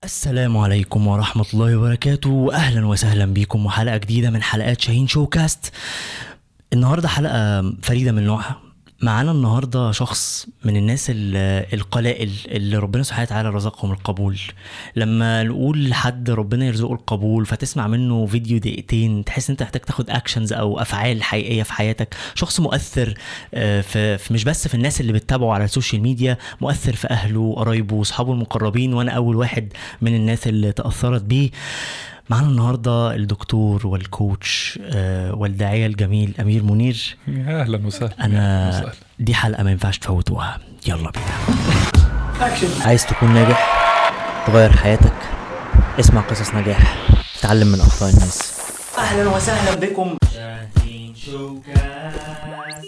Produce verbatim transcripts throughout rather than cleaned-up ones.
السلام عليكم ورحمة الله وبركاته، أهلا وسهلا بكم وحلقة جديدة من حلقات شاهين شوكاست. النهاردة حلقة فريدة من نوعها. معانا النهاردة شخص من الناس القلائل اللي ربنا سبحانه وتعالى رزقهم القبول. لما نقول لحد ربنا يرزقه القبول فتسمع منه فيديو دقيقتين تحس انت محتاج تاخد اكشنز او افعال حقيقية في حياتك. شخص مؤثر في مش بس في الناس اللي بتتابعه على السوشيال ميديا، مؤثر في اهله وقرايبه واصحابه المقربين، وانا اول واحد من الناس اللي تأثرت بيه. معنا النهاردة الدكتور والكوتش آه والداعية الجميل أمير منير. أهلا وسهلا. أنا وسهلا. دي حلقة ما ينفعش تفوتوها، يلا بينا. عايز تكون ناجح، تغير حياتك، اسمع قصص نجاح، تعلم من أخطاء الناس. أهلا وسهلا بكم شاهين شوكاست.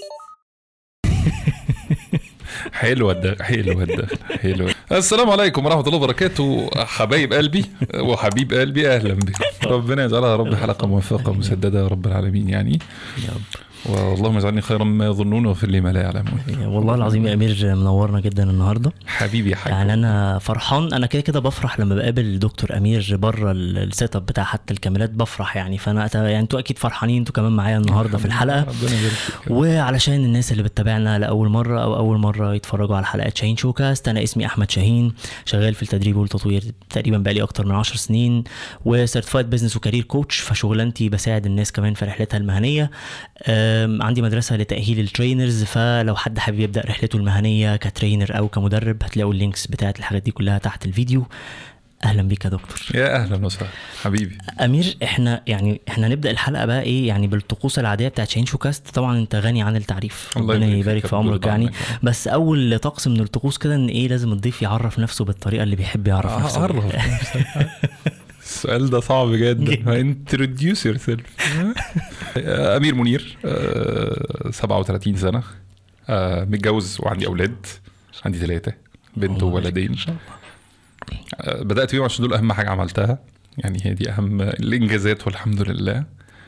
حلوة الدخل حلوة الدخل حلوة. السلام عليكم ورحمة الله وبركاته حبايب قلبي وحبيب قلبي، أهلا بكم. ربنا يجعلها رب حلقة موفقة مسددة يا رب العالمين يعني، واللهم اجعلني خيرا مما يظنون وفي اللي ما لا يعلمون. والله العظيم يا أمير منورنا جدا النهاردة حبيبي يا حبيبي. يعني أنا فرحان، أنا كده كده بفرح لما بقابل دكتور أمير بره السيت اب بتاع حتى الكاميرات بفرح يعني. فأنا يعني أنتوا أكيد فرحانين أنتوا كمان معايا النهاردة في الحلقة. وعلشان الناس اللي بتتابعنا لأول مرة أو أول مرة يتفرجوا على حلقات شاهين شوكاست، أنا اسمي أحمد شاهين، شغال في التدريب والتطوير تقريبا بقالي أكتر من عشر سنين، وسيرتيفايد بزنس وكارير كوتش. فشغلانتي بساعد الناس كمان في رحلتها المهنية. عندي مدرسة لتأهيل الترينرز، فلو حد حابب يبدأ رحلته المهنية كترينر أو كمدرب هتلاقوا اللينكس بتاعت الحاجات دي كلها تحت الفيديو. أهلا بك يا دكتور. يا أهلا وسهلا حبيبي أمير. إحنا يعني إحنا نبدأ الحلقة بقى إيه يعني بالطقوس العادية بتاعت شاهين شوكاست. طبعا أنت غني عن التعريف، ربنا يبارك في عمرك يعني. بس أول طقس من الطقوس كده إن إيه لازم الضيف يعرف نفسه بالطريقة اللي بيحب يعرف آه نفسه. عرف. السؤال ده صعب جدا. introduce yourself. أمير منير، سبعة وثلاثين سنة، متجوز وعندي أولاد، عندي ثلاثة، بنت وولدين. بدأت بيهم عشان دول أهم حاجة عملتها يعني، هي دي أهم الإنجازات والحمد لله.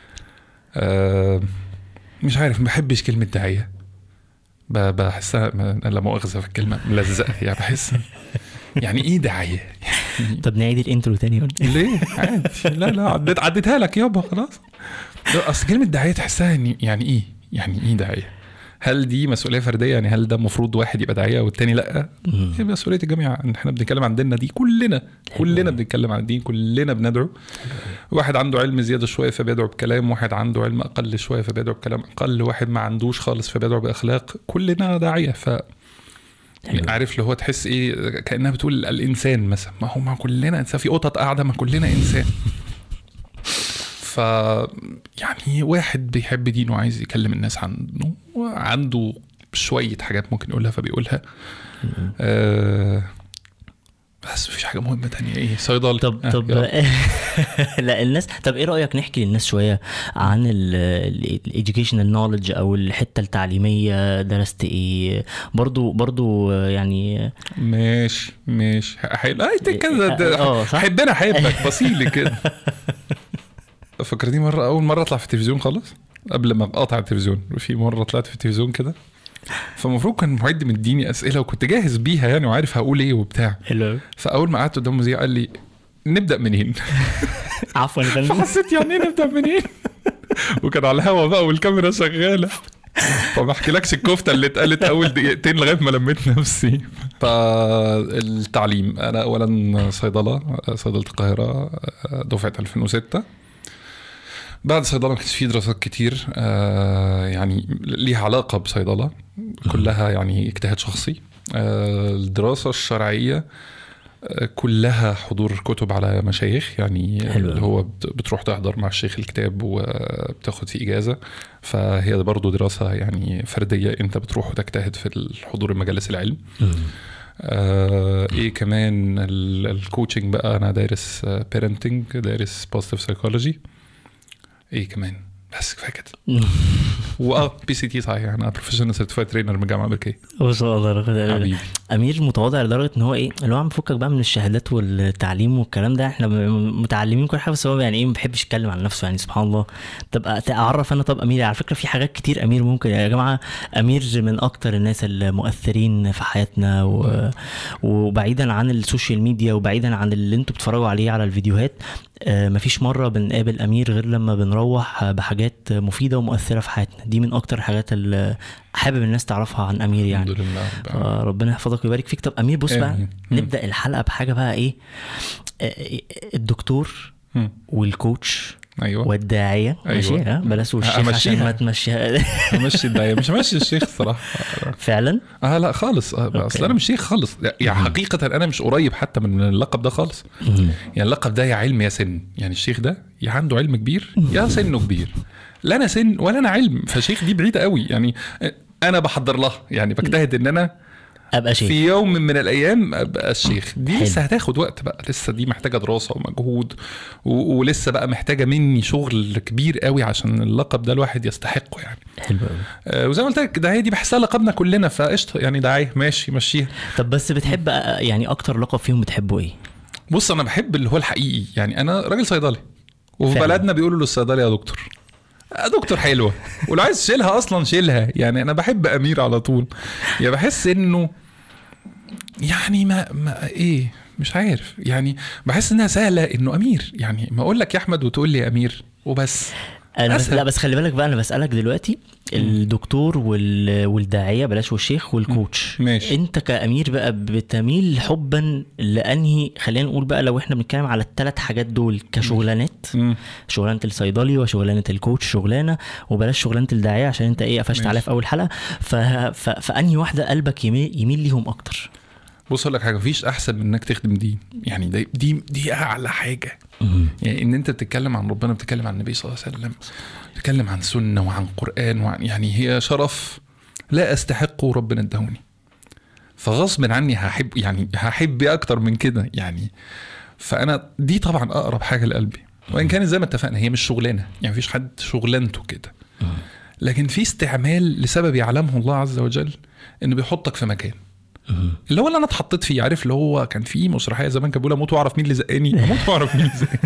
مش عارف، ما بحبش كلمة داعية، بحسها لا مؤاخذة في الكلمة ملزقة يعني، بحس يعني ايه داعية يعني. طب نعيد الانترو تاني ولا ليه؟ عادي. لا لا عدت عدتها لك يابا خلاص. اصل كلمة داعية تحسها يعني ايه يعني ايه داعية؟ هل دي مسؤولية فردية يعني؟ هل ده مفروض واحد يبقى داعية والتاني لا؟ هي مسؤولية الجميع. احنا بنتكلم عن ديننا دي، كلنا كلنا بنتكلم عن الدين، كلنا بندعو. واحد عنده علم زيادة شوية فبيدعو بكلام، واحد عنده علم اقل شوية فبيدعو بكلام اقل، واحد ما عندوش خالص فبيدعو باخلاق. كلنا داعية. ف يعني عارف اللي هو تحس ايه كأنها بتقول الانسان مثلا، ما هو ما كلنا انسان، في قطط قاعدة ما كلنا انسان. ف يعني واحد بيحب دينه وعايز يكلم الناس عنه، عنده شوية حاجات ممكن يقولها فبيقولها. آه بس مفيش حاجة مهمة تانية. ايه صيدلة. طب طب لا الناس. طب ايه رأيك نحكي للناس شوية عن الإديوكيشنال نوليدج او الحتة التعليمية؟ درست ايه برضو برضو يعني؟ ماشي ماشي حلو. اي كده حبنا حبك بصيلي كده. فكرتني مرة أول مرة أطلع في التلفزيون خالص، قبل ما أقطع التلفزيون. في مرة طلعت في التلفزيون كده، فمفروض كان معد مديني أسئلة وكنت جاهز بيها يعني وعارف هقول إيه وبتاع. فأول ما قعدت قدام المذيع قال لي نبدأ منين؟ عفوا. فحسيت يعني إيه نبدأ منين؟ وكان على الهوا بقى والكاميرا شغالة، فما احكيلكش الكفتة اللي اتقالت أول دقيقتين لغاية ما لميت نفسي. فالتعليم، أنا أولا صيدلة، صيدلة القاهرة، دفعة ألفين وستة. بعد صيدلة ما كانش فيه دراسات كتير آه يعني ليها علاقة بصيدلة، كلها يعني اجتهاد شخصي. آه الدراسة الشرعية آه كلها حضور كتب على مشايخ يعني، حلو. اللي هو بتروح تحضر مع الشيخ الكتاب وبتاخد فيه إجازة. فهي برضو دراسة يعني فردية، انت بتروح وتجتهد في الحضور المجالس العلم. آه ايه كمان الكوتشنج بقى، انا دارس بيرنتنج، دارس بوزيتيف سايكولوجي. ايه كمان بس كفايه كده. واه بي سي تي صحيح، انا بروفيشنال سيرتيفايد ترينر من الجامعه الامريكيه. ما شاء الله. حبيبي امير متواضع لدرجه ان هو ايه اللي هو عم فكك بقى من الشهادات والتعليم والكلام ده، احنا م- متعلمين كل حاجه، بس هو يعني ايه ما بيحبش يتكلم عن نفسه يعني سبحان الله. طب اعرف انا، طب امير على فكره في حاجات كتير امير ممكن يا جماعه، امير من اكتر الناس المؤثرين في حياتنا و... وبعيدا عن السوشيال ميديا وبعيدا عن اللي انتوا بتتفرجوا عليه على الفيديوهات، آه، مفيش مره بنقابل امير غير لما بنروح بحاجات مفيده ومؤثره في حياتنا. دي من اكتر الحاجات اللي حابب الناس تعرفها عن امير يعني. الحمد لله. آه، ربنا يحفظك ويبارك فيك. طب امير بص بقى، آمين. نبدا الحلقه بحاجه بقى ايه، آه، الدكتور مم. والكوتش ايوه والداعيه. أيوة. ماشي، ها بلاش والشيخ عشان ما تمشيها. ماشي الداعية، مش ماشي الشيخ الصراحه. فعلا اه لا خالص، آه اصل انا مش شيخ خالص يعني. حقيقه انا مش قريب حتى من اللقب ده خالص. مم. يعني اللقب ده يا علم يا سن. يعني الشيخ ده يا عنده علم كبير يا سنه كبير. لا انا سن ولا انا علم، فشيخ دي بعيده قوي يعني. انا بحضر لها يعني، بجتهد ان انا ابقى شيخ في يوم من الايام ابقى الشيخ. دي حلو. لسه هتاخد وقت بقى، لسه دي محتاجه دراسه ومجهود و- ولسه بقى محتاجه مني شغل كبير قوي عشان اللقب ده الواحد يستحقه يعني. حلو قوي. آه وزي ما قلت لك دعايه دي بحسها لقبنا كلنا، فقشطه يعني دعايه ماشي مشيها. طب بس بتحب آه، يعني اكتر لقب فيهم بتحبه ايه؟ بص انا بحب اللي هو الحقيقي يعني. انا راجل صيدلي وفي فعلا. بلدنا بيقولوا للصيدلي يا دكتور. آه دكتور حلوه، ولو عايز تشيلها اصلا شيلها يعني. انا بحب امير على طول يعني. بحس انه يعني ما, ما ايه مش عارف يعني. بحس انها سهله انه امير يعني. ما اقول لك يا احمد وتقول لي امير وبس. أنا بس أسهل. لا بس خلي بالك بقى، انا بسالك دلوقتي الدكتور وال... والداعيه بلاش والشيخ والكوتش. ماشي. انت كامير بقى بتميل حبا لانهي؟ خلينا نقول بقى لو احنا بنتكلم على الثلاث حاجات دول كشغلانات، مم. شغلانه الصيدلي وشغلانه الكوتش شغلانه، وبلاش شغلانه الداعيه عشان انت ايه قفشت ماشي. عليها في اول حلقه. ف... ف... فانهي واحده قلبك يميل, يميل ليهم اكتر؟ بص اقول لك حاجه، مفيش احسن من انك تخدم دين يعني. دي دي, دي اعلى حاجه مم. يعني. ان انت بتتكلم عن ربنا، بتتكلم عن النبي صلى الله عليه وسلم، بتتكلم عن سنه وعن قران وعن يعني هي شرف لا استحقه ربنا ادهوني. فغصب عني هحب يعني، هحب اكتر من كده يعني. فانا دي طبعا اقرب حاجه لقلبي. وان كانت زي ما اتفقنا هي مش شغلانه يعني، مفيش حد شغلانته كده، لكن في استعمال لسبب يعلمه الله عز وجل انه بيحطك في مكان اللي هو اللي انا اتحطيت فيه. عارف اللي هو كان في مسرحيه زمان كان بيقول اموت واعرف مين اللي زقني، اموت واعرف مين اللي زقني.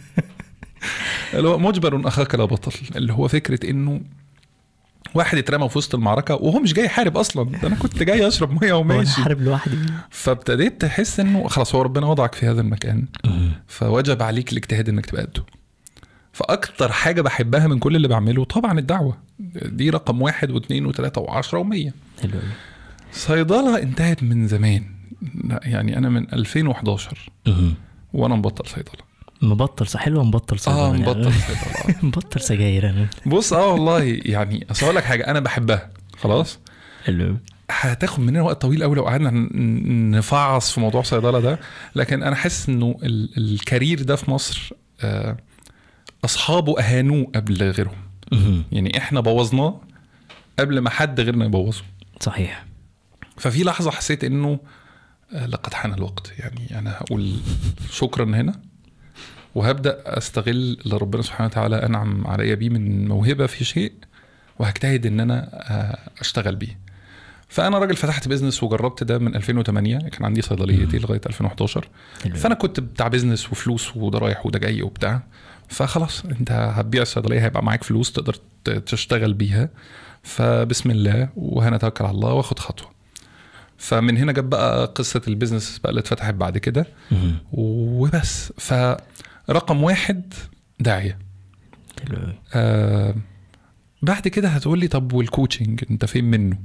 اللي هو مجبر اخاك لا بطل. اللي هو فكره انه واحد اترمى في وسط المعركه وهو مش جاي يحارب اصلا، ده انا كنت جاي اشرب ميه وماشي. حارب لوحدي. فابتديت تحس انه خلاص هو ربنا وضعك في هذا المكان، فوجب عليك الاجتهاد انك تبقى قده. فاكتر حاجه بحبها من كل اللي بعمله طبعا الدعوه. دي رقم واحد واثنين وثلاثه وعشرة ومية. حلو. صيدله انتهت من زمان يعني. انا من ألفين وحداشر وانا مبطل صيدله. مبطل صح؟ حلوه مبطل صيدله. اه مبطل صيدله. مبطل سجاير انا. بص اه والله يعني. اصل اقول لك حاجه، انا بحبها خلاص. حلو. هتاخد مننا وقت طويل قوي لو قعدنا ن- نفعص في موضوع صيدله ده. لكن انا حاسس انه ال- الكارير ده في مصر آه، اصحابه اهانوه قبل غيرهم يعني. احنا بوظناه قبل ما حد غيرنا يبوظه. صحيح. ففي لحظه حسيت انه آه، لقد حان الوقت يعني. انا هقول شكرا هنا، وهبدا استغل اللي ربنا سبحانه وتعالى انعم عليا بيه من موهبه في شيء، وهجتهد ان انا آه، اشتغل بيه. فانا راجل فتحت بيزنس وجربت ده من ألفين وثمانية. كان عندي صيدليتي لغايه ألفين وحداشر. فانا كنت بتاع بيزنس وفلوس وده رايح وده جاي وبتاع. فخلاص انت هتبيع الصيدليه هيبقى معاك فلوس تقدر ت- تشتغل بيها. فبسم الله وهنتوكل على الله واخد خطوه. فمن هنا جت بقى قصه البيزنس بقى اللي اتفتحت بعد كده وبس. فرقم واحد داعيه. حلو. آه بعد كده هتقول لي طب والكوتشنج انت فين منه؟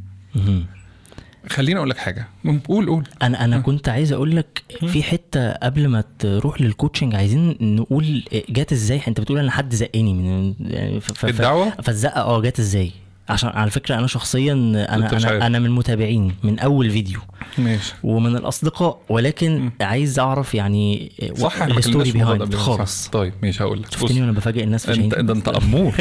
خليني اقول لك حاجه. قول قول. انا انا كنت عايز اقول لك في حته قبل ما تروح للكوتشنج، عايزين نقول جات ازاي. انت بتقول انا حد زقني من يعني ف- ف- الدعوة؟ فالزقه اه جات ازاي؟ عشان على فكره انا شخصيا انا انا, أنا من المتابعين من اول فيديو ماشي. ومن الاصدقاء، ولكن عايز اعرف يعني صح الستوري بيهايند خالص. طيب ماشي هقول لك. شفتني وانا بفاجئ الناس في انت شيء. ده انت امور.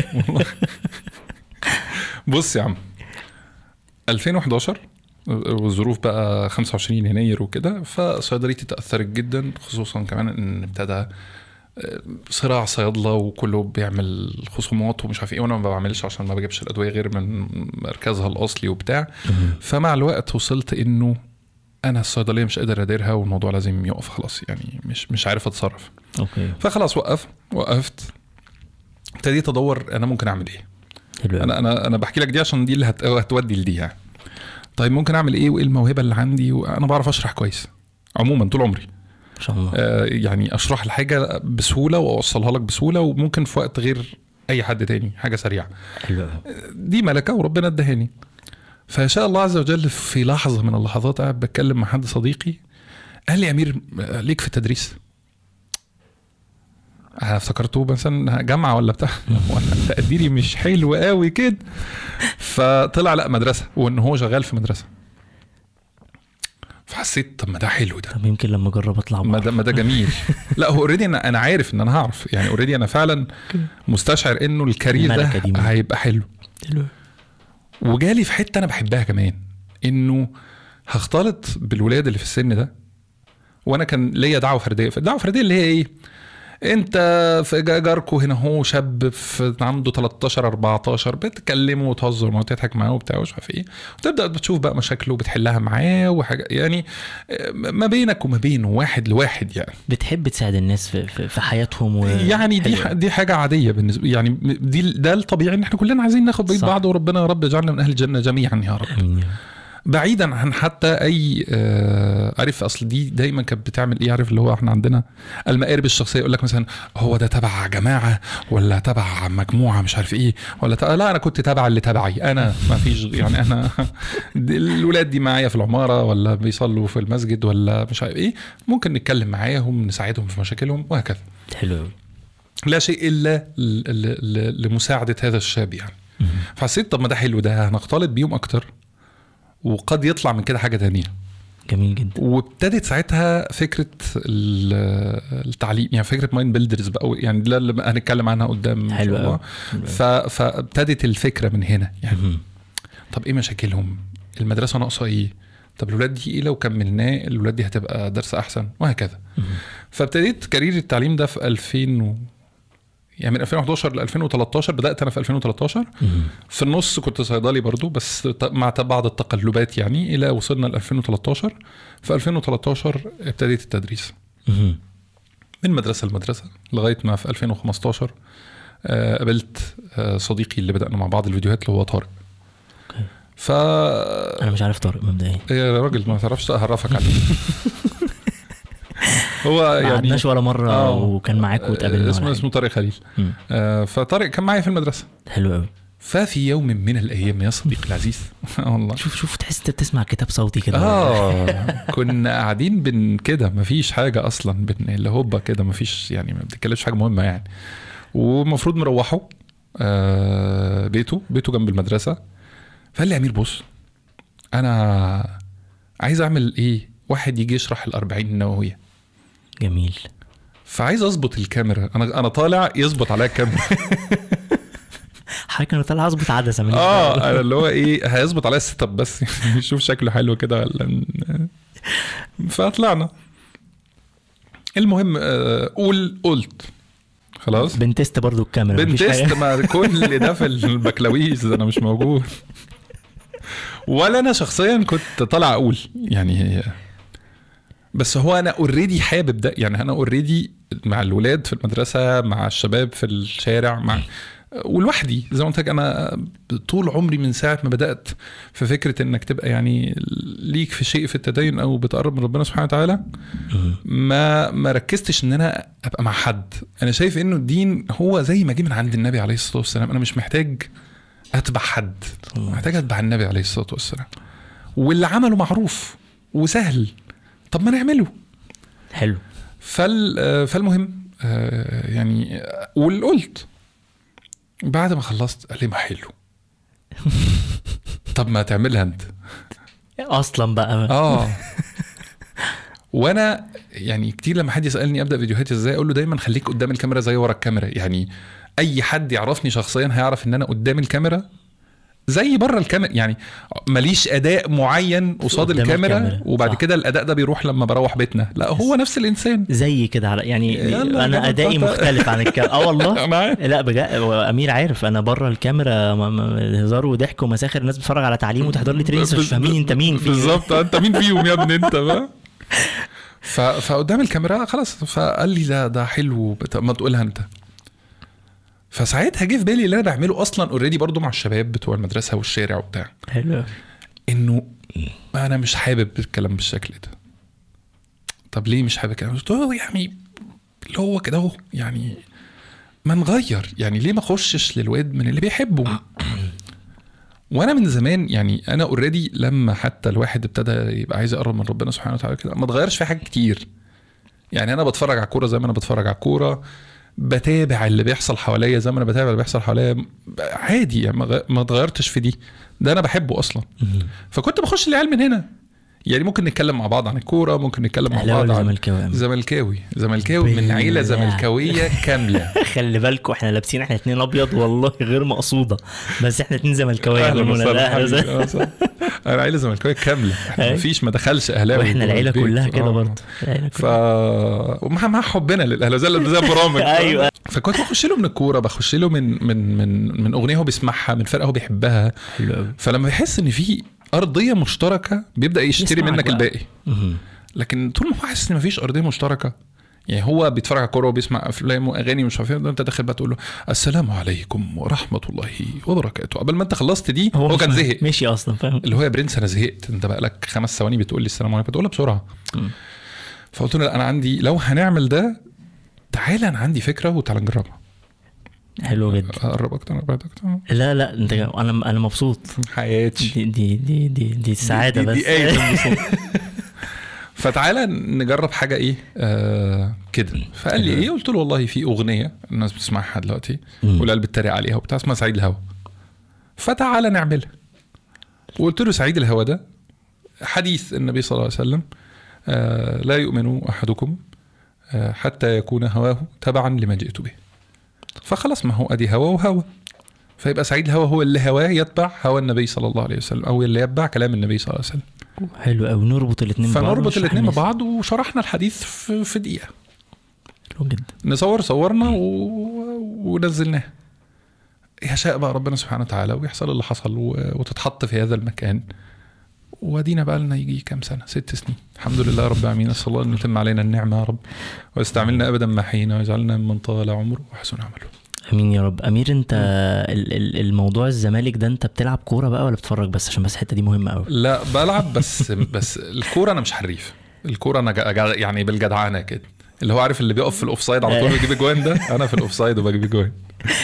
بص يا عم، ألفين وحداشر والظروف بقى خمسة وعشرين يناير وكده، فصيدليتي تأثرت جدا، خصوصا كمان ان ابتدى صراع صيادله وكله بيعمل خصومات ومش عارف ايه، وانا ما بعملش عشان ما بجيبش الادويه غير من مركزها الاصلي وبتاع. فمع الوقت وصلت انه انا الصيدليه مش قادر اديرها والموضوع لازم يقف خلاص، يعني مش مش عارف اتصرف. اوكي. فخلاص وقف وقفت ابتديت ادور انا ممكن اعمل ايه. حلو. انا انا انا بحكي لك دي عشان دي اللي هت... هتودي لدي يعني. طيب ممكن اعمل ايه وايه الموهبه اللي عندي؟ وانا بعرف اشرح كويس عموما طول عمري ما شاء الله. آه يعني اشرح الحاجه بسهوله واوصلها لك بسهوله، وممكن في وقت غير اي حد تاني حاجه سريعه. حلو. دي ملكه وربنا ادهاني. فشاء الله عز وجل في لحظه من اللحظات قاعد بتكلم مع حد صديقي قال لي امير ليك في التدريس؟ انا افتكرته مثلا جامعه ولا بتاع وانا تقديري مش حلو قوي كده. فطلع لا مدرسه، وان هو شغال في مدرسه. فحسيت طب ما ده حلو ده، طب يمكن لما اجرب اطلع ما ده ما ده جميل. لا هو اوريدي انا انا عارف ان انا هعرف يعني، اوريدي انا فعلا مستشعر انه الكارير ده هيبقى حلو. حلو. وجالي في حته انا بحبها كمان، انه هختلط بالولاد اللي في السن ده. وانا كان ليا دعوه فرديه، فالدعوه الفرديه اللي هي ايه؟ انت في جاركو هنا هو شاب في عنده تلتاشر اربعتاشر بتكلمه وتهزر معاه وتضحك معاه وبتاع ومش عارف ايه، وتبدا بتشوف بقى مشاكله وبتحلها معاه وحاجه يعني ما بينك وما بينه واحد لواحد يعني. بتحب تساعد الناس في في حياتهم و... يعني دي دي حاجه عاديه بالنسبه يعني، دي ده الطبيعي ان احنا كلنا عايزين ناخد بيت بعض، وربنا يا رب يجعلنا من اهل الجنه جميعا يا رب. امين. بعيدا عن حتى اي آه عارف اصل دي دايما كانت بتعمل ايه، عارف اللي هو احنا عندنا المقارب الشخصيه يقول لك مثلا هو ده تبع جماعه ولا تبع مجموعه مش عارف ايه ولا تبع، لا انا كنت تبع اللي تبعي انا ما فيش يعني انا الولاد دي معايا في العماره ولا بيصلوا في المسجد ولا مش عارف ايه، ممكن نتكلم معاهم نساعدهم في مشاكلهم وهكذا. حلو. لا شيء الا لمساعده هذا الشاب يعني. فحسيت طب ما ده حلو، ده هنختلط بيهم اكتر وقد يطلع من كده حاجة تانية. جميل جدا. وابتدت ساعتها فكرة التعليم يعني، فكرة مايند بيلدرز بقى يعني، ده اللي هنتكلم عنها قدام. حلو قوي. فابتدت الفكرة من هنا يعني. طب ايه مشاكلهم؟ المدرسة ناقصة ايه؟ طب الولاد دي ايه لو كملناه الولاد دي هتبقى درس احسن وهكذا. فابتديت كارير التعليم ده في ألفين و... يعني من ألفين وحداشر ل ألفين وتلتاشر. بدأت أنا في ألفين وتلتاشر. في النص كنت صيدلي برضو بس مع بعض التقلبات يعني، إلى وصلنا ل ألفين وتلتاشر. في ألفين وتلتاشر ابتديت التدريس من مدرسة لمدرسة لغاية ما في ألفين وخمستاشر قابلت صديقي اللي بدأنا مع بعض الفيديوهات اللي هو طارق. ف أنا مش عارف طارق مبدئيا. يا راجل ما تعرفش أعرفك عليه. هو يعني ما عدناش ولا مرة. آه وكان معاك وتقابلنا. اسمه اسمه طارق خليل. آه فطارق كان معايا في المدرسة. حلو قوي. ففي يوم من الأيام يا صديقي العزيز والله شوف شوف تحس انت بتسمع كتاب صوتي كده. اه كنا قاعدين بن كده مفيش حاجة أصلا بن اللي هوبا كده مفيش يعني، ما بتتكلمش حاجة مهمة يعني، ومفروض مروحوا آه بيته بيته جنب المدرسة. فقال لي أمير بص أنا عايز أعمل إيه، واحد يجي يشرح الأربعين النووية. جميل. فعايز أظبط الكاميرا، أنا أنا طالع يظبط عليا الكاميرا. حضرتك انا طالع اظبط عدسه من اه انا اللي هو ايه هيظبط عليا السيت اب بس يشوف شكله حلو كده ولا. فطلعنا المهم قول قلت خلاص بنتست برضو الكاميرا، بنتست ما كل ده في البكالوريوس انا مش موجود، ولا انا شخصيا كنت طالع اقول يعني. بس هو انا اوريدي حابب ده يعني، انا اوريدي مع الولاد في المدرسه مع الشباب في الشارع مع ولوحدي زي ما قلت لك. انا طول عمري من ساعه ما بدات في فكره انك تبقى يعني ليك في شيء في التدين او بتقرب من ربنا سبحانه وتعالى، ما ما ركزتش ان انا ابقى مع حد. انا شايف انه الدين هو زي ما جه من عند النبي عليه الصلاه والسلام، انا مش محتاج اتبع حد، محتاج اتبع النبي عليه الصلاه والسلام، واللي عمله معروف وسهل، طب ما نعمله. حلو. فال فالمهم يعني والقلت بعد ما خلصت قال لي ما حلو. طب ما تعملها انت اصلا بقى. اه وانا يعني كتير لما حد يسالني ابدا فيديوهاتي ازاي اقول له دايما خليك قدام الكاميرا زي ورا الكاميرا. يعني اي حد يعرفني شخصيا هيعرف ان انا قدام الكاميرا زي بره الكاميرا يعني، ماليش اداء معين قصاد الكاميرا, الكاميرا وبعد كده الاداء ده بيروح لما بروح بيتنا. لا هو نفس الانسان زي كده على يعني انا ادائي مختلف عن الكاميرا. اه والله لا بجد امير عارف انا بره الكاميرا هزار وضحك ومساخر، الناس بتتفرج على تعليم وتحضر لي تريننج مش فاهمين انت مين فيه بالظبط. انت مين فيهم يا ابني انت بقى؟ فقدام الكاميرا خلاص. فقال لي ده ده حلو ما تقولها انت. فساعتها جه في بالي اللي انا بعمله اصلا اوريدي برضو مع الشباب بتوع المدرسه والشارع وبتاع، حلو انه انا مش حابب الكلام بالشكل ده. طب ليه مش حابب الكلام؟ قلت له يعني اللي هو كده اهو يعني ما نغير يعني، ليه ما اخشش للواد من اللي بيحبه؟ وانا من زمان يعني انا اوريدي لما حتى الواحد ابتدى يبقى عايز يقرب من ربنا سبحانه وتعالى كده ما اتغيرش في حاجات كتير يعني. انا بتفرج على الكوره زي ما انا بتفرج على الكوره، بتابع اللي بيحصل حواليا زي ما انا بتابع اللي بيحصل حواليا عادي يعني، ما اتغيرتش في دي، ده انا بحبه اصلا. فكنت بخش العيال من هنا يعني، ممكن نتكلم مع بعض عن الكوره، ممكن نتكلم مع بعض عن زملكاوي زملكاوي زملكاوي من عيله زملكاويه كامله. خلي بالكم احنا لابسين احنا اتنين ابيض والله غير مقصوده، بس احنا اتنين زملكاويه. انا عيله زملكاويه كامله، مفيش ما دخلش اهلاوي واحنا العيله كلها كده برضه. ف ومع مع حبنا للاهلاويه زي برامج. ايوه. فكنت بخش له من الكوره، بخش له من من من من اغنيه هو بيسمعها، من فرقه هو بيحبها. فلما يحس ان في ارضيه مشتركه بيبدا يشتري منك بقى الباقي. لكن طول ما هو حاسس ان مفيش ارضيه مشتركه يعني، هو بيتفرج على كوره وبيسمع افلام واغاني مش عارف ايه، انت داخل بقى تقول له السلام عليكم ورحمه الله وبركاته، قبل ما انت خلصت دي هو, هو كان زهق ماشي اصلا، فاهم اللي هو يا برنس انا زهقت، انت بقى لك خمس ثواني بتقول لي السلام عليكم، بتقولها بسرعه. م. فقلت له لا انا عندي، لو هنعمل ده تعالى انا عندي فكره وتعالى نجربها. حلو جدا. اقرب اكتر اقرب اكتر. لا لا انت انا انا مبسوط حياتي دي دي دي دي, دي السعاده دي بس دي ايه فتعالى نجرب حاجه ايه آه كده. فقال لي ايه؟ قلت له والله في اغنيه الناس بتسمعها دلوقتي والقلب بتتريق عليها وبتاع، اسمها سعيد الهوى، فتعالى نعملها. وقلت له سعيد الهوى ده حديث النبي صلى الله عليه وسلم، آه لا يؤمن احدكم آه حتى يكون هواه تبعا لما جئت به. فخلاص ما هو ادي هوى وهوى، فيبقى سعيد الهوى هو اللي هواه يتبع هوى النبي صلى الله عليه وسلم، او اللي يتبع كلام النبي صلى الله عليه وسلم. حلو قوي. نربط الاثنين ببعض، فنربط الاثنين ببعض وشرحنا الحديث في, في دقيقه. حلو جدا. نصور صورنا و... ونزلناه. يشاء بقى ربنا سبحانه وتعالى ويحصل اللي حصل و... وتتحط في هذا المكان. ودينا بقى لنا يجي كام سنه، ست سنين الحمد لله رب العالمين. اسال الله ان يتم علينا النعمه يا رب، ويستعملنا ابدا ما حينا، ويجعلنا من طال عمره وحسن عمله. امين يا رب. امير انت الموضوع الزمالك ده انت بتلعب كوره بقى ولا بتتفرج بس؟ عشان بس الحته دي مهمه قوي. لا بلعب بس بس الكوره انا مش حريف. الكوره انا جا يعني بالجدعانه كده، اللي هو عارف اللي بيقف في الاوفسايد على طول بيجيب اجوان، ده انا في الاوفسايد وبجيب اجوان.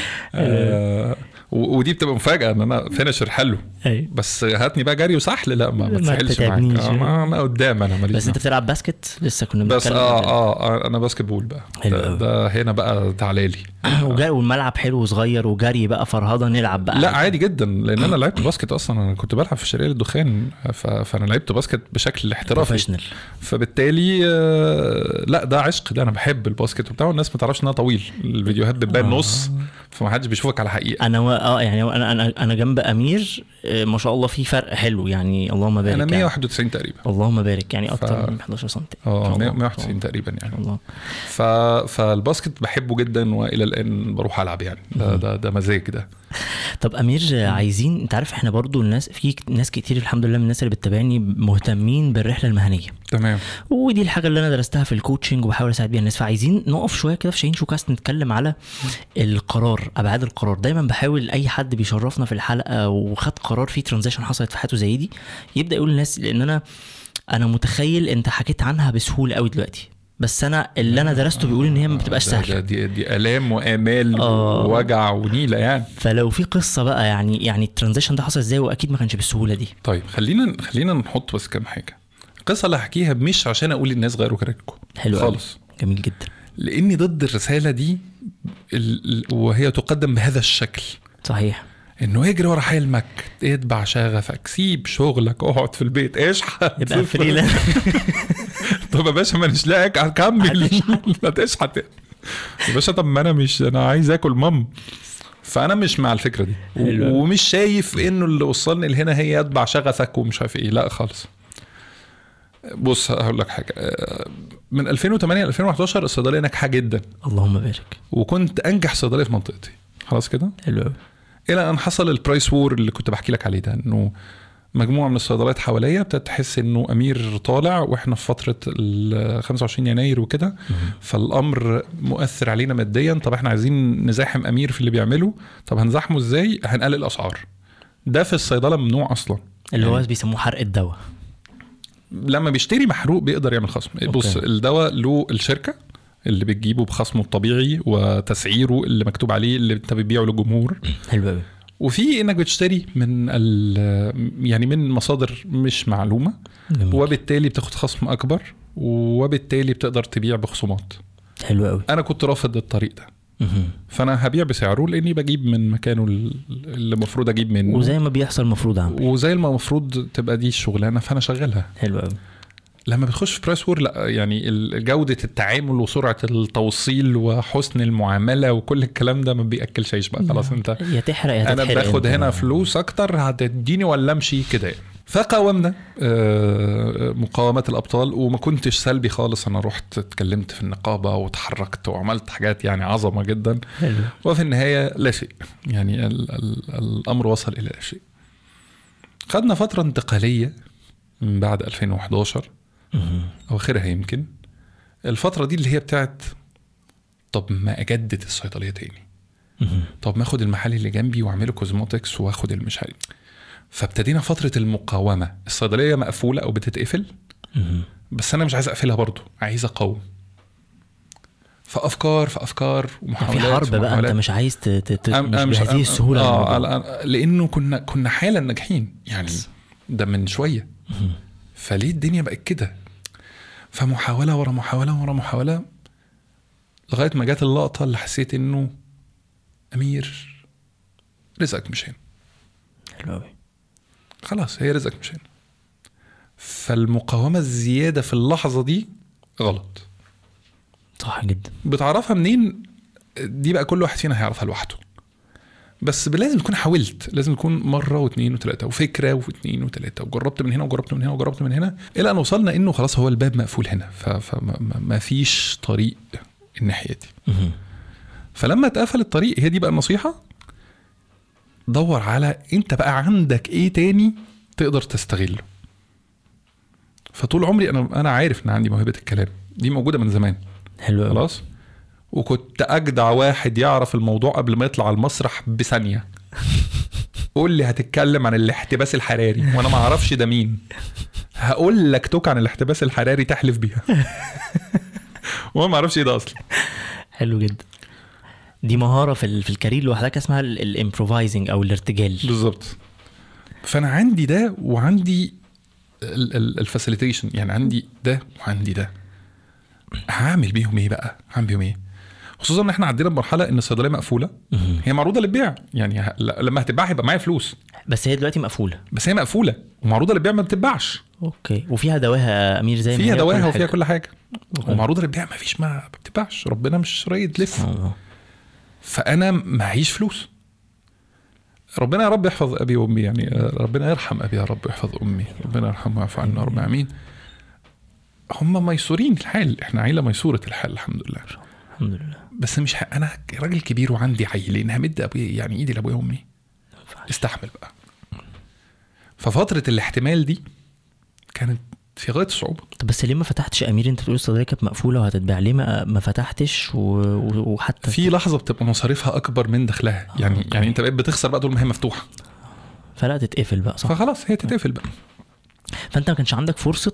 آه ودي بتبقى مفاجاه ان انا فينشر حلو، بس هاتني بقى جري وسحل لا ما بتسحلش معاك. آه انا قدام انا ماليش. بس انت بتلعب باسكت لسه كنا بنتكلم بس آه, اه انا باسكت بول بقى. ده, ده هنا بقى تعالى لي. والملعب حلو وصغير وجري بقى فرهضه نلعب بقى. لا عادي جدا، لان انا لعبت باسكت اصلا. انا كنت بلعب في الشرقيه للدخان، فانا لعبت باسكت بشكل احترافي، فبالتالي آه لا ده عشق، ده انا بحب الباسكت وبتاع. والناس ما تعرفش ان انا طويل، الفيديوهات بتبان آه. نص، فما حدش بيشوفك على حقيقه. انا و... اه يعني انا انا انا جنب امير ما شاء الله في فرق حلو يعني، اللهم بارك. انا مية وواحد وتسعين يعني. تقريبا، اللهم بارك، يعني اكتر ف... من حداشر سم. اه مية وواحد وتسعين تقريبا يعني. الله. ف... فالباسكت بحبه جدا والى الان بروح العب يعني. ده ده, ده مزاج ده. طب امير عايزين، انت عارف احنا برضو الناس، في ناس كتير الحمد لله من الناس اللي بتتابعني مهتمين بالرحله المهنيه. تمام. ودي الحاجه اللي انا درستها في الكوتشنج وبحاول اساعد بيها الناس. فعايزين نقف شويه كده في شاهين شوكاست نتكلم على القرار، ابعاد القرار. دايما بحاول اي حد بيشرفنا في الحلقه وخد قرار في ترانزيشن حصلت في حياته زي دي يبدا يقول للناس، لان انا انا متخيل انت حكيت عنها بسهوله قوي دلوقتي، بس انا اللي انا درسته بيقول ان هي ما بتبقاش سهله. دي دي الام وامال ووجع ونيله يعني. فلو في قصه بقى يعني يعني الترانزيشن ده حصل ازاي، واكيد ما كانش بالسهوله دي. طيب خلينا خلينا نحط بس كام حاجه. القصه اللي هحكيها مش عشان اقول للناس غيروا كراكم حلو خالص قوي. جميل جدا. لاني ضد الرساله دي وهي تقدم بهذا الشكل. صحيح. انه يجري ورا حلمك، اتبع شغفك، سيب شغلك، اقعد في البيت، اشحت، يبقى فريلانس. طب يا باشا ما مش لاقيك هكمل، ما تشحت يا باشا. طب ما انا مش انا عايز اكل مام. فانا مش مع الفكره دي ومش شايف انه اللي وصلني لهنا هي يتبع شغفك ومش عارف ايه، لا خالص. بص هقول لك حاجه، من ألفين وثمانية ل ألفين وأحد عشر الصيدليه ناجحه جدا، اللهم بارك، وكنت انجح صيدليه في منطقتي خلاص كده. حلو. الى ان حصل البرايس وور اللي كنت بحكي لك عليه ده، انه مجموعه من الصيدليات حواليا ابتدت تحس انه امير طالع واحنا في فتره ال خمسة وعشرين يناير وكده، فالامر مؤثر علينا ماديا. طب احنا عايزين نزاحم امير في اللي بيعمله، طب هنزاحمه ازاي؟ هنقلل الاسعار. ده في الصيدله ممنوع اصلا، اللي هو يعني بيسموه حرق الدواء. لما بيشتري محروق بيقدر يعمل خصم. بص الدواء له الشركه اللي بتجيبه بخصمه الطبيعي وتسعيره اللي مكتوب عليه اللي انت بتبيعه للجمهور. حلو قوي. وفي انك بتشتري من يعني من مصادر مش معلومه، وبالتالي بتاخد خصم اكبر، وبالتالي بتقدر تبيع بخصومات. حلو قوي. انا كنت رافض الطريق ده، فانا هبيع بسعره لاني بجيب من مكانه اللي المفروض اجيب منه، وزي ما بيحصل المفروض اعمل، وزي ما المفروض تبقى دي الشغلانه، فانا شغلها. حلو قوي. لما بتخش في برايس وور، لا يعني جودة التعامل وسرعة التوصيل وحسن المعاملة وكل الكلام ده ما بيأكلش عيش بقى خلاص. انت يا تحرق يا تتحرق، انا باخد هنا فلوس اكتر، هتديني ولا امشي كده. فقاومنا مقاومات الابطال، وما كنتش سلبي خالص. انا رحت اتكلمت في النقابة وتحركت وعملت حاجات يعني عظمة جدا. حلو. وفي النهاية لا شيء، يعني ال ال الامر وصل الى لا شيء. خدنا فترة انتقالية من بعد ألفين وأحد عشر أو آخرها يمكن. الفترة دي اللي هي بتاعت طب ما أجدد الصيدلية تاني، طب ما أخد المحل اللي جنبي وأعمله كوزموتكس وأخد المشاري. فابتدينا فترة المقاومة. الصيدلية مقفولة أو بتتقفل، بس أنا مش عايز أقفلها برضو، عايز أقاوم. فأفكار فأفكار ومحاولات في حرب بقى. أنت مش عايز ت مش بهذه السهولة. آه لأنه كنا كنا حالا ناجحين يعني، ده من شوية. فليه الدنيا بقت كده؟ فمحاولة ورا محاولة ورا محاولة، لغاية ما جات اللقطة اللي حسيت انه امير رزقك مش هنا. حلو قوي. خلاص هي رزقك مش هنا. فالمقاومة الزيادة في اللحظة دي غلط. صح جدا. بتعرفها منين؟ دي بقى كل واحد فينا هيعرفها لوحده، بس لازم تكون حاولت، لازم تكون مرة واثنين وثلاثة وفكرة واثنين وثلاثة، وجربت من هنا وجربت من هنا وجربت من هنا، إلى أن وصلنا إنه خلاص هو الباب مقفول هنا، فما فيش طريق الناحية دي. فلما اتقفل الطريق، هي دي بقى النصيحة، دور على أنت بقى عندك إيه تاني تقدر تستغله. فطول عمري أنا أنا عارف إن عندي موهبة الكلام دي، موجودة من زمان. حلو. خلاص. وكنت أجدع واحد يعرف الموضوع قبل ما يطلع على المسرح بثانية. قول لي هتتكلم عن الاحتباس الحراري وانا ما اعرفش ده مين، هقول لك توك عن الاحتباس الحراري تحلف بيها. وانا ما اعرفش ايه ده اصلا. حلو جدا. دي مهارة في في الكارير لوحدها اسمها الامبروفايزنج او الارتجال. بالظبط. فانا عندي ده وعندي الفاسيليتيشن، يعني عندي ده وعندي ده، هعمل بيهم ايه بقى؟ هعمل بيهم ايه؟ خصوصا ان احنا عدينا بمرحله ان الصيدليه مقفوله، هي معروضه للبيع، يعني لما هتتباع هيبقى معايا فلوس، بس هي دلوقتي مقفوله. بس هي مقفوله ومعروضه للبيع، ما بتتباعش. اوكي. وفيها دواها امير زي ما فيها دواها وفيها كل حاجه، أوكي. ومعروضه للبيع، ما فيش، ما بتتباعش. ربنا مش رايد لف. فانا معيش فلوس. ربنا يا رب يحفظ ابي وامي، يعني ربنا يرحم ابي يا رب ويحفظ امي، ربنا يرحمه ويعفو عنا رب العالمين. هم ميسورين الحال، احنا عيله ميسوره الحال الحمد لله. الحمد لله. بس مش ه... انا راجل كبير وعندي عيلين، همد ابويا يعني ايدي لابويا وامي، استحمل بقى. ففتره الاحتمال دي كانت في غايه الصعوبه. طب بس ليه ما فتحتش امير؟ انت بتقول الصيدليه كانت مقفوله وهتتباع، ليه ما ما فتحتش؟ و... وحتى في لحظه بتبقى مصاريفها اكبر من دخلها، يعني أوكي. يعني انت بقيت بتخسر بقى طول ما هي مفتوحه، فلا تتقفل بقى. صح. فخلاص هي تتقفل بقى. فانت ما كانش عندك فرصه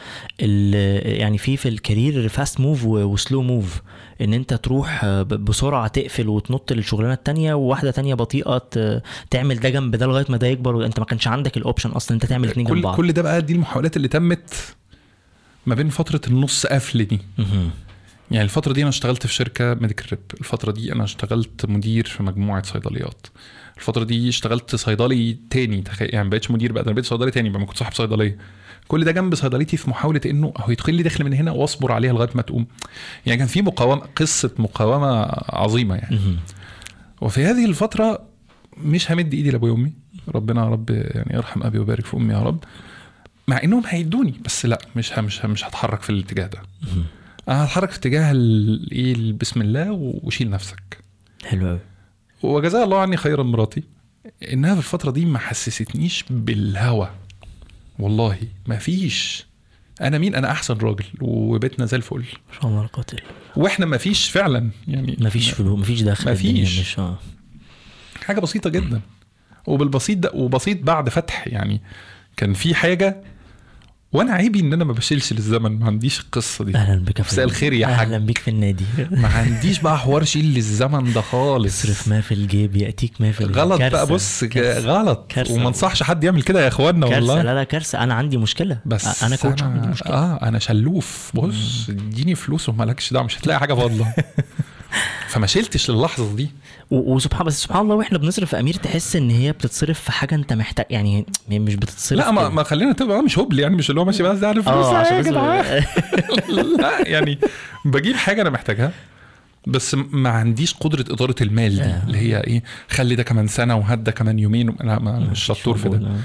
يعني في في الكارير فاست موف وسلو موف، ان انت تروح بسرعه تقفل وتنط للشغلانه التانية، وواحده تانية بطيئه تعمل ده جنب ده لغايه ما ده يكبر. انت ما كانش عندك الاوبشن اصلا انت تعمل اتنين جنب بعض. كل ده بقى دي المحاولات اللي تمت ما بين فتره النص قفل دي. يعني الفتره دي انا اشتغلت في شركه ميديكال ريب، الفتره دي انا اشتغلت مدير في مجموعه صيدليات، الفتره دي اشتغلت صيدلي تاني، يعني بقيتش مدير بقى، انا بقيت صيدلي تاني بقى، ما كنت صاحب صيدليه. كل ده جنب صيدليتي في محاوله انه هو يدخل لي دخل من هنا واصبر عليها لغايه ما تقوم. يعني كان في مقاومه، قصه مقاومه عظيمه يعني. وفي هذه الفتره مش همد ايدي لابويا وامي، ربنا يا رب يعني يرحم ابي ويبارك في امي يا رب، مع انهم هيدوني، بس لا مش مش مش هتحرك في الاتجاه ده. انا هتحرك في اتجاه الايه بسم الله وشيل نفسك. حلو قوي. وجزاها الله عني خيرا مراتي، انها في الفتره دي ما حسستنيش بالهوى، والله ما فيش انا مين، انا احسن راجل وبيتنا زي الفل ما شاء الله القاتل، واحنا ما فيش فعلا يعني ما فيش فلوس، ما فيش دخل، ما فيش مش اه حاجه بسيطه جدا. وبالبسيط ده وبسيط بعد فتح يعني كان في حاجه، وانا عيبي ان انا ما بشيلش للزمن، ما عنديش القصه دي. اهلا بك مساء الخير يا حاج، اهلا بيك في النادي. ما عنديش بقى حوار شيل للزمن ده خالص. اصرف ما في الجيب ياتيك ما في الجيب. غلط كارثة. بقى، بص كارثة. غلط كارثة. وما انصحش حد يعمل كده يا اخوانا والله. لا لا كارثه، انا عندي مشكله، بس انا كوتش أنا عندي مشكله. اه انا شلوف، بص اديني فلوس ومالكش دعوه، مش هتلاقي حاجه فاضله. فما شلتش للحظه دي. وسبحان بس سبحان الله، واحنا بنصرف يا امير تحس ان هي بتصرف في حاجه انت محتاج، يعني مش بتصرف. لا ما, ما خلينا تبقى مش هبل يعني، مش اللي هو ماشي بس ده فلوس يا جدعان. لا يعني بجيب حاجه انا محتاجها، بس ما عنديش قدره اداره المال دي اللي هي ايه، خلي ده كمان سنه وهدا كمان يومين. لا مش شطور في ده.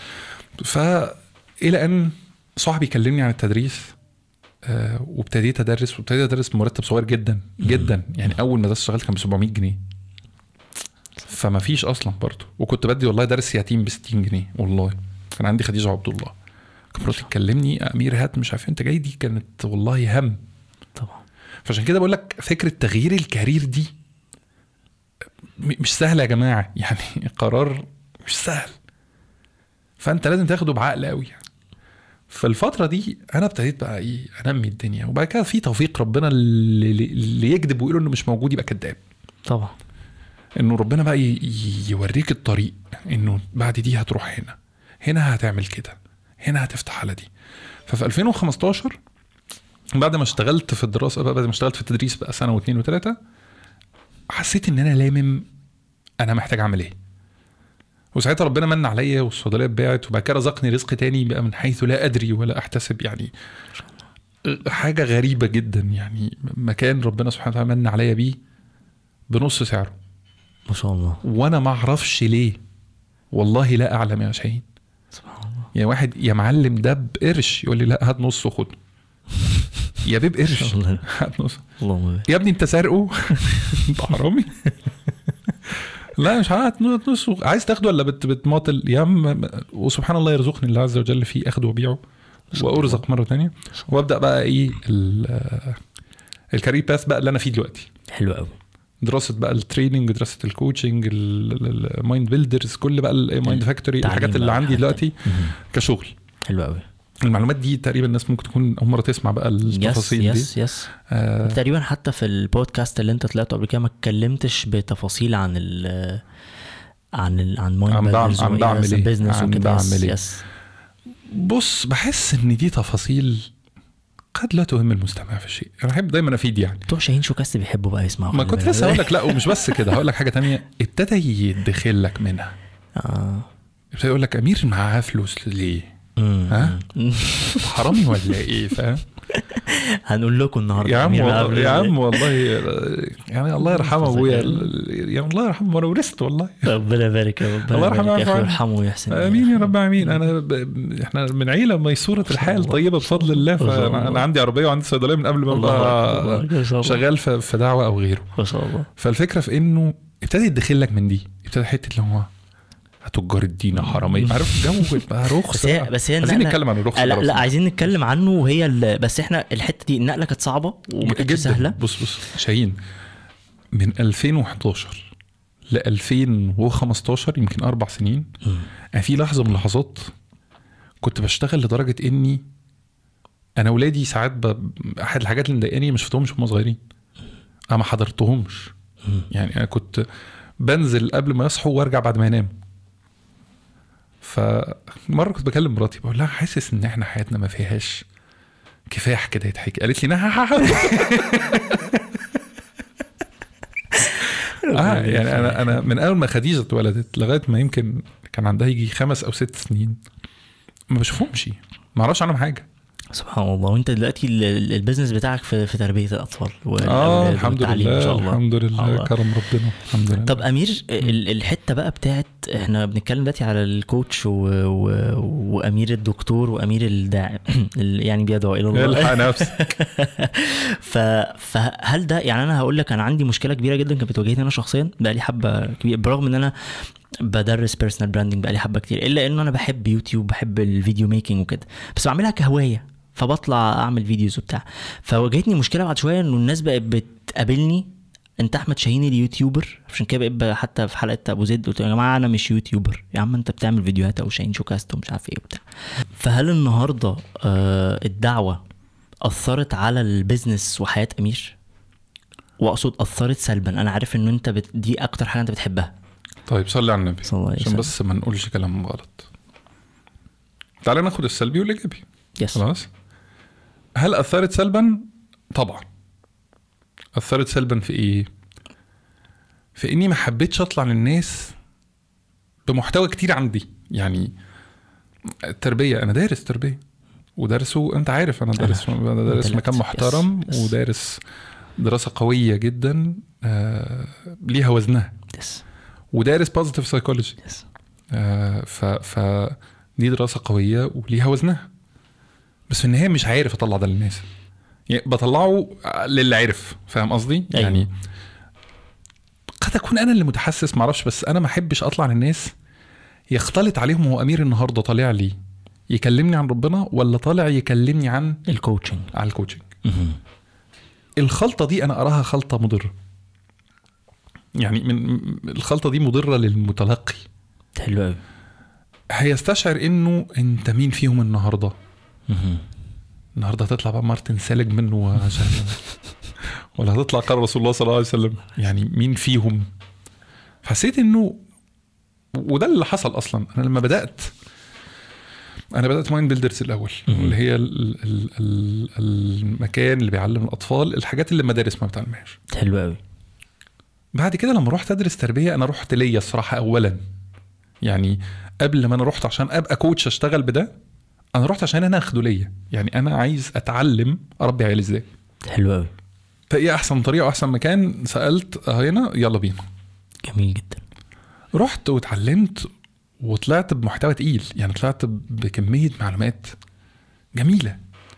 فالى ان صاحبي كلمني عن التدريس، آه وابتديت ادرس، وابتديت ادرس مرتب صغير جدا جدا يعني. اول ما اشتغلت كان ب سبعمية جنيه، فما فيش اصلا برضو. وكنت بدي والله درس يتيم ب ستين جنيه والله. كان عندي خديجه عبد الله كانت تكلمني امير هات مش عارف انت جاي، دي كانت والله هم طبعا. فعشان كده بقول لك فكره تغيير الكارير دي مش سهله يا جماعه يعني، قرار مش سهل، فانت لازم تاخده بعقل قوي يعني. فالفتره دي انا ابتديت بقى ايه انمي الدنيا، وبعد كده في توفيق ربنا اللي, اللي يكذب ويقول انه مش موجود يبقى كذاب طبعا. انه ربنا بقى يوريك الطريق، انه بعد دي هتروح هنا، هنا هتعمل كده، هنا هتفتح على دي. ففي ألفين وخمستاشر بعد ما اشتغلت في الدراسه بقى، بعد ما اشتغلت في التدريس بقى سنه واثنين وثلاثه، حسيت ان انا لامم انا محتاج اعمل ايه. وساعتها ربنا من عليا والصيدليه اتباعت، وبعد كده رزقني رزق تاني بقى من حيث لا ادري ولا احتسب يعني. حاجه غريبه جدا يعني، مكان ربنا سبحانه وتعالى من عليا بيه بنص سعره ما شاء الله، وانا ما اعرفش ليه والله، لا اعلم يا شاهين. سبحان الله. يا واحد يا معلم ده بقرش يقول لي لا هات نص وخد، يا بيب قرش هات نص. اللهم يا ابني انت سارقه انت حرامي. لا مش هات نص، عايز تاخده ولا بت بتماطل يا عم. وسبحان الله يرزقني الله عز وجل فيه اخده وبيعه وارزق مره ثانيه، وابدا بقى ايه الكارير باث بقى اللي انا فيه دلوقتي. حلو قوي. دراسه بقى التريننج، دراسه الكوتشنج، المايند بيلدرز، كل بقى المايند فاكتوري، الحاجات اللي عندي دلوقتي كشغل. حلو قوي. المعلومات دي تقريبا الناس ممكن تكون اول مره تسمع بقى التفاصيل يس دي. يس يس آه تقريبا حتى في البودكاست اللي انت طلعته قبل كده ما اتكلمتش بتفاصيل عن ال عن ال عن مايند بيلدرز عن بعمل ايه بزنس وكده. يس, يس بص بحس ان دي تفاصيل قد لا تهم المستمع في شيء. انا بحب دايما افيد يعني. بتوع شاهين شو كاست بيحبوا بقى يسمعوا. ما كنت لسه هقول لك لا، ومش بس كده، هقول لك حاجه تانية ابتدى يدخل لك منها. اه ابتدى يقول لك امير معاه فلوس ليه؟ ها حرامي ولا ايه؟ فاهم؟ هنقول لكم النهارده يا عم والله يا عم والله يعني الله يرحمه ابويا يعني، الله يرحمه وانا ورثت والله. ربنا يبارك يا رب. الله يرحمه ويرحمه ويحسن. امين يا رب امين. انا ب... احنا من عيله ميسوره الحال طيبه بفضل الله. فانا عندي عربيه وعندي صيدليه من قبل ما ابقى شغال في دعوه او غيره ما شاء الله. فالفكره في انه ابتدى يدخل لك من دي، ابتدى حته اللي هو هتجار الدين حرامي، عارف جو بقى رخص. بس هي بس هي عايزين نتكلم عن الرخص. لا, لا عايزين نتكلم عنه. وهي بس احنا الحته دي النقله كانت صعبه وما كانتش سهله. بص بص شاهين، من ألفين وحداشر ل ألفين وخمستاشر يمكن اربع سنين انا في لحظه من اللحظات كنت بشتغل لدرجه اني انا اولادي ساعات ب... احد الحاجات اللي مضايقاني مش شفتهمش وهم صغيرين، انا ما حضرتهمش. يعني انا كنت بنزل قبل ما يصحوا وارجع بعد ما يناموا. فمره كنت بكلم مراتي بقول لها حاسس ان احنا حياتنا ما فيهاش كفاح كده يتحكي. قالت لي نها اه يعني انا انا من اول ما خديجه اتولدت لغايه ما يمكن كان عندها يجي خمس او ست سنين ما بشوفهمش، ما اعرفش عنهم حاجه. سبحان الله. وانت دلوقتي ال- ال- البيزنس بتاعك في في تربيه الاطفال اه والأولاد الحمد والتعليم لله ان شاء الله. الحمد لله الله. كرم ربنا الحمد لله. طب امير، ال- الحته بقى بتاعت احنا بنتكلم دلوقتي على الكوتش و... و... وامير الدكتور وامير الداعي اللي يعني بيدعو الى الله. الحق نفسك. ف... فهل ده يعني انا هقول لك انا عندي مشكله كبيره جدا كانت بتواجهني انا شخصيا بقى لي حبه كبيره، برغم ان انا بدرس بيرسونال براندنج بقى لي حبه كتير، الا ان انا بحب يوتيوب، بحب الفيديو ميكنج وكده، بس بعملها كهوايه، فبطلع اعمل فيديوز وبتاع. فواجهتني مشكله بعد شويه انه الناس بقت بتقابلني انت احمد شاهين اليوتيوبر، عشان كده بقى حتى في حلقه ابو زيد قلت يا جماعه انا مش يوتيوبر، يا عم انت بتعمل فيديوهات او شاهين شوكاست ومش عارف ايه وبتاع. فهل النهارده آه الدعوه اثرت على البيزنس وحياه امير؟ واقصد اثرت سلبا، انا عارف ان انت بت... دي اكتر حاجه انت بتحبها. طيب صلي على النبي صلى الله عليه عشان وسلم. بس ما نقولش كلام غلط. تعالى ناخد السلبي والايجابي. يس. خلاص. هل اثرت سلبا؟ طبعا اثرت سلبا في ايه؟ في اني ما حبيتش اطلع للناس بمحتوى كتير عندي. يعني التربيه، انا دارس تربيه ودرسه، انت عارف انا دارس انا دارس مكان محترم يس. يس. ودارس دراسه قويه جدا آه ليها وزنها، يس. ودارس بوزيتيف سايكولوجي يس. آه ف ف دي دراسه قويه وليها وزنها، بس في النهايه مش عارف اطلع ده للناس، يعني بطلعه للي عرف. فاهم قصدي؟ أيوة. يعني قد اكون انا اللي متحسس معرفش، بس انا ما احبش اطلع للناس يختلط عليهم هو امير النهارده طالع لي يكلمني عن ربنا ولا طالع يكلمني عن الكوتشنج. على الكوتشنج. مهم. الخلطه دي انا اراها خلطه مضره، يعني من الخلطه دي مضره للمتلقي. حلو قوي. هيستشعر انه انت مين فيهم النهارده. مهم. النهارده هتطلع بقى مارتن سالج منه عشان ولا هتطلع قال رسول الله صلى الله عليه وسلم، يعني مين فيهم. حسيت انه وده اللي حصل اصلا. انا لما بدات انا بدات مايند بيلدرز الاول، اللي هي ال ال ال المكان اللي بيعلم الاطفال الحاجات اللي المدارس ما بتعلمهاش. حلو قوي. بعد كده لما رحت ادرس تربيه، انا رحت ليا الصراحه اولا، يعني قبل ما انا رحت عشان ابقى كوتش اشتغل بده، انا رحت عشان انا اخده ليا، يعني انا عايز اتعلم اربي عيالي ازاي. حلو قوي. فايه احسن طريقه واحسن مكان؟ سالت هنا يلا بينا. جميل جدا. رحت واتعلمت وطلعت بمحتوى تقيل، يعني طلعت بكميه معلومات جميله،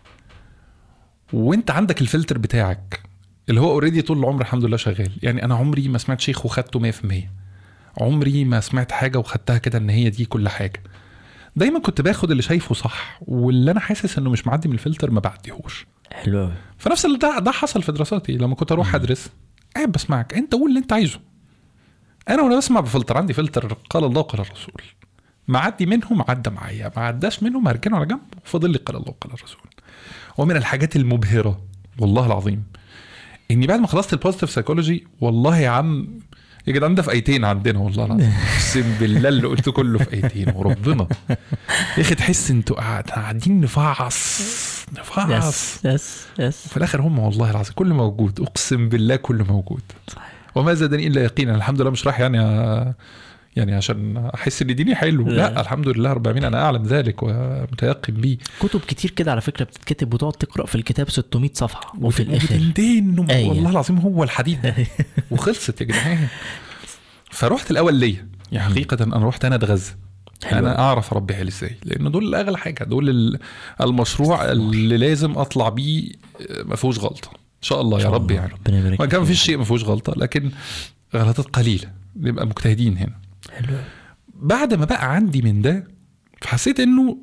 وانت عندك الفلتر بتاعك اللي هو اوريدي طول العمر الحمد لله شغال. يعني انا عمري ما سمعت شيخ وخدته مية في المية، عمري ما سمعت حاجه وخدتها كده ان هي دي كل حاجه. دايما كنت باخد اللي شايفه صح، واللي انا حاسس انه مش معدي من الفلتر ما بعديهوش. حلو قوي. فنفس اللي ده, ده حصل في دراساتي. لما كنت اروح ادرس قاعد بسمعك، انت قول اللي انت عايزه، انا وانا بسمع بفلتر، عندي فلتر قال الله قال الرسول، معدي منهم عدى معايا، ما عداش منهم هركنه على جنب وفضل لي قال الله قال الرسول. ومن الحاجات المبهره والله العظيم اني بعد ما خلصت البوزيتيف سايكولوجي، والله يا عم يا جدعان ده في ايتين عندنا والله العظيم، اقسم بالله اللي قلته كله في ايتين وربنا. يا اخي تحس انتوا قاعدين نفعص نفعص يس يس يس. في الاخر هم والله العظيم كله موجود، اقسم بالله كله موجود. صحيح. وما زادني الا يقينا. الحمد لله مش راح يعني يعني عشان احس ان ديني حلو، لا, لا الحمد لله رب العالمين انا اعلم ذلك ومتيقن بيه. كتب كتير كده على فكره بتتكتب وتقعد تقرا في الكتاب ستمية صفحه وفي الاخر بنتين أيه. والله العظيم هو الحديد ده وخلصت يا جدعان. فرحت الاول ليا يعني حقيقه انا رحت انا اتغذى، انا اعرف اربي عيالي ازاي، لان دول اغلى حاجه، دول المشروع اللي لازم اطلع بيه ما فيهوش غلطه ان شاء الله يا رب. يعني ما كان فيش شيء ما فيهوش غلطه، لكن غلطات قليله، نبقى مجتهدين هنا. حلو. بعد ما بقى عندي من ده فحسيت انه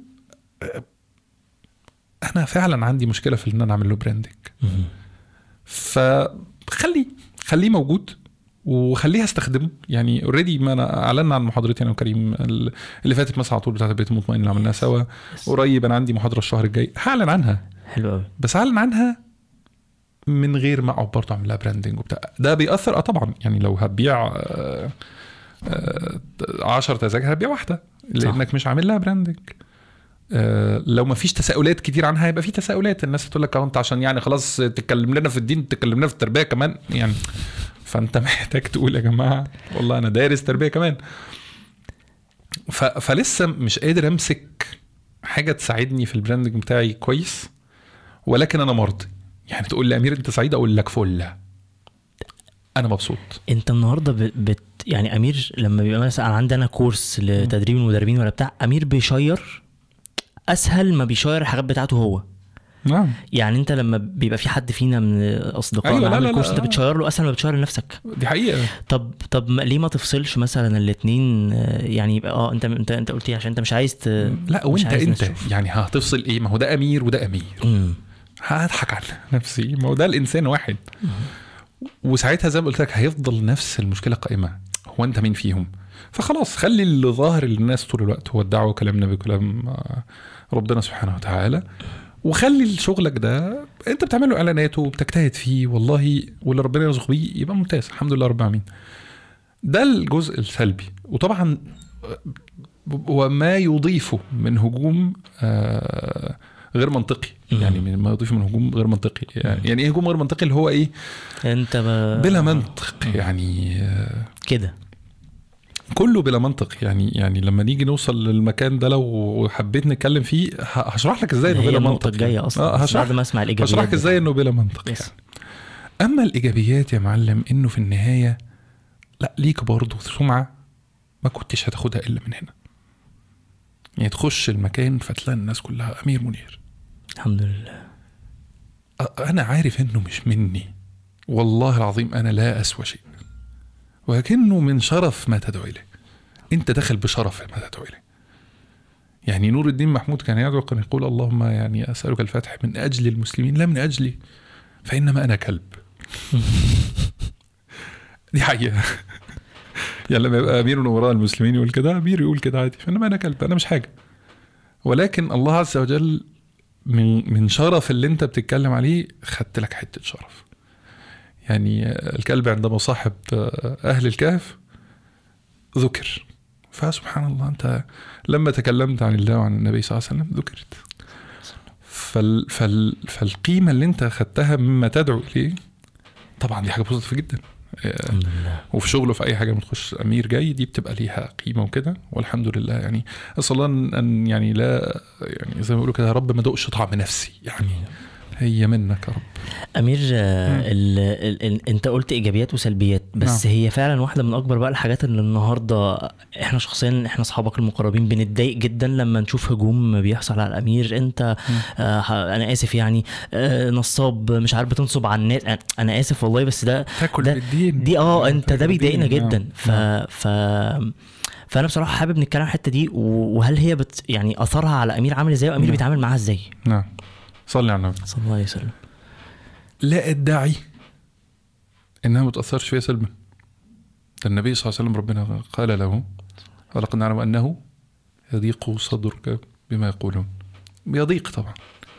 انا فعلا عندي مشكله في ان انا اعمل له براندنج. فخلي خليه موجود وخليها استخدمه. يعني اوريدي ما انا اعلنا عن محاضرتي انا وكريم اللي فاتت مثلا على طول بتاعت البيت المطمئن اللي عملناها سوا قريب. انا عندي محاضره الشهر الجاي هعلن عنها. حلو قوي. بس اعلن عنها من غير ما اقعد برضه اعمل لها براندنج وبتاع. ده بيأثر اه طبعا. يعني لو هتبيع آه آه عشر تذاكر هتبيع واحده لانك صح. مش عامل لها براندنج. آه لو ما فيش تساؤلات كتير عنها يبقى في تساؤلات. الناس هتقول لك انت عشان يعني خلاص تتكلم لنا في الدين تتكلم لنا في التربيه كمان يعني. فانت محتاج تقول يا جماعه والله انا دارس تربيه كمان. فلسه مش قادر امسك حاجه تساعدني في البراندنج بتاعي كويس. ولكن انا مرضي. يعني تقول لي امير انت سعيد، اقول لك فل، انا مبسوط. انت النهارده بت يعني امير لما بيبقى مثلا عندي انا كورس لتدريب المدربين ولا بتاع، امير بيشير اسهل ما بيشير الحاجات بتاعته هو. نعم. يعني انت لما بيبقى في حد فينا من اصدقائنا أيوة عامل لا لا كورس لا. انت بتشير له اسهل ما بتشير لنفسك. دي حقيقه. طب طب ليه ما تفصلش مثلا الاثنين؟ يعني يبقى اه انت انت انت قلت ايه عشان انت مش عايز ت... لا وانت انت نشوف. يعني هتفصل ايه؟ ما هو ده امير وده امير. امم هضحك على نفسي، ما هو ده الانسان واحد. وساعتها زي ما قلت لك هيفضل نفس المشكله قائمه، هو انت مين فيهم؟ فخلاص خلي اللي ظاهر للناس طول الوقت هو الدعوه كلام النبي كلام ربنا سبحانه وتعالى، وخلي شغلك ده انت بتعمله اعلانات وبتجتهد فيه والله، واللي ربنا يرزق بيه يبقى ممتاز الحمد لله رب العالمين. ده الجزء السلبي. وطبعا وما يضيفه من هجوم آه غير منطقي، يعني ما يضيفه من هجوم غير منطقي. يعني, يعني ايه هجوم غير منطقي؟ اللي هو ايه؟ انت ب... بلا منطق يعني آه كده كله بلا منطق. يعني يعني لما نيجي نوصل للمكان ده لو حبيت نتكلم فيه هشرح لك ازاي انه بلا منطق. الجايه اصلا اه هشرح بعد ما اسمع الايجابيات هشرح لك ازاي انه بلا منطق يعني. اما الايجابيات يا معلم انه في النهايه لا ليك برضه سمعه ما كنتش هتاخدها الا من هنا. يعني تخش المكان فتلاقي الناس كلها امير منير الحمد لله. انا عارف انه مش مني والله العظيم، انا لا اسوى شيء، ولكنه من شرف ما تدعو اليه. انت داخل بشرف ما تدعو اليه. يعني نور الدين محمود كان يدعو كان يقول اللهم يعني اسالك الفتح من اجل المسلمين لا من اجلي فانما انا كلب. دي حقيقه. يعني لما يبقى امير وراء المسلمين يقول كده، امير يقول كده عادي، فانما انا كلب، انا مش حاجه. ولكن الله عز وجل من من شرف اللي انت بتتكلم عليه خدت لك حته شرف. يعني الكلب عندما صاحب اهل الكهف ذكر، فسبحان الله انت لما تكلمت عن الله وعن النبي صلى الله عليه وسلم ذكرت. فال فال فالقيمه اللي انت خدتها مما تدعو اليه طبعا دي حاجه بوزيتيف جدا. وفي شغله في اي حاجه بتخش امير جاي دي بتبقى ليها قيمه وكده، والحمد لله. يعني اسال الله ان يعني لا يعني زي ما بيقولوا كده يا رب ما ادوقش طعم نفسي، يعني هي منك يا رب. امير ال ال ال انت قلت ايجابيات وسلبيات، بس نعم. هي فعلا واحده من اكبر بقى الحاجات اللي النهارده احنا شخصيا احنا اصحابك المقربين بنتضايق جدا لما نشوف هجوم بيحصل على الامير. انت آه انا اسف يعني آه نصاب مش عارف بتنصب على الناس، انا اسف والله بس ده تاكل ده بالدين دي اه انت ده بيضايقنا جدا. نعم. ف ف فانا بصراحه حابب نتكلم عن الحته دي، وهل هي بت يعني اثرها على امير عامل ازاي وامير نعم. بيتعامل معاها ازاي؟ نعم صلي على النبي صلى الله عليه وسلم. لا ادعي انها ما تاثرش فيها سلبا. النبي صلى الله عليه وسلم ربنا قال له ولقد نعلم انه يضيق صدرك بما يقولون. يضيق طبعا،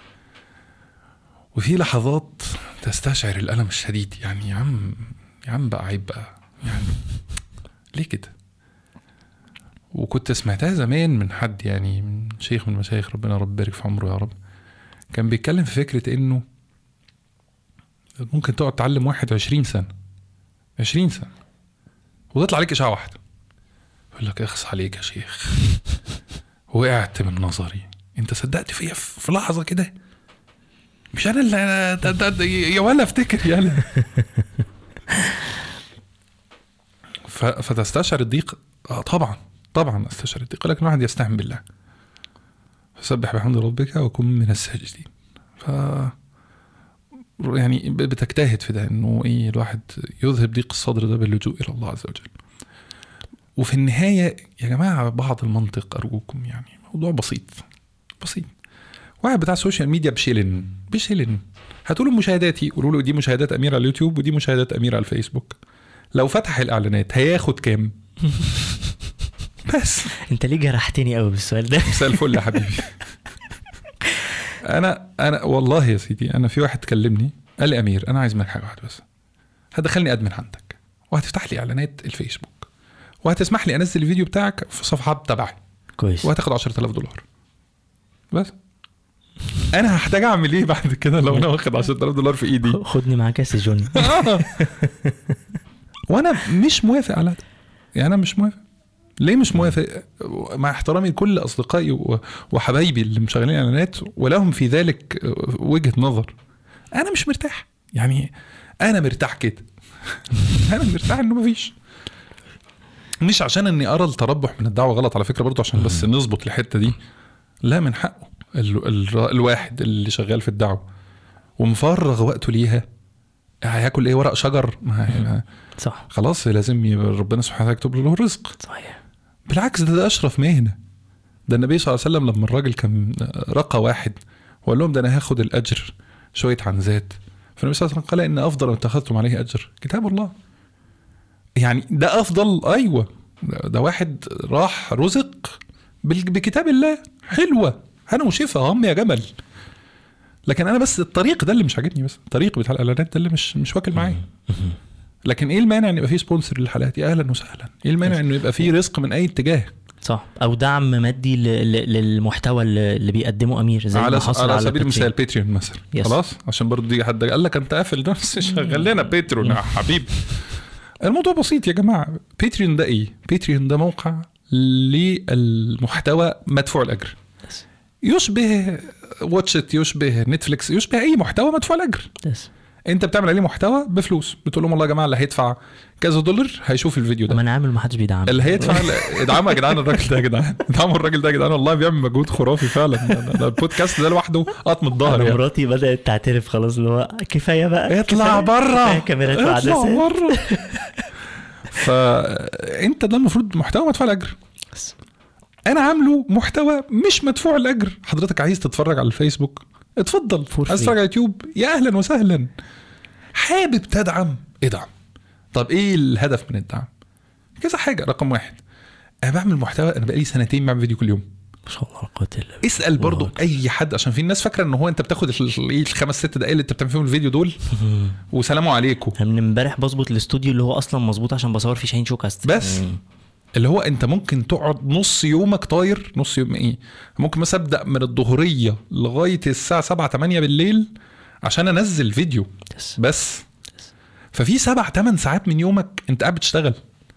وفي لحظات تستشعر الالم الشديد. يعني يا عم يا عم بقى عيب بقى، يعني ليه كده؟ وكنت سمعتها زمان من حد، يعني من شيخ من مشايخ ربنا رب يبارك في عمره يا رب، كان بيتكلم في فكرة انه ممكن تقعد تعلم واحد عشرين سنة عشرين سنة وتطلع عليك اشاعة واحدة يقول لك اخص عليك يا شيخ وقعت من نظري، انت صدقت فيها في لحظة كده؟ مش انا اللي يا ولا افتكر يلا. فتستشعر الضيق. آه طبعا طبعا استشعر الضيق، لكن الواحد يستعين بالله فسبح بحمد ربك وكن من الساجدين. ف يعني بتجتهد في ده انه ايه الواحد يذهب ضيق الصدر ده باللجوء الى الله عز وجل. وفي النهايه يا جماعه بعض المنطق ارجوكم، يعني موضوع بسيط بسيط. واحد بتاع السوشيال ميديا بشيلن بشيلن هتقولوا مشاهداتي، قولوا له دي مشاهدات امير على اليوتيوب ودي مشاهدات امير على الفيسبوك، لو فتح الاعلانات هياخد كام؟ بس انت ليه جرحتني قوي بالسؤال ده؟ مساء الفل يا حبيبي. انا انا والله يا سيدي انا في واحد كلمني قال لي امير انا عايز منك حاجه واحده بس، هتدخلني ادمن عندك وهتفتح لي اعلانات الفيسبوك وهتسمح لي انزل الفيديو بتاعك في صفحه تبعي كويس وهتاخد عشرة آلاف دولار بس. انا هحتاج اعمل ايه بعد كده لو انا واخد عشرة آلاف دولار في ايدي؟ خدني معاك يا جوني. وانا مش موافق على ده، يعني انا مش موافق ليه مش موافق؟ مع احترامي لكل اصدقائي وحبايبي اللي مشغلين اعلانات ولهم في ذلك وجهة نظر، انا مش مرتاح. يعني انا مرتاح كده انا مرتاح انه مفيش، مش عشان اني ارى التربح من الدعوة غلط على فكرة برضو، عشان بس نظبط الحتة دي. لا، من حقه ال ال الواحد اللي شغال في الدعوة ومفرغ وقته ليها هياكل ايه؟ ورق شجر؟ ما صح، خلاص لازم ربنا سبحانه وتعالى يكتب له الرزق. صحيح. بالعكس، ده, ده اشرف مهنة. ده النبي صلى الله عليه وسلم لما الراجل كان رقى واحد وقال لهم ده انا هاخد الاجر شوية عن ذات، فالنبي صلى الله عليه وسلم قال ان افضل ما اتخذتم عليه اجر كتاب الله. يعني ده افضل، ايوه، ده, ده واحد راح رزق بكتاب الله. حلوة، انا وشفا هم يا جمل. لكن انا بس الطريق ده اللي مش عاجبني، بس الطريق بتاع الاعلانات ده اللي مش مش واكل معايا. لكن ايه المانع ان يبقى فيه سبونسر للحلقات؟ يا اهلا وسهلا. ايه المانع انه يبقى فيه رزق من اي اتجاه؟ صح، او دعم مادي للمحتوى اللي بيقدمه امير، زي على ما حصل على, على سبيل المثال باتريون مثلا. خلاص، عشان برضو دي حد قال لك انت قافل ده، شغل لنا باتريون يا حبيبي. الموضوع بسيط يا جماعه. باتريون ده ايه؟ باتريون ده موقع للمحتوى مدفوع الاجر، يشبه واتشت، يشبه نتفليكس، يشبه اي محتوى مدفوع الاجر. انت بتعمل عليه محتوى بفلوس، بتقول لهم والله يا جماعه اللي هيدفع كذا دولار هيشوف الفيديو ده. ما نعمل ما حدش بيدعم، اللي هيدفع ادعموا يا جدعان الراجل ده، يا جدعان ادعموا الراجل ده يا جدعان، والله بيعمل مجهود خرافي فعلا. ده البودكاست ده لوحده قطم الظهر. يعني مراتي بدات تعترف خلاص اللي هو كفايه بقى، اطلع بره، كاميرات وعدسات، اطلع بره. فانت ده المفروض محتوى مدفوع الاجر. انا عامله محتوى مش مدفوع الاجر. حضرتك عايز تتفرج على الفيسبوك اتفضل، عايز تتفرج على يوتيوب يا اهلا وسهلا. حابب تدعم ادعم. طب ايه الهدف من الدعم؟ كذا حاجه. رقم واحد، انا بعمل محتوى، انا بقالي سنتين بعمل فيديو كل يوم ما شاء الله. قاتل اسال برضو اي حد، عشان في الناس فاكره ان هو انت بتاخد الخمس ست دقايق اللي انت بتعمل فيهم الفيديو دول وسلام عليكم. انا من امبارح بظبط الاستوديو اللي هو اصلا مظبوط عشان بصور فيه شاهين شوكاست بس مم. اللي هو انت ممكن تقعد نص يومك طاير. نص يوم ايه؟ ممكن مثلا ابدا من الظهريه لغايه الساعه سبعة تمانية بالليل عشان انزل فيديو بس, بس. ففي سبع تمن ساعات من يومك انت قاعد بتشتغل،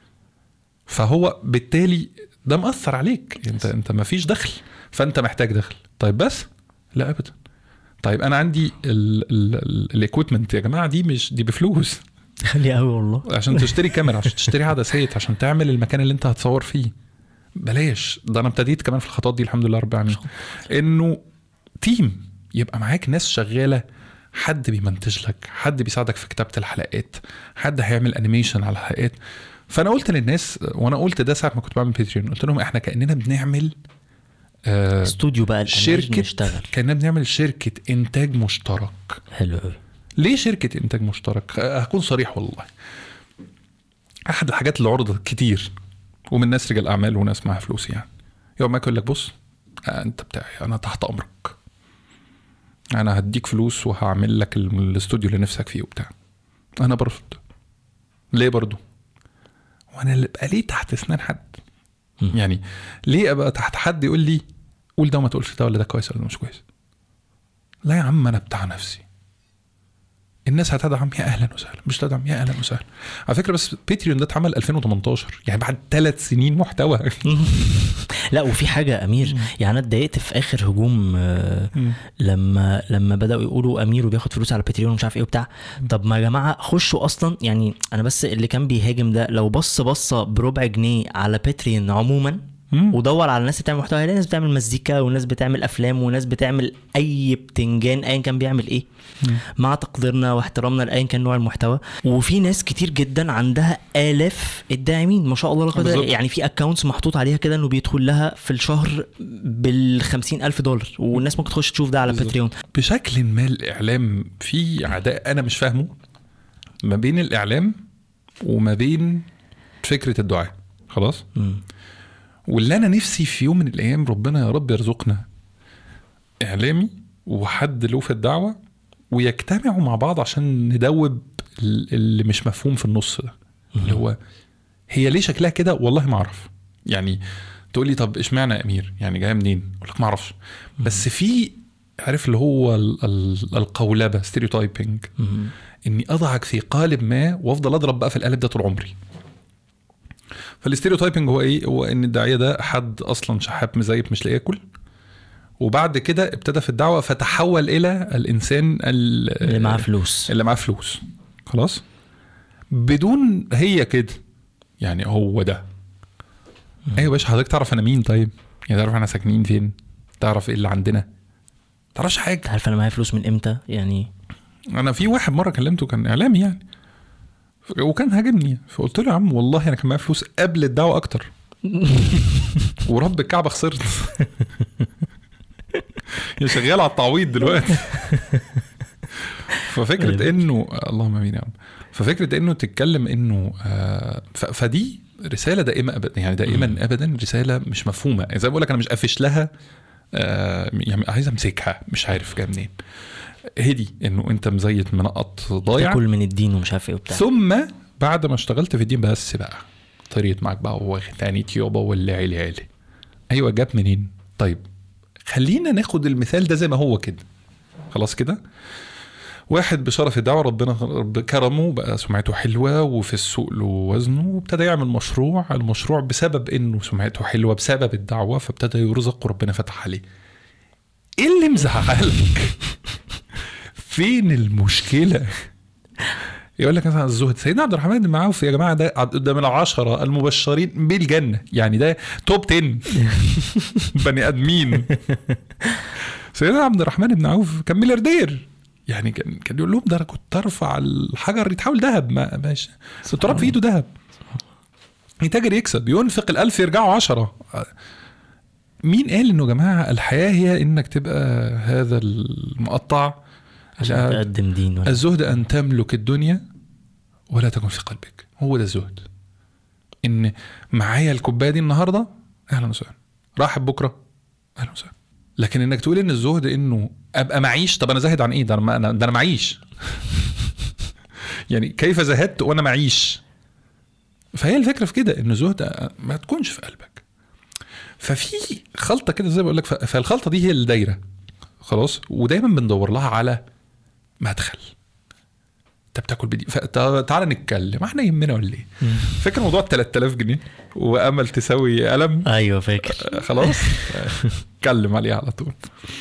فهو بالتالي ده مأثر عليك. انت انت ما فيش دخل، فانت محتاج دخل. طيب بس لا ابدا. طيب انا عندي الايكويبمنت يا جماعه، دي مش دي بفلوس. غالي قوي والله. عشان تشتري كاميرا، عشان تشتري عدسات، عشان تعمل المكان اللي انت هتصور فيه، بلاش. ده انا ابتديت كمان في الخطوات دي الحمد لله رب العالمين. انه تيم يبقى معاك، ناس شغاله، حد بيمنتج لك، حد بيساعدك في كتابه الحلقات، حد هيعمل انيميشن على الحلقات. فانا قلت للناس، وانا قلت ده ساعه ما كنت بعمل باتريون، قلت لهم احنا كاننا بنعمل آه استوديو بقى، شركه نشتغل. كاننا بنعمل شركه انتاج مشترك. حلو قوي. ليه شركه انتاج مشترك؟ هكون صريح والله. احد الحاجات اللي عرضت كتير ومن ناس رجال اعمال وناس معاها فلوس، يعني يوم ما يقول لك بص انت بتاعي، انا تحت امرك، انا هديك فلوس وهعمل لك الاستوديو اللي نفسك فيه وبتاع. انا برفض. ليه برضو؟ وانا اللي بقى ليه تحت اسنان حد؟ يعني ليه ابقى تحت حد يقول لي قول ده وما تقولش ده، ولا ده كويس ولا مش كويس؟ لا يا عم، انا بتاع نفسي. الناس هتدعم يا اهلا وسهلا، مش تدعم يا اهلا وسهلا. على فكره بس باتريون ده اتعمل ألفين وتمنتاشر، يعني بعد ثلاث سنين محتوى. لا وفي حاجه امير، يعني انا اتضايقت في اخر هجوم لما لما بداوا يقولوا امير وبياخد فلوس على باتريون ومش عارف ايه وبتاع. طب ما يا جماعه خشوا اصلا، يعني انا بس اللي كان بيهاجم ده لو بص بصه بربع جنيه على باتريون عموما ودور على الناس بتعمل محتوى، ناس بتعمل مزيكا وناس بتعمل افلام وناس بتعمل اي بتنجان ايا كان بيعمل ايه، مم. مع تقديرنا واحترامنا لايا كان نوع المحتوى. وفي ناس كتير جدا عندها آلاف الداعمين ما شاء الله لقد، يعني في اكاونتس محطوط عليها كده انه بيدخل لها في الشهر بالخمسين الف دولار، والناس ممكن تخش تشوف ده على باتريون. بشكل ما الاعلام في عداء انا مش فاهمه ما بين الاعلام وما بين فكره الدعاء. خلاص. مم. واللي انا نفسي في يوم من الايام ربنا يا رب يرزقنا اعلامي وحد له في الدعوه ويجتمعوا مع بعض عشان ندوب اللي مش مفهوم في النص ده، اللي هو هي ليه شكلها كده. والله ما اعرف. يعني تقول لي طب اشمعنى يا امير، يعني جايه منين؟ اقول لك ما اعرفش. بس في عارف اللي هو القولبه ستيريوتايبنج، اني اضعك في قالب ما وافضل اضرب بقى في القالب ده طول عمري. فالاستيريوتايبنج هو ايه؟ هو ان الداعيه ده حد اصلا شحات مزيف مش لاقي ياكل، وبعد كده ابتدى في الدعوه فتحول الى الانسان اللي معاه فلوس اللي معاه فلوس خلاص، بدون هي كده يعني هو ده. ايوه باش حضرتك تعرف انا مين؟ طيب يعني تعرف احنا ساكنين فين؟ تعرف ايه اللي عندنا؟ تعرفش حاجه. عارف انا معايا فلوس من امتى يعني؟ انا في واحد مره كلمته كان اعلامي يعني وكان هاجمني، فقلت له يا عم والله انا كان معايا فلوس قبل الدعوه اكتر ورب الكعبه خسرت يا شغال على التعويض دلوقتي. ففكره انه اللهم امين يا عم، ففكره انه تتكلم انه آه فدي رساله دائمه ابدا يعني دائما ابدا رساله مش مفهومه. يعني زي ما بقول لك انا مش قافش لها آه يعني عايز امسكها مش عارف جايه منين. هدي انه انت مزيت منقط ضايع تاكل من الدين ومش عارف ايه وبتاع. ثم بعد ما اشتغلت في الدين بس بقى طريقت معاك بقى وتاني يابا واللي عيلي عيلي. ايوه جاب منين؟ طيب خلينا ناخد المثال ده زي ما هو كده خلاص كده. واحد بشرف الدعوه ربنا رب كرمه بقى سمعته حلوه وفي السوق له وزنه وابتدى يعمل مشروع. المشروع بسبب انه سمعته حلوه بسبب الدعوه فابتدى يرزق وربنا فتح عليه. ايه اللي مزعلك؟ فين المشكله؟ يقول لك مثلا الزهد سيدنا عبد الرحمن بن عوف يا جماعه ده قدام العشره المبشرين بالجنه يعني ده توب عشرة بني ادمين. سيدنا عبد الرحمن بن عوف كان ملياردير يعني كان كان يقول لهم ده انا كنت ارفع الحجر يتحول ذهب ما ماشي التراب في ايده ذهب. يتاجر يكسب ينفق الألف يرجعوا عشرة. مين قال انه جماعه الحياه هي انك تبقى هذا المقطع عشان تقدم دين ولا. الزهد ان تملك الدنيا ولا تكن في قلبك. هو ده الزهد. ان معايا الكوبايه دي النهارده اهلا وسهلا راح بكره اهلا وسهلا. لكن انك تقول ان الزهد انه ابقى معيش. طب انا زاهد عن ايه؟ ده انا ده انا معيش يعني كيف زهدت وانا معيش؟ فهي الفكره في كده ان الزهد ما تكونش في قلبك. ففي خلطه كده زي ما بقول لك. فالخلطه دي هي الدايره خلاص ودايما بندور لها على مدخل. انت بتاكل بدي تعال نتكلم احنا يهمنا ولا ايه؟ فاكر موضوع ثلاثة آلاف جنيه وامل تساوي قلم؟ ايوه فاكر. خلاص اتكلم عليه على طول.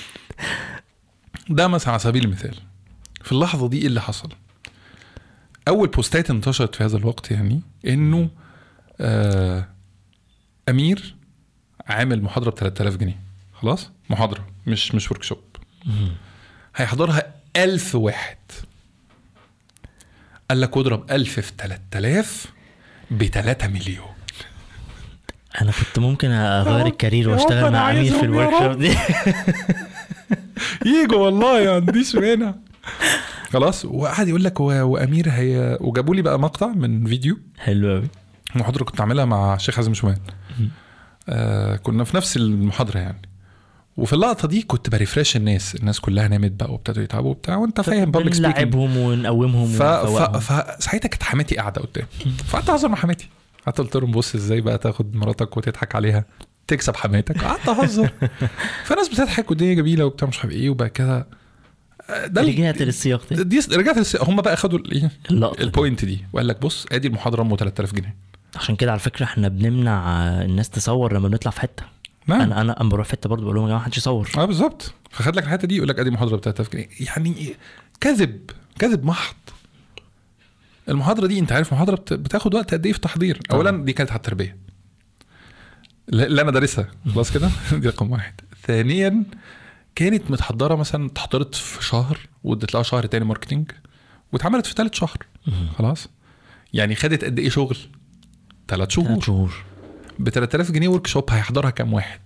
ده مثلا على سبيل المثال في اللحظه دي ايه اللي حصل؟ اول بوستات انتشرت في هذا الوقت يعني انه آه امير عامل محاضره ب ثلاثة آلاف جنيه خلاص محاضره مش مش ورك شوب هيحضرها ألف واحد. قال لك اضرب ألف في ثلاثة آلاف بثلاثة مليون. انا كنت ممكن اغير الكارير واشتغل مع امير في الورك شوب دي ييجوا والله ما عنديش مانع خلاص. وقعد يقول لك وامير هي وجابوا لي بقى مقطع من فيديو حلو قوي محاضره كنت عاملها مع الشيخ حازم شومان. آه كنا في نفس المحاضره يعني. وفي اللقطه دي كنت بريفريش الناس الناس كلها نامت بقى وابتدوا يتعبوا وبتاع وانت فاهم بابليك سبيكينج نلعبهم ونقومهم ف... ف... فساعتها كانت حماتي قاعده قدامي فقعدت اهزر مع حماتي. قعدت قلت لهم بص ازاي بقى تاخد مراتك وتضحك عليها تكسب حماتك. قعدت اهزر فالناس بتضحك والدنيا جميله وبتاع مش عارف ايه وبقى كده. ده رجعت للسياق دي رجعت للسياق. هم بقى خدوا الايه البوينت دي وقال لك بص ادي المحاضره ام ثلاثة آلاف جنيه. عشان كده على فكره احنا بنمنع الناس تصور لما بنطلع في حته. نعم. انا انا انا بروح في حته برضه بقول لهم يا جماعه ما حدش يصور. اه بالظبط. فخد لك الحته دي يقول لك ادي محاضره ب ثلاثة آلاف جنيه. يعني كذب كذب محض. المحاضره دي انت عارف محاضره بتاخد وقت قد ايه في تحضير؟ اولا دي كانت على التربيه اللي انا دارسها خلاص كده دي رقم واحد. ثانيا كانت متحضره مثلا اتحضرت في شهر وادت لها شهر تاني ماركتينج واتعملت في ثلاث شهر خلاص. يعني خدت قد ايه شغل؟ ثلاث شهور. ثلاث شهور ب ثلاثة آلاف جنيه ورك شوب هيحضرها كام واحد؟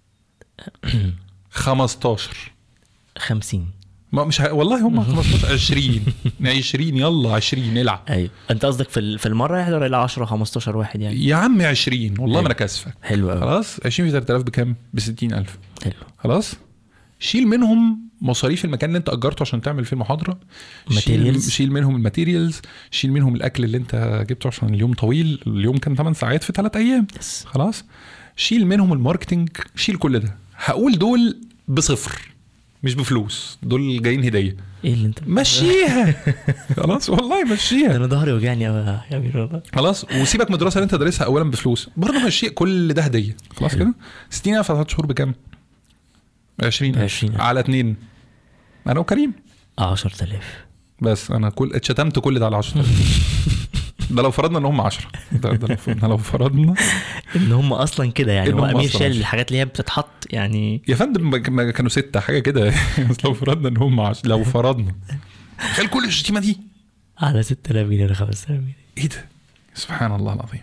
خمستاشر خمسين. ما مش ه... والله هم خمستاشر عشرين عشرين يلا عشرين نلعب. ايوه انت قصدك في في المره يحضر الى عشرة خمستاشر واحد يعني يا عم عشرين والله ما انا كاسفك. حلو قوي. خلاص عشرين في ثلاثة آلاف بكام؟ ب ستين ألف. حلو خلاص. شيل منهم مصاريف المكان اللي انت اجرته عشان تعمل فيه المحاضره. شيل, شيل منهم الماتيريالز. شيل منهم الاكل اللي انت جبته عشان اليوم طويل. اليوم كان ثمانية ساعات في ثلاث ايام. خلاص. شيل منهم الماركتينج. شيل كل ده. هقول دول بصفر مش بفلوس، دول جايين هديه. ايه اللي انت مشيها خلاص والله مشيها. انا ظهري وجعني يا امير والله. خلاص وسيبك من الدراسه اللي انت دارسها اولا بفلوس برضه، مشي كل ده هديه. خلاص كده ستين ألف ثلاث شهور بكام؟ عشرين عشرين على اتنين، انا وكريم عشرة آلاف بس. انا كل اتشتمت كل ده على عشرة. ده لو فرضنا ان هم عشرة، ده, ده لو, لو فرضنا ان هم اصلا كده يعني. إن هم وامير أصلاً شال عشرة. الحاجات اللي هي بتتحط يعني. يا فندم ما- ما كانوا ستة حاجه كده. بس لو فرضنا ان هم عشرة، لو فرضنا تخيل كل الشتيمه دي على ستة آلاف جنيه ولا خمسة آلاف جنيه. ايه ده؟ سبحان الله العظيم.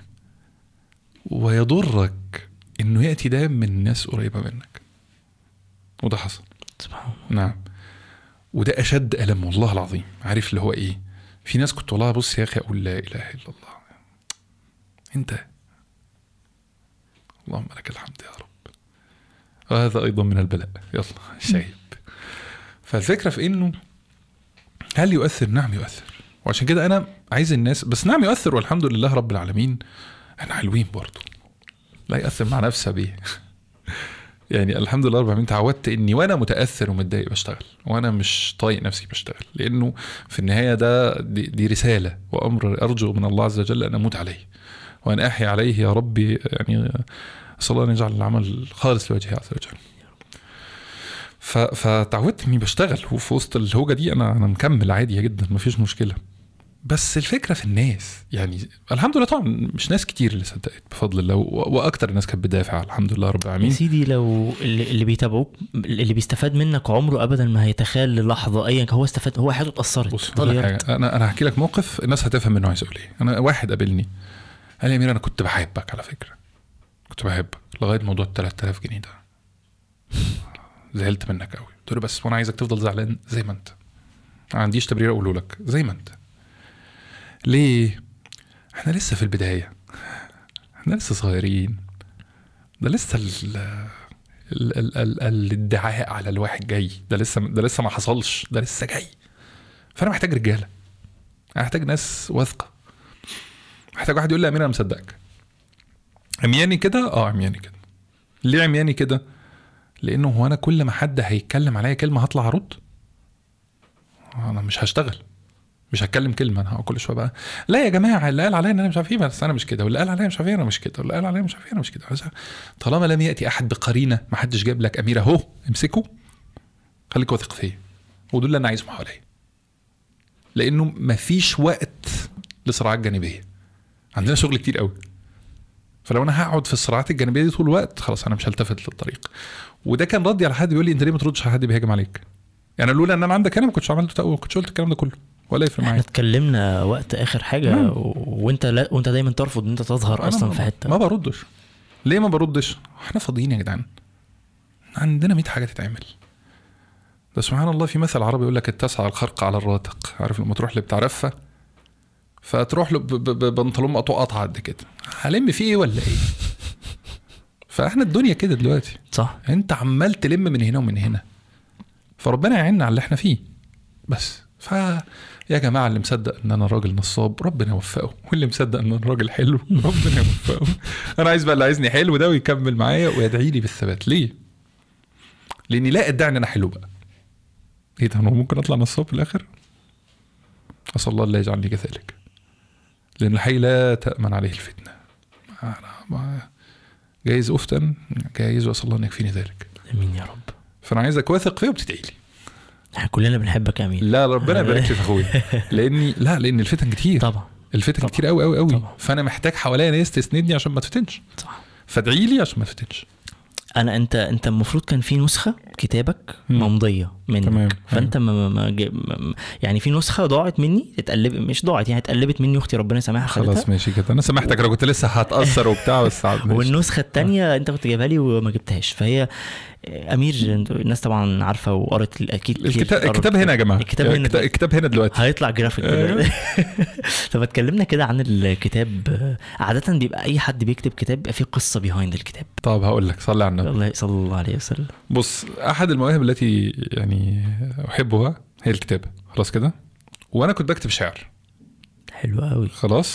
ويضرك انه ياتي ده من ناس قريبه منك، وده حصل سبحان الله. نعم. وده اشد الم والله العظيم. عارف اللي هو ايه؟ في ناس كنت والله بص يا اخي اقول لا اله الا الله، انت اللهم لك الحمد يا رب. وهذا ايضا من البلاء. يلا شايب. فالفكره في انه هل يؤثر؟ نعم يؤثر. وعشان كده انا عايز الناس بس نعم يؤثر، والحمد لله رب العالمين احنا حلوين برضو، لا يؤثر مع نفسه بيه. يعني الحمد لله رب العالمين تعودت اني وانا متاثر ومتضايق بشتغل، وانا مش طايق نفسي بشتغل، لانه في النهايه ده دي, دي رساله وامر ارجو من الله عز وجل ان اموت عليه وان احيا عليه يا ربي. يعني اسال الله ان يجعل العمل خالص لوجهه عز وجل. فتعودت اني بشتغل وفي وسط الهوجه دي انا انا مكمل عادي جدا مفيش مشكله. بس الفكره في الناس، يعني الحمد لله طبعا مش ناس كتير اللي صدقت بفضل الله، واكتر الناس كانت بتدافع الحمد لله رب يا العالمين. سيدي لو اللي اللي بيتابعوك اللي بيستفاد منك عمره ابدا ما هيتخيل للحظه ايا هو استفاد، هو حياته اتاثرت. بص أقول لك حاجه، انا انا هحكي لك موقف الناس هتفهم منه عايز اقول ايه. انا واحد قابلني قال لي يا امير انا كنت بحبك على فكره، كنت بحبك لغايه موضوع ال ثلاثة آلاف جنيه ده، زعلت منك قوي. قلت له بس وانا عايزك تفضل زعلان زي ما انت، ما عنديش تبرير اقوله لك، زي ما انت. ليه؟ احنا لسه في البدايه، احنا لسه صغيرين، ده لسه ال ال ال ال الادعاء على الواحد جاي، ده لسه ده لسه ما حصلش، ده لسه جاي. فانا محتاج رجاله، انا محتاج ناس واثقه، محتاج واحد يقول لي يا امير انا مصدقك. عمياني كده؟ اه عمياني كده. ليه عمياني كده؟ لانه هو انا كل ما حد هيتكلم عليا كلمه هطلع ارد؟ انا مش هشتغل، مش هتكلم كلمه، انا هقول كل شويه بقى لا يا جماعه اللي قال عليا ان انا مش عارف ايه بس انا مش كده، واللي قال عليا مش عارف ايه انا مش كده، واللي قال عليا مش عارف ايه انا مش كده. طالما لم ياتي احد بقرينه، ما حدش جاب لك امير اهو امسكه، خليك واثق فيا، ودول اللي انا عايزهم حواليا. لانه مفيش وقت لصراعات جانبيه، عندنا شغل كتير قوي. فلو انا هقعد في الصراعات الجانبيه دي طول الوقت خلاص انا مش هلتفت للطريق. وده كان ردي على حد بيقول لي انت ليه ما تردش على حد بيهاجم عليك؟ يعني لولا ان انا عندك انا ما كنتش عملت ما كنتش قلت الكلام ده كله ولا يفرق معايا. احنا اتكلمنا وقت اخر حاجه مم. و... وانت لا وانت دايما ترفض ان انت تظهر اصلا في حته. ما بردش. ليه ما بردش؟ احنا فاضيين يا جدعان، عندنا مية حاجه تتعمل. ده سبحان الله في مثل عربي يقول لك اتسع الخرق على الراتق. عارف لما تروح لبتاع رفه فتروح له ببنطلون مقطوع قطعه قد كده، هلم فيه ايه ولا ايه؟ فاحنا الدنيا كده دلوقتي صح، انت عمال تلم من هنا ومن هنا، فربنا يعيننا على اللي احنا فيه بس. ف يا جماعه اللي مصدق ان انا راجل نصاب ربنا يوفقه، واللي مصدق ان انا راجل حلو ربنا يوفقه. انا عايز بقى اللي عايزني حلو ده ويكمل معايا ويدعي لي بالثبات. ليه؟ لاني لا ادعي ان انا حلو بقى. ايه ده، انا ممكن اطلع نصاب في الاخر؟ اسال الله لا يجعلني كذلك، لان الحي لا تامن عليه الفتنه. انا ما جايز افتن، جايز، واسال الله ان يكفيني ذلك. امين يا رب. فانا عايزك واثق فيا وبتدعي لي. احنا كلنا بنحبك يا امين. لا ربنا يبارك لي في اخويا، لاني لا لان الفتن كتير طبعا، الفتن طبعا. كتير قوي قوي قوي، طبعا. فانا محتاج حواليا ناس تسندني عشان ما تفتنش. صح. فادعي لي عشان ما تفتنش. انا انت انت المفروض كان في نسخه كتابك مم. ممضيه منك. تمام. فانت ما ما ما ما- يعني في نسخه ضاعت مني، اتقلبت، مش ضاعت يعني اتقلبت مني، اختي ربنا يسامحها خدتها. خلاص ماشي كده، انا سامحتك، انا كنت لسه هتاثر وبتاع بس عاد. والنسخه الثانيه انت كنت جايبها لي وما جبتهاش. فهي امير الناس طبعا عارفه وقرت اكيد كتير. الكتاب قرت- الكتاب هنا يا جماعه، الكتاب هنا الكتاب, الكتاب هنا دلوقتي هيطلع جرافيك دلوقتي. طب اتكلمنا كده عن الكتاب. عاده بيبقى اي حد بيكتب كتاب بيبقى فيه قصه بيهايند الكتاب. طب هقول لك، صلي على النبي. الله صلى الله عليه وسلم. بص، احد المواهب التي يعني احبها هي الكتابه. خلاص كده، وانا كنت بكتب شعر. حلو قوي. خلاص،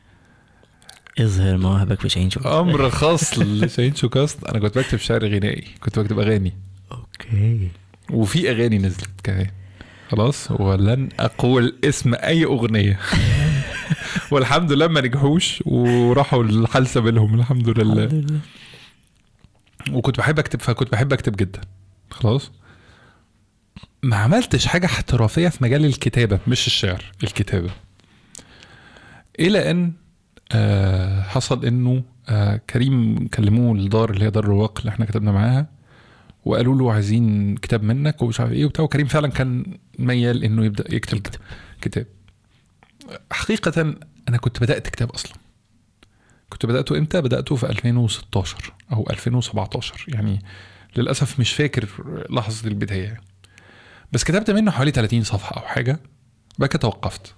اظهر مواهبك في شاهين شوكاست. امر خاص لشاهين شوكاست. انا كنت بكتب شعر غنائي، كنت بكتب اغاني. اوكي. وفي اغاني نزلت كمان خلاص، ولن اقول اسم اي اغنيه. والحمد لله ما نجحوش وراحوا الحال سبيلهم الحمد لله. الحمد لله. وكنت بحب اكتب، فكنت بحب اكتب جدا خلاص. ما عملتش حاجه احترافيه في مجال الكتابه، مش الشعر، الكتابه. الى ان آه حصل انه آه كريم كلموه الدار اللي هي دار الرواق اللي احنا كتبنا معاها، وقالوا له عايزين كتاب منك ومش عارف ايه وبتاع. وكريم فعلا كان ميال انه يبدا يكتب يكتب. كتاب. حقيقه انا كنت بدات كتاب اصلا. كنت بداته امتى؟ بداته في ألفين وستاشر او ألفين وسبعتاشر، يعني للاسف مش فاكر لحظه البدايه، بس كتبت منه حوالي ثلاثين صفحه او حاجه. بقى توقفت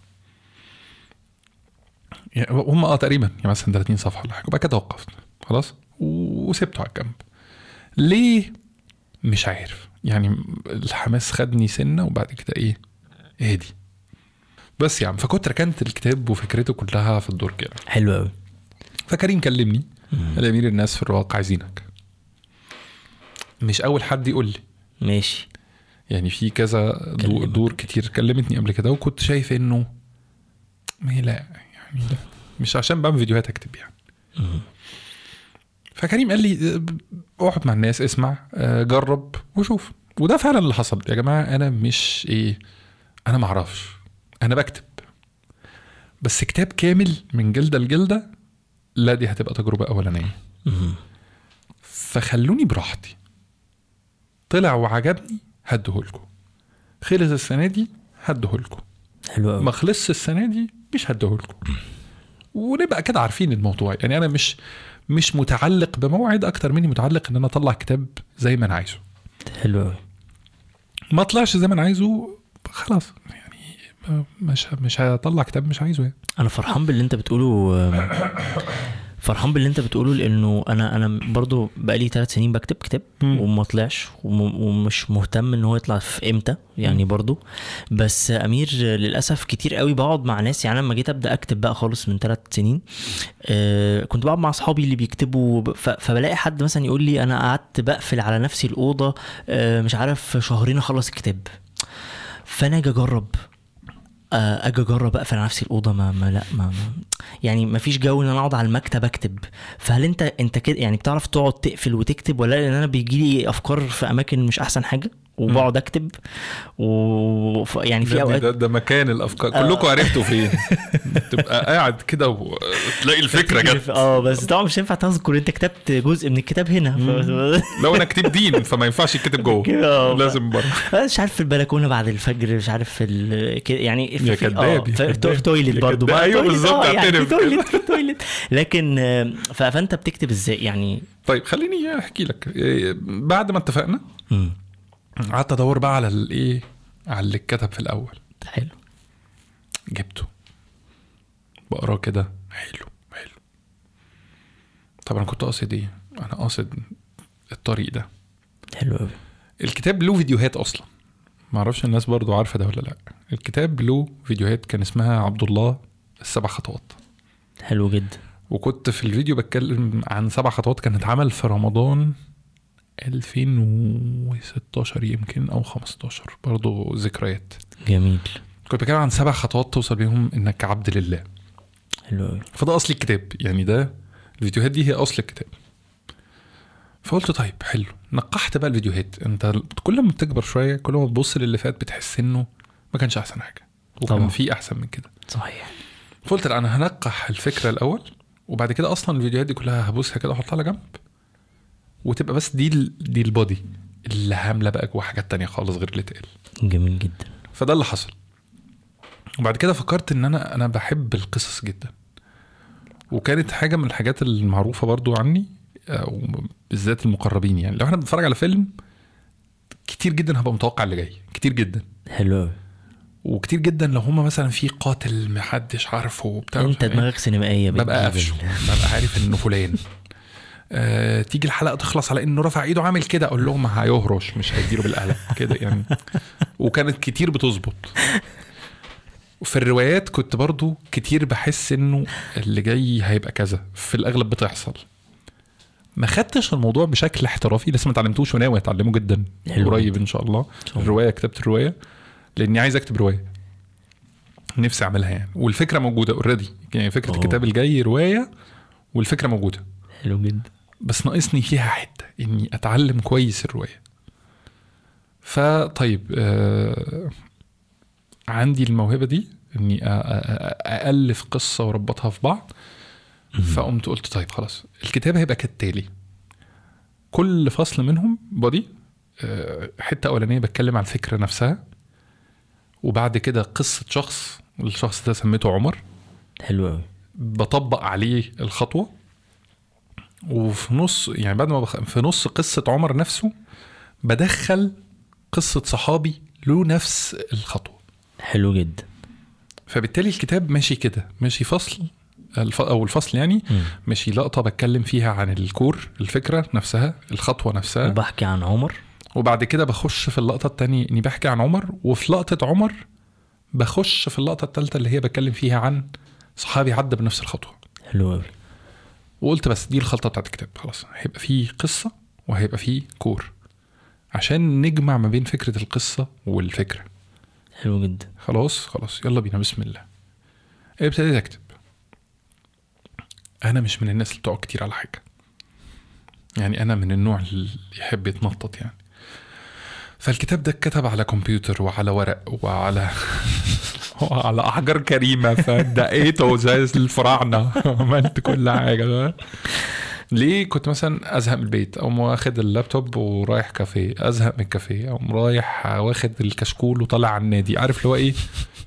يعني، هم اه تقريبا يعني مثلا ثلاثين صفحه ولا حاجه. بقى توقفت خلاص وسبته على الجنب. ليه؟ مش عارف يعني، الحماس خدني سنه وبعد كده ايه هادي بس يعني. فكنت ركنت الكتاب وفكرته كلها في الدور كده. حلو قوي. فكريم كلمني قال لي امير الناس في الواقع عايزينك. مش اول حد يقول لي ماشي يعني، في كذا دور, دور كتير كلمتني قبل كده، وكنت شايف انه لا يعني لا، مش عشان بعمل فيديوهات اكتب يعني. مم. فكريم قال لي اقعد مع الناس، اسمع، جرب وشوف. وده فعلا اللي حصل يا جماعه. انا مش ايه، انا ما اعرفش، انا بكتب بس كتاب كامل من جلده لجلده لا، دي هتبقى تجربه اولانيه. مم. فخلوني براحتي. طلع وعجبني هديهولكم، خلص السنه دي هديهولكم، حلو قوي. ما خلصش السنه دي مش هديهولكم. ونبقى كده عارفين الموضوع يعني. انا مش مش متعلق بموعد اكتر مني متعلق ان انا اطلع كتاب زي ما انا عايزه. حلو قوي. ما طلعش زي ما انا عايزه خلاص يعني، مش مش هطلع كتاب مش عايزه يعني. انا فرحان باللي انت بتقوله، فرحان باللي انت بتقوله، لانه انا انا برضو بقالي ثلاث سنين بكتب كتاب وما طلعش، ومش مهتم ان هو يطلع في امتى يعني برضو. بس امير للاسف كتير قوي بقعد مع ناس يعني. لما جيت ابدا اكتب بقى خالص من ثلاث سنين، آه كنت بقعد مع اصحابي اللي بيكتبوا، فبلاقي حد مثلا يقول لي انا قعدت بقفل على نفسي الاوضه آه مش عارف شهرين اخلص الكتاب. فانا اجي اجرب اجي اجرب اقفل على نفسي الاوضه، ما, ما لا ما, ما يعني ما فيش جو ان انا اقعد على المكتب اكتب. فهل انت انت كده يعني بتعرف تقعد تقفل وتكتب، ولا لان انا بيجي لي افكار في اماكن مش احسن حاجه وبقعد اكتب و يعني في اوقات ده, ده مكان الافكار آه. كلكم عرفتوا فين. تبقى قاعد كده وتلاقي الفكره جت. اه بس طبعا مش ينفع تذكر انت كتبت جزء من الكتاب هنا. ف... لو انا كتب دين فما ينفعش يكتب جوه، لازم بره. مش عارف في البلكونه بعد الفجر، مش عارف في ال... يعني في كداب في التويليت برضو. ايوه بالظبط، يعني تويليت في تويليت. لكن ف... فانت بتكتب ازاي يعني؟ طيب خليني احكي لك. بعد ما اتفقنا قعدت ادور بقى على الايه، على اللي اتكتب في الاول. حلو. جبته بقراه كده، حلو حلو. طبعا كنت قاصد ايه؟ انا قاصد الطريق ده. حلو قوي. الكتاب له فيديوهات اصلا، ما اعرفش الناس برضو عارفه ده ولا لا. الكتاب له فيديوهات كان اسمها عبد الله السبع خطوات. حلو جدا. وكنت في الفيديو بتكلم عن سبع خطوات كانت اتعمل في رمضان ألفين وستاشر يمكن او خمستاشر، برضو ذكريات. جميل. كنت بتكلم عن سبع خطوات توصل بيهم انك عبد لله. حلو قوي. فده اصل الكتاب يعني، ده الفيديوهات دي هي اصل الكتاب. فقلت طيب حلو، نقحت بقى الفيديوهات. انت كل ما بتكبر شويه كل ما تبص للي فات بتحس انه ما كانش احسن حاجه، وكان في احسن من كده. صحيح. فقلت لا، انا هنقح الفكره الاول، وبعد كده اصلا الفيديوهات دي كلها هبوسها كده واحطها على جنب، وتبقى بس دي دي البودي اللي هامله بقى جوه حاجات تانية خالص غير اللي اتقال. جميل جدا. فده اللي حصل. وبعد كده فكرت ان انا انا بحب القصص جدا، وكانت حاجه من الحاجات المعروفه برضو عني، بالذات المقربين. يعني لو احنا بنتفرج على فيلم كتير جدا هبقى متوقع اللي جاي كتير جدا. حلو. وكتير جدا لو هما مثلا في قاتل محدش عارفه وبتاع، انت دماغك سينمائيه ببقى قافشه، ببقى عارف انه فلان. أه تيجي الحلقه تخلص على انه رفع ايده عامل كده، اقول لهم هيهرش مش هيديله بالقلم كده يعني. وكانت كتير بتظبط. وفي الروايات كنت برضو كتير بحس انه اللي جاي هيبقى كذا، في الاغلب بتحصل. ما خدتش الموضوع بشكل احترافي، لسه ما اتعلمتوش وناوي اتعلمه جدا قريب ان شاء الله. الروايه كتبت الروايه لاني عايز اكتب روايه نفسي اعملها يعني، والفكره موجوده اوريدي يعني، فكره أوه. الكتاب الجاي روايه والفكره موجوده. حلو جدا. بس ناقصني فيها حته اني اتعلم كويس الروايه. فطيب آه عندي الموهبه دي اني أألف قصه وربطها في بعض. فقمت قلت طيب خلاص الكتاب هيبقى كالتالي: كل فصل منهم بودي آه حته اولانيه بتكلم عن الفكره نفسها، وبعد كده قصه شخص، الشخص ده سميته عمر. حلو قوي. بطبق عليه الخطوه، وفي نص يعني بعد ما بخ... في نص قصه عمر نفسه بدخل قصه صحابي له نفس الخطوه. حلو جدا. فبالتالي الكتاب ماشي كده، ماشي فصل الف... او الفصل يعني م. ماشي لقطه بتكلم فيها عن الكور، الفكره نفسها، الخطوه نفسها، وبحكي عن عمر. وبعد كده بخش في اللقطه الثانيه اني بحكي عن عمر، وفي لقطه عمر بخش في اللقطه الثالثه اللي هي بتكلم فيها عن صحابي عدى بنفس الخطوه. حلو قوي. وقلت بس دي الخلطه بتاعت الكتاب، خلاص هيبقى فيه قصه وهيبقى فيه كور عشان نجمع ما بين فكره القصه والفكره. حلو جدا. خلاص خلاص يلا بينا بسم الله. ابتديت اكتب. انا مش من الناس اللي بتقعد كتير على حاجه يعني، انا من النوع اللي يحب يتنطط يعني. فالكتاب ده اتكتب على كمبيوتر وعلى ورق وعلى وعلى احجار كريمه، فدقيته زي الفراعنه عملت كل حاجه. ليه؟ كنت مثلا ازهق من البيت او واخد اللابتوب ورايح كافيه، ازهق من الكافيه او رايح واخد الكشكول وطالع على النادي، عارف اللي هو ايه،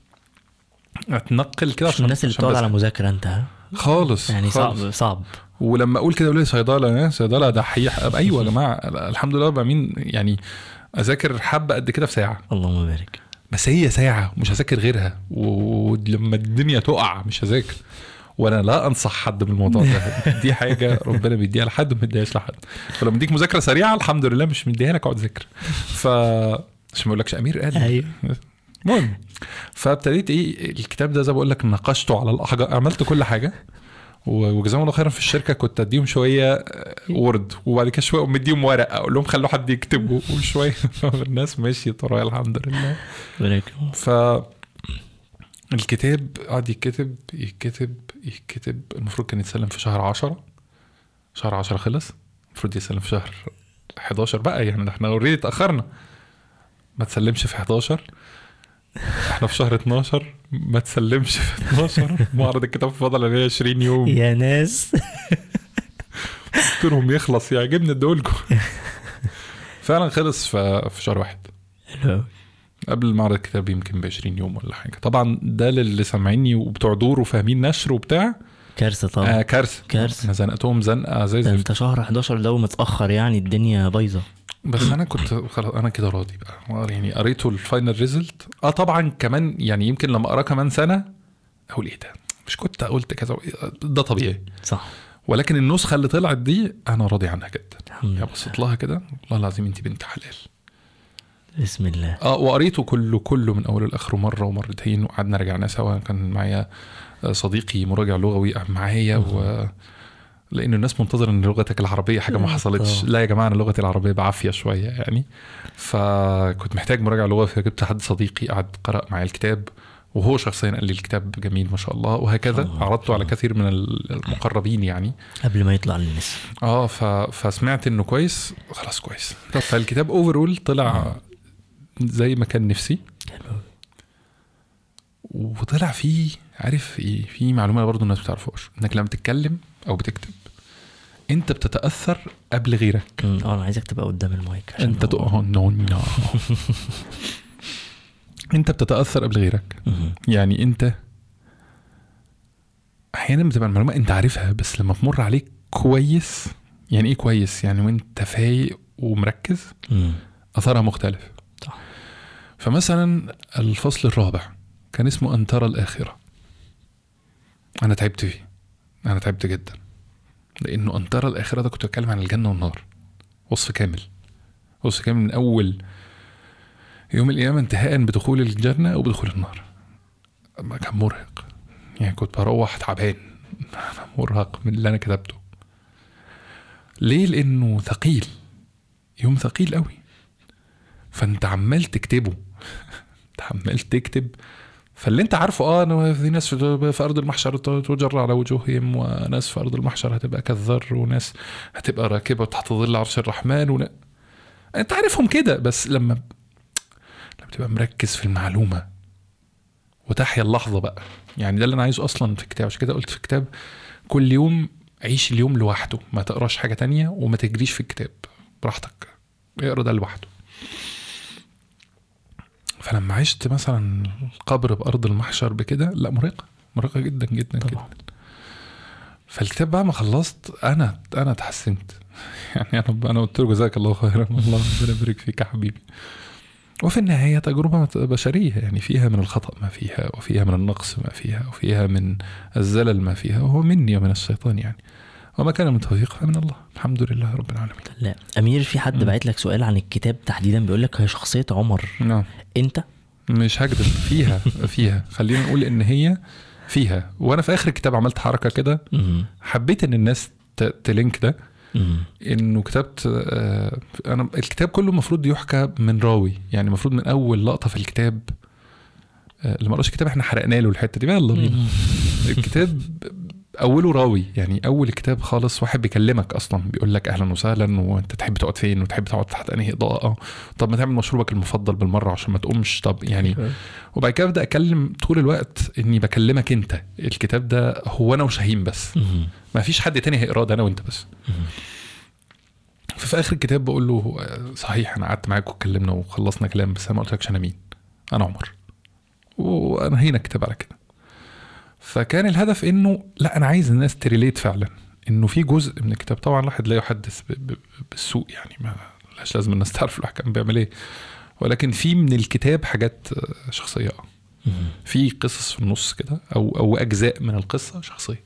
اتنقل كده. عشان الناس اللي بتقعد على مذاكره انت خالص يعني خالص. صعب صعب. ولما اقول كده يقول لي صيدله صيدله دحيح. ايوه يا جماعه الحمد لله بمين يعني اذاكر حبه قد كده في ساعه، اللهم بارك، بس هي ساعه مش هذاكر غيرها، ولما الدنيا تقع مش هذاكر. وانا لا انصح حد بالموضوع ده، دي حاجه ربنا بيديها لحد وما بيديهاش لحد. فلما اديك مذاكره سريعه الحمد لله مش مديها لك اقعد ذاكر. ف عشان ما اقولكش امير قال ايوه. المهم فابتديت ايه الكتاب ده زي ما بقول لك ناقشته على الاحجار، عملت كل حاجه. وجزاهم الله خيرا في الشركه كنت اديهم شويه وورد وبعد كده شويه مديهم ورق اقول لهم خلوا حد يكتبه، وشويه الناس مشيت ورايا الحمد لله. ف الكتاب قعد يتكتب يتكتب يتكتب. المفروض كان يتسلم في شهر عشرة، شهر عشرة خلص، المفروض يتسلم في شهر حداشر بقى يعني، احنا اوريدي اتاخرنا. ما تسلمش في حداشر، احنا في شهر اتناشر، ما تسلمش في اتناشر. معرض الكتاب فضل عليه عشرين يوم يا ناس. قلت لهم يخلص يعجبني ادولكم. فعلا خلص في شهر واحد قبل معرض الكتاب يمكن بعشرين يوم ولا حاجه. طبعا ده اللي سامعيني وبتوع دور وفاهمين نشر وبتاع كارثه طبعا. آه كارثه كارثه. انا زنقتهم زنقه زي زي انت شهر حداشر ده ومتاخر يعني الدنيا بايظه. بس انا كنت خلاص انا كده راضي بقى يعني. قريته الفاينل ريزلت اه طبعا كمان يعني يمكن لما اقرا كمان سنه اقول ايه ده مش كنت قلت كذا، ده طبيعي صح. ولكن النسخه اللي طلعت دي انا راضي عنها جدا يعني. بصيت لها كده والله العظيم انت بنت حلال بسم الله. اه وقريته كله كله من اول لاخره مره ومرتين، وقعدنا رجعنا سوا. كان معايا صديقي مراجع لغوي معايا و لأن الناس منتظر إن لغتك العربية حاجة ما حصلتش. لا يا جماعة أنا لغتي العربية بعافية شوية يعني. فكنت محتاج مراجع لغة، فجبت حد صديقي قعد قرأ معي الكتاب، وهو شخصيا قال لي الكتاب جميل ما شاء الله، وهكذا عرضته على كثير من المقربين يعني قبل ما يطلع للناس. اه ف... فسمعت إنه كويس، خلاص كويس. فالكتاب أوفرول طلع زي ما كان نفسي، وطلع فيه عارف ايه، في معلومة برضو الناس بتعرفوش، انك لما تتكلم او بتكتب انت بتتأثر قبل غيرك. اه انا عايزك تبقى قدام المايك عشان انت تقول نو نو انت بتتأثر قبل غيرك. يعني انت احيانا بتبقى المعلومة انت عارفها، بس لما تمر عليك كويس. يعني ايه كويس؟ يعني وانت فايق ومركز اثرها مختلف. فمثلا الفصل الرابع كان اسمه أن ترى الآخرة. أنا تعبت فيه، أنا تعبت جدا، لأنه أن ترى الآخرة ده كنت أتكلم عن الجنة والنار، وصف كامل، وصف كامل من أول يوم القيامة انتهاء بدخول الجنة أو بدخول النار. ما كان مرهق يعني، كنت بروح تعبان، أنا مرهق من اللي أنا كتبته. ليه؟ لانه ثقيل، يوم ثقيل قوي، فانت عمال تكتبه انت عمال تكتب. فاللي انت عارفه اه انه في ناس في ارض المحشر تجر على وجوههم، وناس في ارض المحشر هتبقى كالذر، وناس هتبقى راكبه تحت ظل عرش الرحمن، ولا انت عارفهم كده. بس لما لما تبقى مركز في المعلومه وتحيا اللحظه بقى، يعني ده اللي انا عايزه اصلا في الكتاب. عشان كده قلت في الكتاب كل يوم عيش اليوم لوحده، ما تقراش حاجه تانية وما تجريش في الكتاب، براحتك اقرا ده لوحده. فلما عشت مثلا قبر بأرض المحشر بكده، لا مرهقة مرهقة جدا جدا طبعا. جدا. فالكتاب بقى ما خلصت انا انا تحسنت يعني انا انا قلت له جزاك الله خيرا، الله ربنا يبارك فيك يا حبيبي. وفي النهاية تجربة بشرية، يعني فيها من الخطأ ما فيها، وفيها من النقص ما فيها، وفيها من الزلل ما فيها، وهو مني ومن الشيطان يعني، وما كان من توفيق فمن الله، الحمد لله رب العالمين. لا أمير، في حد بعت لك سؤال عن الكتاب تحديدا، بيقول لك هي شخصية عمر نعم. انت مش هكذب فيها فيها خلينا نقول ان هي فيها. وانا في اخر الكتاب عملت حركة كده، حبيت ان الناس تلينك ده، انه كتبت آه انا الكتاب كله مفروض يحكى من راوي، يعني مفروض من اول لقطة في الكتاب آه اللي ما قراش الكتاب احنا حرقنا له الحتة دي بقى، يلا بينا. الكتاب اوله راوي، يعني اول الكتاب خالص واحد بيكلمك اصلا، بيقول لك اهلا وسهلا، وانت تحب تقعد فين، وتحب تقعد تحت انهي اضاءه، طب ما تعمل مشروبك المفضل بالمره عشان ما تقومش، طب يعني. وبعد كده ابدا اكلم طول الوقت اني بكلمك انت. الكتاب ده هو انا وشاهين بس، ما فيش حد تاني هيقراه، ده انا وانت بس. ففي اخر الكتاب بقول له صحيح انا قعدت معاك واتكلمنا وخلصنا كلام، بس انا ما قلتلكش انا مين، انا عمر، وانا هنا الكتاب على كده. فكان الهدف انه لا انا عايز الناس تريليت فعلا انه في جزء من الكتاب، طبعا الواحد لا يحدث بالسوء يعني، ما لاش لازم الناس تعرف الاحكام بيعمل ايه، ولكن في من الكتاب حاجات شخصيه، في قصص في النص كده، او او اجزاء من القصه شخصيه.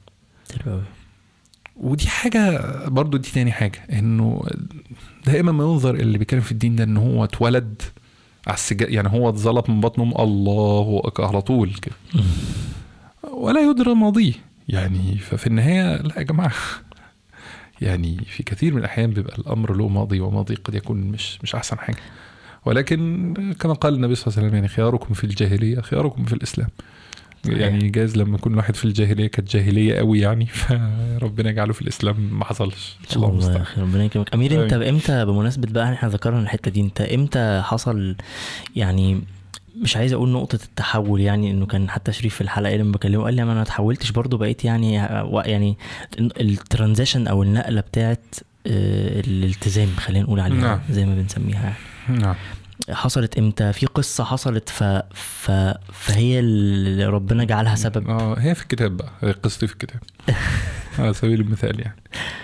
ودي حاجه برضو، دي تاني حاجه، انه دائما ما ينظر اللي بيتكلم في الدين ده ان هو اتولد على السجاد، يعني هو اتظلط من بطنه الله على طول كده، ولا يدرى ماضيه يعني. ففي النهاية لا يا جماعة، يعني في كثير من الأحيان بيبقى الأمر له ماضي، وماضي قد يكون مش مش أحسن حاجة، ولكن كما قال النبي صلى الله عليه وسلم يعني خياركم في الجاهلية خياركم في الإسلام. يعني جاز لما يكون واحد في الجاهلية كانت جاهلية قوي يعني، فربنا يجعله في الإسلام ما حصلش إن شاء الله. الله ربنا يكرمك. أمير، أنت امتى بمناسبة بقى احنا ذكرنا الحتة دي، أنت امتى حصل يعني، مش عايز اقول نقطة التحول، يعني انه كان حتى شريف في الحلقة لما بكلمه قال لي ما انا اتحولتش برضو، بقيت يعني يعني الترانزيشن او النقلة بتاعت الالتزام خلينا نقول عليها، نعم. زي ما بنسميها، نعم. حصلت امتى؟ في قصة حصلت ف... ف... فهي اللي ربنا جعلها سبب. اه هي في الكتاب بقى، هي قصتي في الكتاب على سبيل المثال يعني.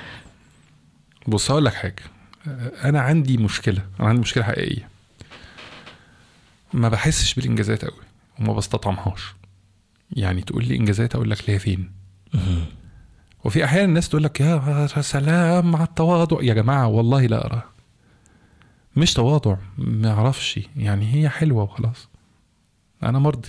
بص هقول لك حاجة، انا عندي مشكلة، انا عندي مشكلة حقيقية، ما بحسش بالانجازات قوي وما بستطعمهاش. يعني تقول لي انجازات اقول لك ليه فين. وفي احيان الناس تقول لك يا سلام مع التواضع، يا جماعه والله لا ارى، مش تواضع، ما اعرفش يعني، هي حلوه وخلاص انا مرضي.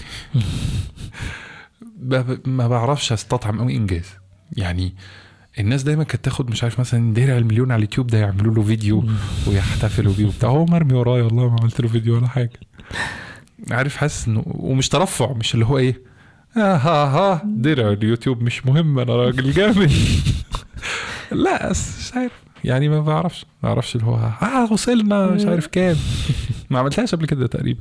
ما بعرفش استطعم قوي انجاز. يعني الناس دايما كانت تاخد مش عارف مثلا درع المليون على اليوتيوب ده يعملوا له فيديو ويحتفلوا بيه وبتاع، هو مرمي ورايا والله ما عملت له فيديو ولا حاجه. عارف حاسس انه ومش ترفع، مش اللي هو ايه ها ها درع اليوتيوب مش مهم انا راجل جامد. لا مش عارف يعني، ما بعرفش ما بعرفش اللي هو اه وصلنا مش عارف كام، ما عملتهاش قبل كده تقريبا.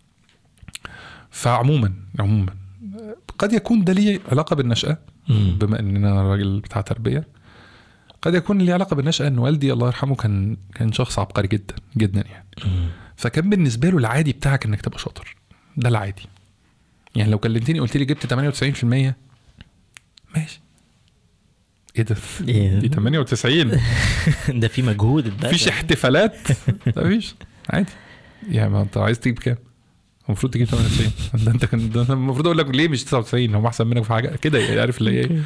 فعموما عموما قد يكون ده ليه علاقه بالنشأة، بما اننا راجل بتاع تربيه، قد يكون ليه علاقه بالنشأة ان والدي الله يرحمه كان كان شخص عبقري جدا جدا يعني. فكان بالنسبه له العادي بتاعك انك تبقى شاطر، ده العادي. يعني لو كلمتني قلت لي جبت ثمانية وتسعين بالمية ماشي، ايه ده دي ثمانية وتسعين ده في مجهود، ده فيش احتفالات، مفيش عادي. يعني ما انت عايز تجيب كام؟ المفروض تجيب ثمانية وتسعين، ده انت كان ده المفروض اقول لك ليه مش تسعة وتسعين، هم احسن منك في حاجه كده، عارف اللي ايه.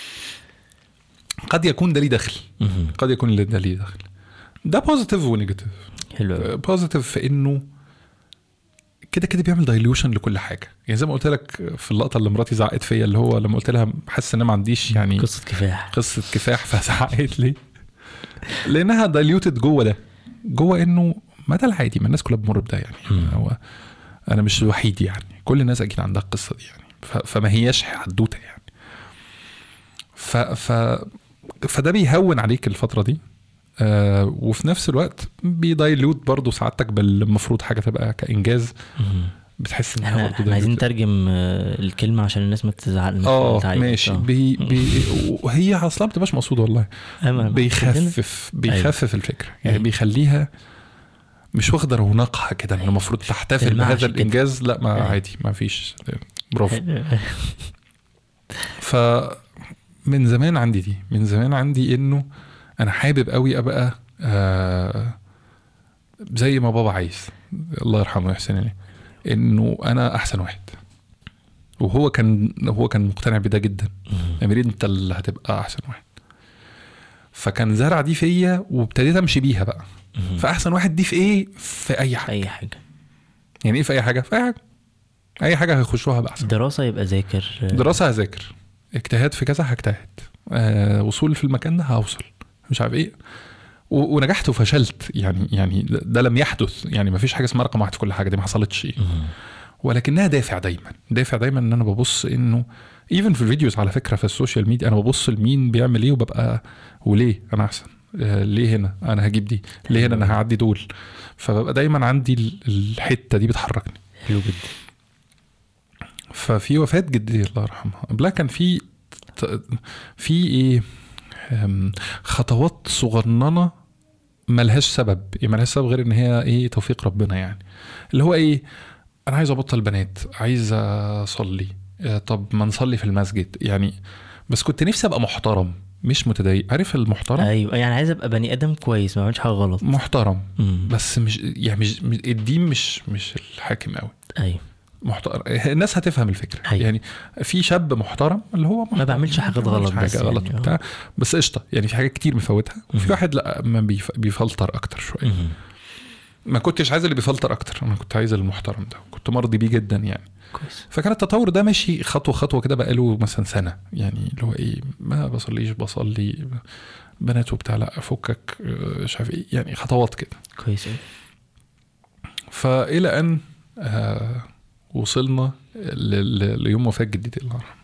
قد يكون ده ليه دخل، قد يكون ده ليه دخل، ده بوزيتيف ونيجاتيف. حلو. بوزيتيف في انه كده كده بيعمل دايليوشن لكل حاجه. يعني زي ما قلت لك في اللقطه اللي مراتي زعقت فيا، اللي هو لما قلت لها حاسس ان انا ما عنديش يعني قصه كفاح، قصه كفاح فزعقت لي. لانها دايليوتد جوه ده، جوه انه ما ده العادي، ما الناس كلها بتمر بده يعني. هو انا مش الوحيد يعني، كل الناس اكيد عندها القصه دي يعني. فما هياش حدوته يعني. ف ف فده بيهون عليك الفتره دي. آه وفي نفس الوقت بيدايلوت برضو سعادتك بالمفروض حاجه تبقى كانجاز. بتحس ان احنا, احنا عايزين نترجم الكلمه عشان الناس ما تزعلش. اه ماشي. بي بي وهي اصلا ما بتبقاش مقصوده والله. بيخفف بيخفف الفكره يعني. أيوة. بيخليها مش واخده رونقها كده انه المفروض تحتفل بهذا الانجاز. لا ما عادي، ما فيش. برافو. فمن زمان عندي دي، من زمان عندي انه انا حابب قوي ابقى آه زي ما بابا عايز، الله يرحمه ويحسن اليه، انه انا احسن واحد. وهو كان هو كان مقتنع بده جدا. امير انت اللي هتبقى احسن واحد. فكان زرع دي فيا وابتديت امشي بيها بقى. فاحسن واحد دي في ايه؟ في اي حاجه. اي حاجه يعني ايه في اي حاجه؟ في اي حاجه اي حاجه هيخشوها بقى. دراسه يبقى ذاكر، دراسه هذاكر، اجتهاد في كذا هجتهد، آه وصول في المكان ده هوصل، مش عارف ايه. ونجحت وفشلت يعني. يعني ده لم يحدث يعني. ما فيش حاجه اسمها رقم واحد في كل حاجه، دي ما حصلتش. ولكنها دافع دايما، دافع دايما ان انا ببص انه ايفن في الفيديوز على فكره في السوشيال ميديا انا ببص لمين بيعمل ايه وببقى وليه انا احسن، آه ليه هنا انا هجيب دي، ليه هنا انا هعدي دول. فببقى دايما عندي الحته دي بتحركني. حلو جدا. ففي وفاه جدتي الله يرحمها قبلها كان في في ايه خطوات صغننه ملهاش سبب، ملهاش سبب غير ان هي ايه توفيق ربنا يعني. اللي هو ايه، انا عايز ابطل بنات، عايز اصلي، طب ما نصلي في المسجد يعني. بس كنت نفسي ابقى محترم مش متضايق. عارف المحترم؟ ايوه يعني عايز ابقى بني ادم كويس ما بعملش حاجه غلط، محترم. مم. بس مش يعني مش الدين مش مش الحاكم قوي. ايوه محترم. الناس هتفهم الفكره. أيوة. يعني في شاب محترم اللي هو محترم. ما بعملش حاجات غلط، حاجة بس غلط يعني بتاع بس قشطه يعني. في حاجات كتير مفوتها. وفي واحد لا ما بيف... بيفلتر اكتر شويه. ما كنتش عايز اللي بيفلتر اكتر، انا كنت عايز المحترم ده، كنت مرضي بيه جدا يعني. كويس. فكان التطور ده ماشي خطوه خطوه كده بقاله مثلا سنه يعني. اللي هو ايه، ما بصليش، بصلي بنات وبتاع، لا فكك مش عارف ايه يعني. خطوات كده. كويس. فالى ان آه وصلنا ل... ليوم وفاه جدتي الله يرحمها.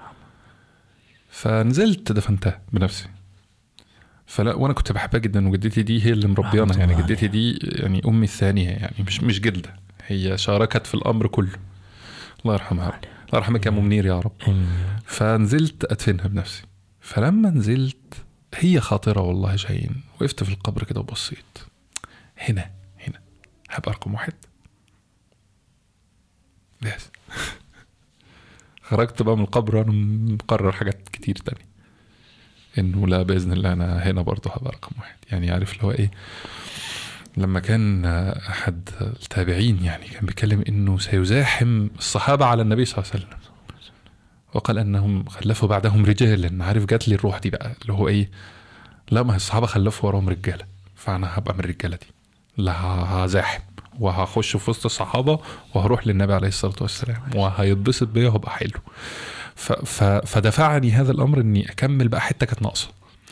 فنزلت دفنتها بنفسي. فلا وانا كنت بحبها جدا، وجدتي دي هي اللي مربيانا يعني. جدتي دي يعني امي الثانيه يعني، مش مش جلده، هي شاركت في الامر كله. الله يرحمها. الله يرحمك يا ام منير يا رب. فنزلت ادفنها بنفسي. فلما نزلت هي خاطره والله شاهين، وقفت في القبر كده وبصيت، هنا هنا هبقى رقم واحد بس. خرجت بقى من القبر وانا مقرر حاجات كتير تانية، انه لا باذن الله انا هنا برضه هبقى رقم واحد يعني. عارف اللي هو ايه، لما كان احد التابعين يعني كان بيتكلم انه سيزاحم الصحابه على النبي صلى الله عليه وسلم، وقال انهم خلفوا بعدهم رجالا. عارف جات لي الروح دي بقى اللي هو ايه، لا ما الصحابه خلفوا وراهم رجاله، فانا هبقى من الرجاله دي. لا هزاحم وهخش في وسط الصحابه وهروح للنبي عليه الصلاه والسلام وهيتبسط بيا وهبقى حلو. ف ف فدفعني هذا الامر اني اكمل بقى حته كانت ناقصه،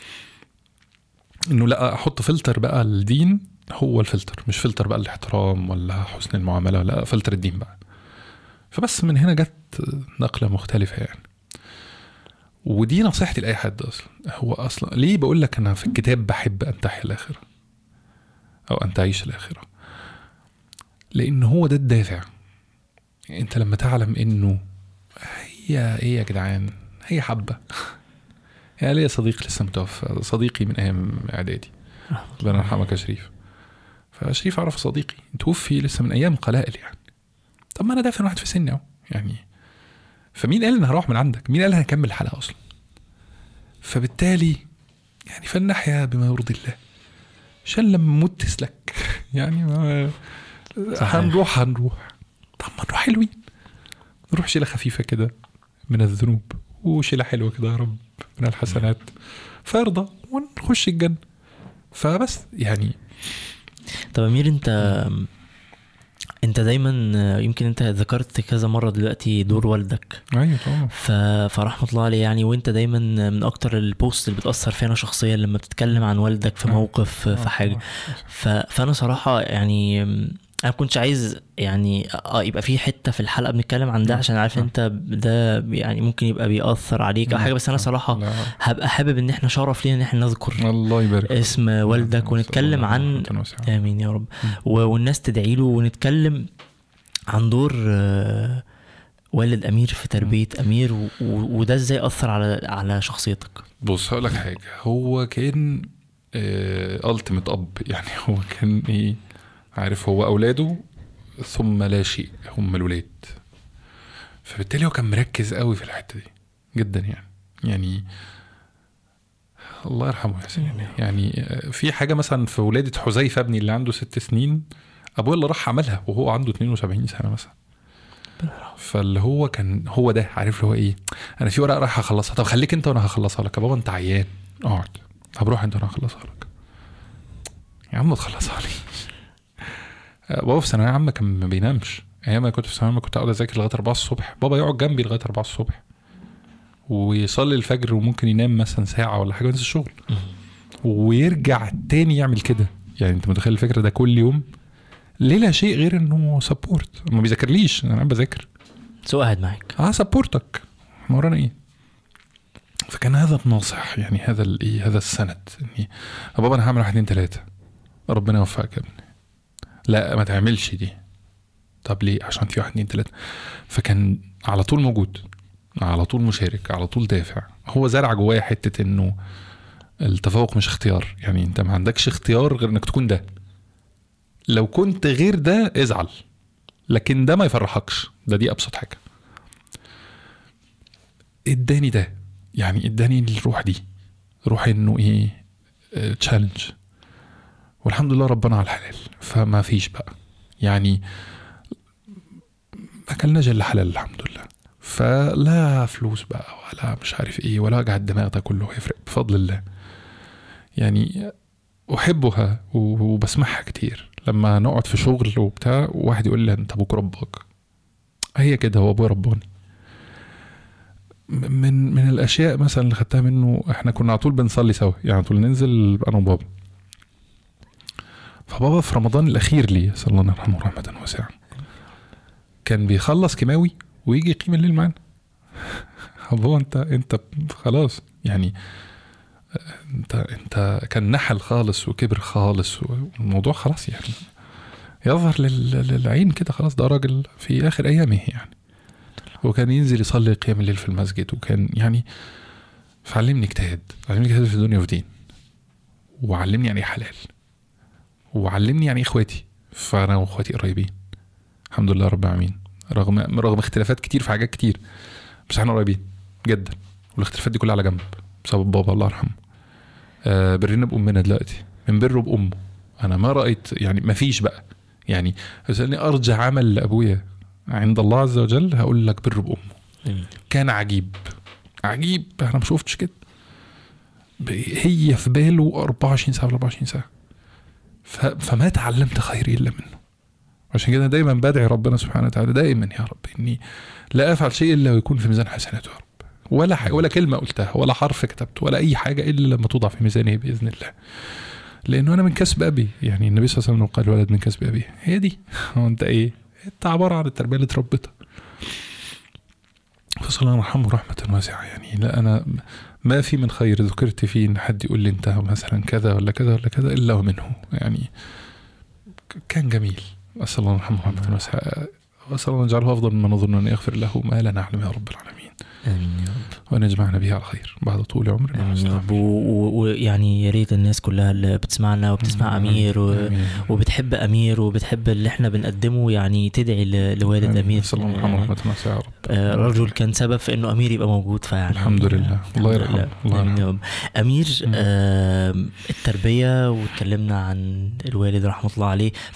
انه لا احط فلتر بقى الدين. هو الفلتر مش فلتر بقى الاحترام ولا حسن المعامله، لا فلتر الدين بقى. فبس من هنا جت نقله مختلفه يعني. ودي نصيحتي لاي حد اصلا. هو اصلا ليه بقول لك انا في الكتاب بحب ان تحيا الاخره او ان تعيش الاخره؟ لان هو ده الدافع. انت لما تعلم انه هي ايه يا جدعان، هي حبه. يعني ليا صديق لسه متوفى، صديقي من ايام اعدادي، ربنا يرحمك يا شريف. فشريف عرف صديقي توفي لسه من ايام قلائل يعني. طب ما انا دافن واحد في سني اهو يعني. فمين قال ان هروح من عندك؟ مين قال هنكمل الحلقه اصلا؟ فبالتالي يعني فلنحيا بما يرضي الله، عشان لما موت تسلك يعني. ما هنروح هنروح طب ما نروح حلوين، نروح شيله خفيفه كده من الذنوب وشيله حلوه كده يا رب من الحسنات، فارضى ونخش الجنه. فبس يعني. طب أمير، انت انت دايما آه، يمكن انت ذكرت كذا مره دلوقتي دور والدك، ايوه طبعا. ف... فرحمه الله عليه يعني. وانت دايما من اكتر البوست اللي بتاثر فينا شخصيا لما بتتكلم عن والدك في آه. موقف آه، في حاجه. آه. ف... فانا صراحه يعني انا كنتش عايز يعني اه يبقى في حته في الحلقه بنتكلم عن ده، عشان عارف آه. انت ده يعني ممكن يبقى بيأثر عليك او حاجه، بس انا صراحه لا. هبقى حابب ان احنا شرف لينا ان احنا نذكر الله يبارك اسم والدك ونتكلم عن امين يا رب، و- والناس تدعي له، ونتكلم عن دور آه، والد امير في تربيه امير، و- و- وده ازاي اثر على على شخصيتك. بص هقول لك حاجه، هو كان التيمت اب يعني. هو كان ايه، عارف، هو اولاده ثم لا شيء، هم الولاد. فبالتالي هو كان مركز قوي في الحته دي جدا يعني. يعني الله يرحمه يا سيدي. يعني في حاجه مثلا في ولاده حذيفه ابني اللي عنده ست سنين، ابوه اللي راح عملها وهو عنده اتنين وسبعين سنه مثلا. فاللي هو كان هو ده، عارف اللي هو ايه، انا في ورقه رايح اخلصها، طب خليك انت وانا هخلصها لك. يا بابا انت عيان، اقعد، طب روح انت وانا هخلصها لك. يا عم تخلصها لي. بابا في ثانويه عامه كان ما بينامش، ايام ما كنت في ثانويه عامه كنت اقعد اذاكر لغايه أربعة الصبح، بابا يقعد جنبي لغايه أربعة الصبح ويصلي الفجر، وممكن ينام مثلا ساعه ولا حاجه وينزل الشغل ويرجع تاني يعمل كده. يعني انت متخيل الفكره ده كل يوم؟ ليه؟ لا شيء غير انه سبورت، ما بيذاكرليش، انا بذاكر، سو قاعد معاك، اه سبورتك، ما ورانا ايه. فكان هذا الناصح يعني، هذا الايه، هذا السند، اني بابا انا هعمل واحد اتنين تلاته، ربنا يوفقك يا ابني، لا ما تعملش دي، طب ليه؟ عشان في واحد اتنين تلاته. فكان على طول موجود، على طول مشارك، على طول دافع. هو زرع جوايا حته انه التفوق مش اختيار، يعني انت ما عندكش اختيار غير انك تكون ده. لو كنت غير ده ازعل، لكن ده ما يفرحكش، ده دي ابسط حاجه. اداني ده يعني، اداني الروح دي، روح انه ايه، تشالنج. والحمد لله ربنا على الحلال، فما فيش بقى يعني، ما كلناش الا حلال الحمد لله. فلا فلوس بقى ولا مش عارف ايه ولا وجع الدماغ، ده كله هيفرق بفضل الله. يعني احبها وبسمعها كتير لما نقعد في شغل وبتاع، وواحد يقول لي انت ابوك ربك، هي كده، هو ابويا رباني. من من الاشياء مثلا اللي خدتها منه، احنا كنا على طول بنصلي سوا، يعني على طول ننزل انا وبابا. فبابا في رمضان الاخير لي صلى الله عليه وسلم رحمه واسعه، كان بيخلص كيماوي ويجي يقيم الليل معانا. بابا انت انت خلاص يعني، انت انت كان نحل خالص وكبر خالص، والموضوع خلاص يعني يظهر للعين كده، خلاص ده راجل في اخر ايامه يعني. وكان ينزل يصلي قيام الليل في المسجد، وكان يعني فعلمني اجتهاد، علمني اجتهاد في الدنيا وفي دين، وعلمني يعني حلال، وعلمني يعني اخواتي. فانا واخواتي قريبين الحمد لله رب العالمين، رغم رغم اختلافات كتير في حاجات كتير، بس احنا قريبين جدا، والاختلافات دي كلها على جنب بسبب بابا الله يرحمه. آه برينا بأمنا دلوقتي، من بره بأمه. انا ما رأيت يعني، ما فيش بقى يعني، اسألني ارجع عمل لأبويا عند الله عز وجل، هقول لك بر بأمه. كان عجيب عجيب، انا ما شفتش كده، هي في باله أربعة وعشرين ساعة أربعة وعشرين ساعة. فما تعلمت خير إلا منه. عشان كده دايما بدعي ربنا سبحانه وتعالى دائما، يا رب إني لا أفعل شيء إلا ويكون في ميزان حسناته يا رب، ولا حاجة ولا كلمة قلتها ولا حرف كتبت ولا أي حاجة إلا لما توضع في ميزانه بإذن الله. لأنه أنا من كسب أبي، يعني النبي صلى الله عليه وسلم قال الولد من كسب أبي. هي دي، هو أنت إيه، أنت عبارة عن التربية اللي تربتها. فصلى الله يرحمه رحمة واسعة يعني. لا أنا ما في من خير ذكرت فيه إن حد يقول لي أنت مثلا كذا ولا كذا ولا كذا إلا ومنه يعني. كان جميل، أسأل الله يرحمه رحمة واسعة، وأسأل الله نجعله أفضل مما نظن أن يغفر له ما لا نعلم يا رب العالمين. آمين يا رب. وأن يجمعنا به على خير بعد طول عمرنا. ويعني يا ريت الناس كلها اللي بتسمعنا وبتسمع أمير و... وبتحب أمير وبتحب اللي احنا بنقدمه، يعني تدعي ل... لوالد أمير صلى الله عليه وسلم يا رب. آه رجل كان سبب في إنه أمير يبقى موجود، فيعني الحمد لله. الله يرحمه. الله يرحمه. أمير. آه التربية، واتكلمنا عن الوالد رحمة الله عليه. ف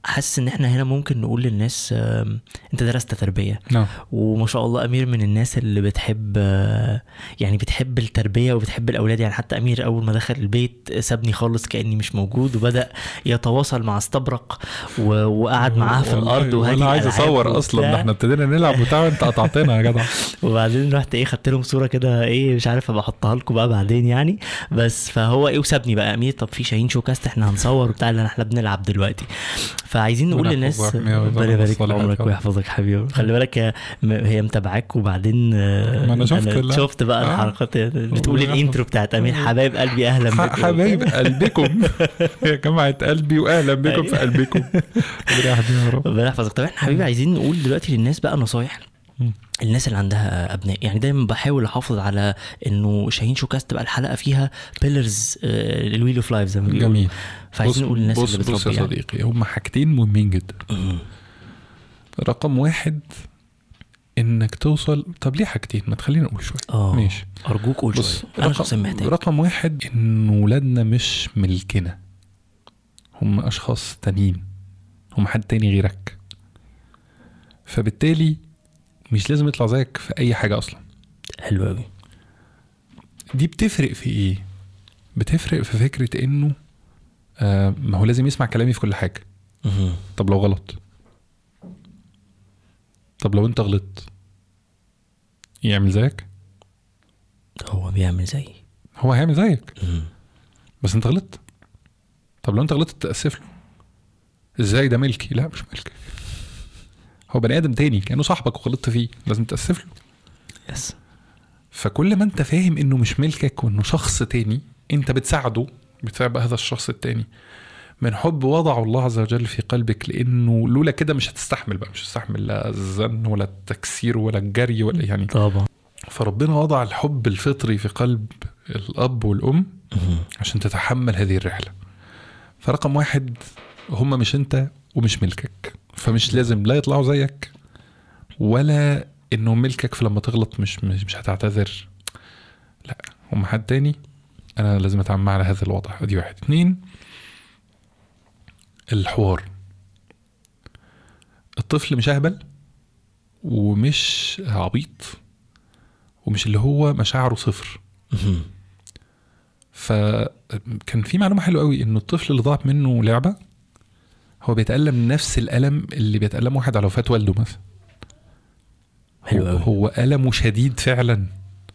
حاسس ان احنا هنا ممكن نقول للناس آم، انت درست تربية نعم. وما شاء الله امير من الناس اللي بتحب آه، يعني بتحب التربيه وبتحب الاولاد. يعني حتى امير اول ما دخل البيت سابني خالص كاني مش موجود وبدا يتواصل مع استبرق و- وقعد معاه في الارض وهدي وانا عايز الألعاب اصور وبتاع. اصلا ده احنا ابتدينا نلعب وبتاع انت قطعتنا يا جدع. وبعدين رحت ايه خدت لهم صوره كده ايه مش عارف ابقى احطها لكم بقى بعدين يعني. بس فهو ايه وسابني بقى امير طب في شاهين شو كاست احنا هنصور وبتاع اللي احنا بنلعب دلوقتي. فعايزين نقول ربنا للناس يحفظك يا رب، ربنا يبارك في الصالحات عمرك يا رب. ويحفظك حبيبي. خلي بالك يا- م- هي متابعاك وبعدين آه، ما أنا شفت لا. شفت بقى آه. الحركات بتقول ربنا الانترو بتاعت امير حبايب قلبي اهلا ح- بكم. حبايب قلبكم يا جماعة قلبي واهلا بكم في قلبكم. ربنا يحفظك يا رب. ربنا يحفظك. طب احنا حبيبي عايزين نقول دلوقتي للناس بقى نصايح مم. الناس اللي عندها ابناء. يعني دايما بحاول احافظ على انه شاهين شو كاست تبقى الحلقه فيها بيلرز الويل اوف لايف زي ما بيقولوا. جميل. فعايزين نقول للناس بص اللي بص بتربي يا يعني. صديقي هم حاجتين مهمين جدا. مم. رقم واحد انك توصل. طب ليه حاجتين؟ ما تخلينا نقول شويه. اه ماشي. ارجوك قول بص شويه انا شخصيا رقم, محتاج. رقم واحد ان ولادنا مش ملكنا، هم اشخاص تانيين، هم حد تاني غيرك، فبالتالي مش لازم يطلع زيك في اي حاجه اصلا. حلو قوي. دي بتفرق في ايه؟ بتفرق في فكره انه آه ما هو لازم يسمع كلامي في كل حاجه. مم. طب لو غلط، طب لو انت غلطت يعمل زيك؟ هو بيعمل زي هو هيعمل زيك مم. بس انت غلطت. طب لو انت غلطت تأسف له. ازاي ده ملكي؟ لا مش ملكي، هو بني ادم تاني كأنه صاحبك وغلطت فيه لازم تأسف له. يس. فكل ما انت فاهم انه مش ملكك وانه شخص تاني انت بتساعده، بتساعد هذا الشخص التاني من حب وضعه الله عز وجل في قلبك، لانه لولا كده مش هتستحمل بقى، مش هتستحمل لا الزن ولا التكسير ولا الجري ولا يعني. طبعا. فربنا وضع الحب الفطري في قلب الاب والام مم. عشان تتحمل هذه الرحلة. فرقم واحد هم مش انت ومش ملكك، فمش لازم لا يطلعوا زيك ولا انه ملكك، فلما تغلط مش مش, مش هتعتذر، لا هم حد تاني انا لازم اتعامل معاه على هذا الوضع. دي واحد. اتنين، الحوار. الطفل مش اهبل ومش عبيط ومش اللي هو مشاعره صفر. مم. فكان في معلومة حلوة قوي انه الطفل اللي ضاعت منه لعبة هو بيتألم نفس الألم اللي بيتألم واحد على وفاة والده مثلا. حلو هو, قوي. هو ألمه شديد فعلا.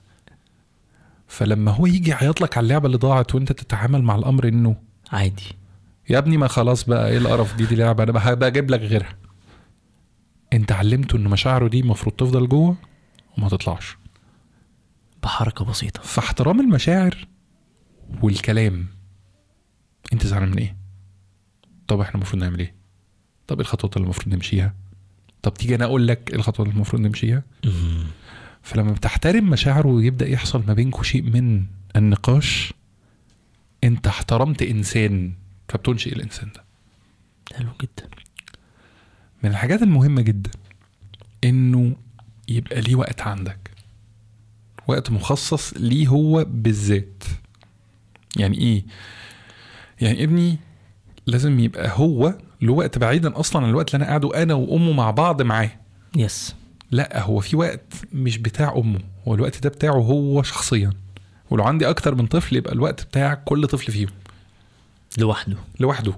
فلما هو يجي يعيط لك على اللعبة اللي ضاعت وانت تتعامل مع الأمر انه عادي يا ابني ما خلاص بقى ايه القرف دي دي لعبة انا بقى اجيب لك غيرها، انت علمته ان مشاعره دي مفروض تفضل جوه وما تطلعش بحركه بسيطه. فاحترام المشاعر والكلام. انت زعلان من ايه؟ طب احنا المفروض نعمل ايه؟ طب ايه الخطوات اللي المفروض نمشيها؟ طب تيجي انا اقول لك ايه الخطوات اللي المفروض نمشيها. مم. فلما بتحترم مشاعره ويبدا يحصل ما بينكم شيء من النقاش، انت احترمت انسان فبتنشئ الانسان ده. حلو جدا. من الحاجات المهمه جدا انه يبقى ليه وقت عندك، وقت مخصص ليه هو بالذات. يعني ايه؟ يعني ابني لازم يبقى هو له وقت بعيدا اصلا عن الوقت اللي انا قاعده انا وامه مع بعض معاه. يس. لا هو في وقت مش بتاع امه، هو الوقت ده بتاعه هو شخصيا. ولو عندي اكتر من طفل يبقى الوقت بتاع كل طفل فيهم لوحده لوحده.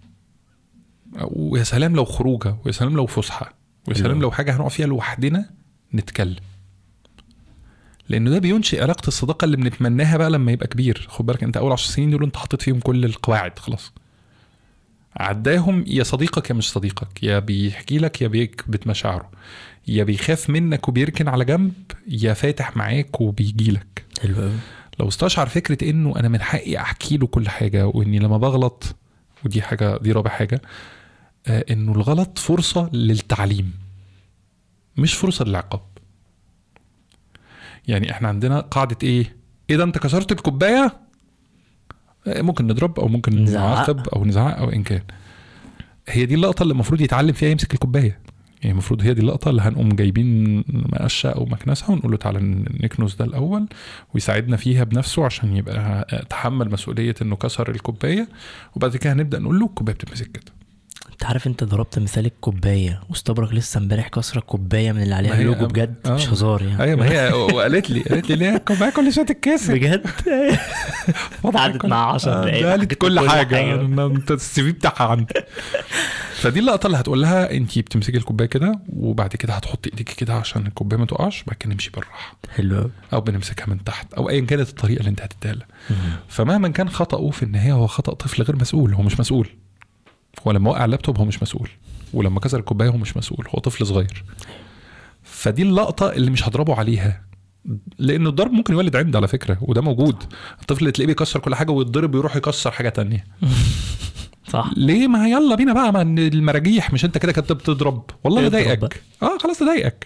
ويا سلام لو خروجه، ويا سلام لو فسحه، ويا سلام لو حاجه هنقع فيها لوحدنا نتكلم، لانه ده بينشئ علاقه الصداقه اللي بنتمناها بقى لما يبقى كبير. خد بالك انت اول عشر سنين دول انت حطيت فيهم كل القواعد خلاص، عداهم يا صديقك يا مش صديقك، يا بيحكي لك يا بيكبت مشاعره، يا بيخاف منك وبيركن على جنب، يا فاتح معاك وبيجي لك. حلو قوي. لو استشعر فكره انه انا من حقي احكي له كل حاجه، واني لما بغلط، ودي حاجه دي رابع حاجه، آه انه الغلط فرصه للتعليم مش فرصه للعقاب. يعني احنا عندنا قاعده ايه؟ ايه ده انت كسرت الكوبايه؟ ممكن نضرب او ممكن نعاقب او نزعق او ان كان. هي دي اللقطه اللي المفروض يتعلم فيها يمسك الكوبايه. يعني المفروض هي دي اللقطه اللي هنقوم جايبين مقشه او مكنسه ونقول له تعالى نكنس ده الاول، ويساعدنا فيها بنفسه عشان يبقى تحمل مسؤوليه انه كسر الكوبايه، وبعد كده هنبدا نقول له الكوبايه بتتمسك كده. انت عارف انت ضربت مثال الكوبايه، واستبرك لسه امبارح كسره كوبايه من اللي عليها اللوجو بجد. آه. مش هزار يعني. ايوه ما هي وقالت لي قالت لي ليه الكوبايه كل شويه تتكسر بجد. قعدت مع عشر دقايق قالت كل حاجه انت السي في بتاعها عندي. فدي اللقطه اللي هتقول لها انت بتمسكي الكوبايه كده وبعد كده هتحطي ايديك كده عشان الكوبايه ما تقعش، بعد كده نمشي بالراحه. حلو. او بنمسكها من تحت او ايا كانت الطريقه اللي انت هتديها لها. فمهما كان خطأه في النهايه هو خطأ طفل غير مسؤول. هو مش مسؤول. هو لما وقع اللابتوب هو مش مسؤول، ولما كسر الكوبايه هو مش مسؤول، هو طفل صغير. فدي اللقطه اللي مش هضربه عليها، لانه الضرب ممكن يولد عند على فكره، وده موجود. الطفل اللي تلاقيه بيكسر كل حاجه ويتضرب ويروح يكسر حاجه تانية. صح. ليه؟ ما يلا بينا بقى من المراجيح، مش انت كده كنت بتضرب والله لا ضايقك. اه خلاص ضايقك.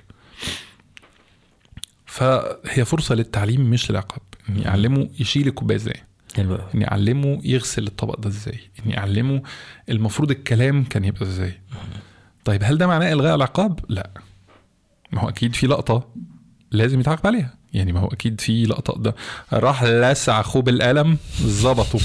فهي فرصه للتعليم مش للعقاب. اني اعلمه يشيل الكوبايه ازاي، اني اعلمه يغسل الطبق ده ازاي، اني اعلمه المفروض الكلام كان يبقى ازاي. طيب هل ده معناه الغاء العقاب؟ لا. ما هو اكيد في لقطه لازم يتعاقب عليها. يعني ما هو اكيد في لقطه ده راح لسع اخوه بالقلم ظبطه.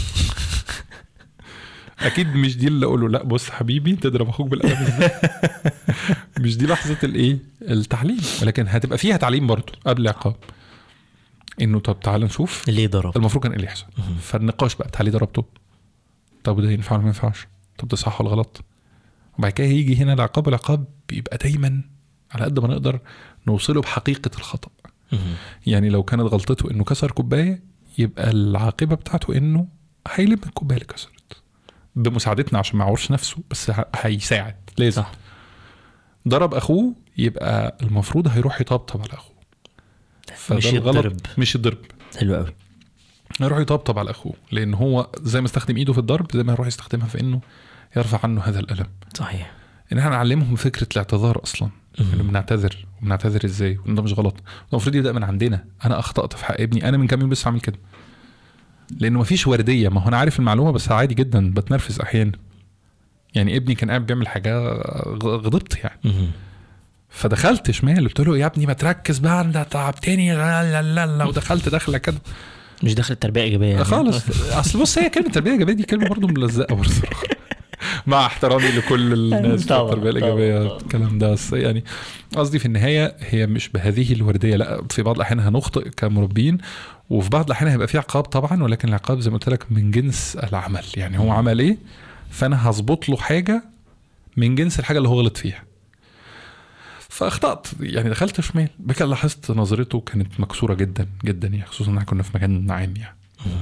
اكيد مش دي اللي اقوله لا بص حبيبي تضرب اخوك بالقلم ازاي. مش دي لحظه الايه التعليم، ولكن هتبقى فيها تعليم برضو قبل العقاب. انه طب تعال نشوف اللي ضرب المفروض كان ايه اللي يحصل. فالنقاش بقى تعالي ضربته، طب ده ينفع ولا ما ينفعش، طب ده صح ولا غلط. وبعد كده يجي هنا العقاب. العقاب بيبقى دايما على قد ما نقدر نوصله بحقيقه الخطا. يعني لو كانت غلطته انه كسر كوبايه يبقى العاقبه بتاعته انه هيلم الكوبايه اللي كسرت بمساعدتنا عشان ما يعورش نفسه، بس هيساعد لازم. صح. ضرب اخوه يبقى المفروض هيروح يطبطب على اخوه، مش يضرب. مش يضرب. حلو قوي. يروح يطبطب على اخوه، لان هو زي ما استخدم ايده في الضرب زي ما يروح يستخدمها في انه يرفع عنه هذا الالم. صحيح. ان احنا نعلمهم فكره الاعتذار اصلا، انه بنعتذر وبنعتذر ازاي، وان ده مش غلط. المفروض يبدا من عندنا. انا اخطات في حق ابني، انا من كام يوم بس اعمل كده، لانه مفيش ورديه. ما هو انا عارف المعلومه بس عادي جدا بتنرفز احيانا. يعني ابني كان قاعد بيعمل حاجه غضبت يعني، فدخلت شمال قلت له يا ابني ما تركز بقى انت تعبتني لا لا لا، ودخلت دخله كده مش داخل التربيه ايجابيه يعني. خالص. اصل بص هي كلمه تربيه ايجابيه دي كلمه برضو ملزقه برضو. مع احترامي لكل الناس في التربيه الايجابيه الكلام ده، بس يعني قصدي في النهايه هي مش بهذه الورديه. لا، في بعض الاحيان هنخطئ كمربين، وفي بعض الاحيان هيبقى في عقاب طبعا، ولكن العقاب زي ما قلت لك من جنس العمل. يعني هو عمل ايه فانا هظبط له حاجه من جنس الحاجه اللي هو غلط فيها. فاخطأت يعني دخلت شمال بكده، لاحظت نظرته كانت مكسوره جدا جدا يعني، خصوصا ان احنا كنا في مكان عام يعني.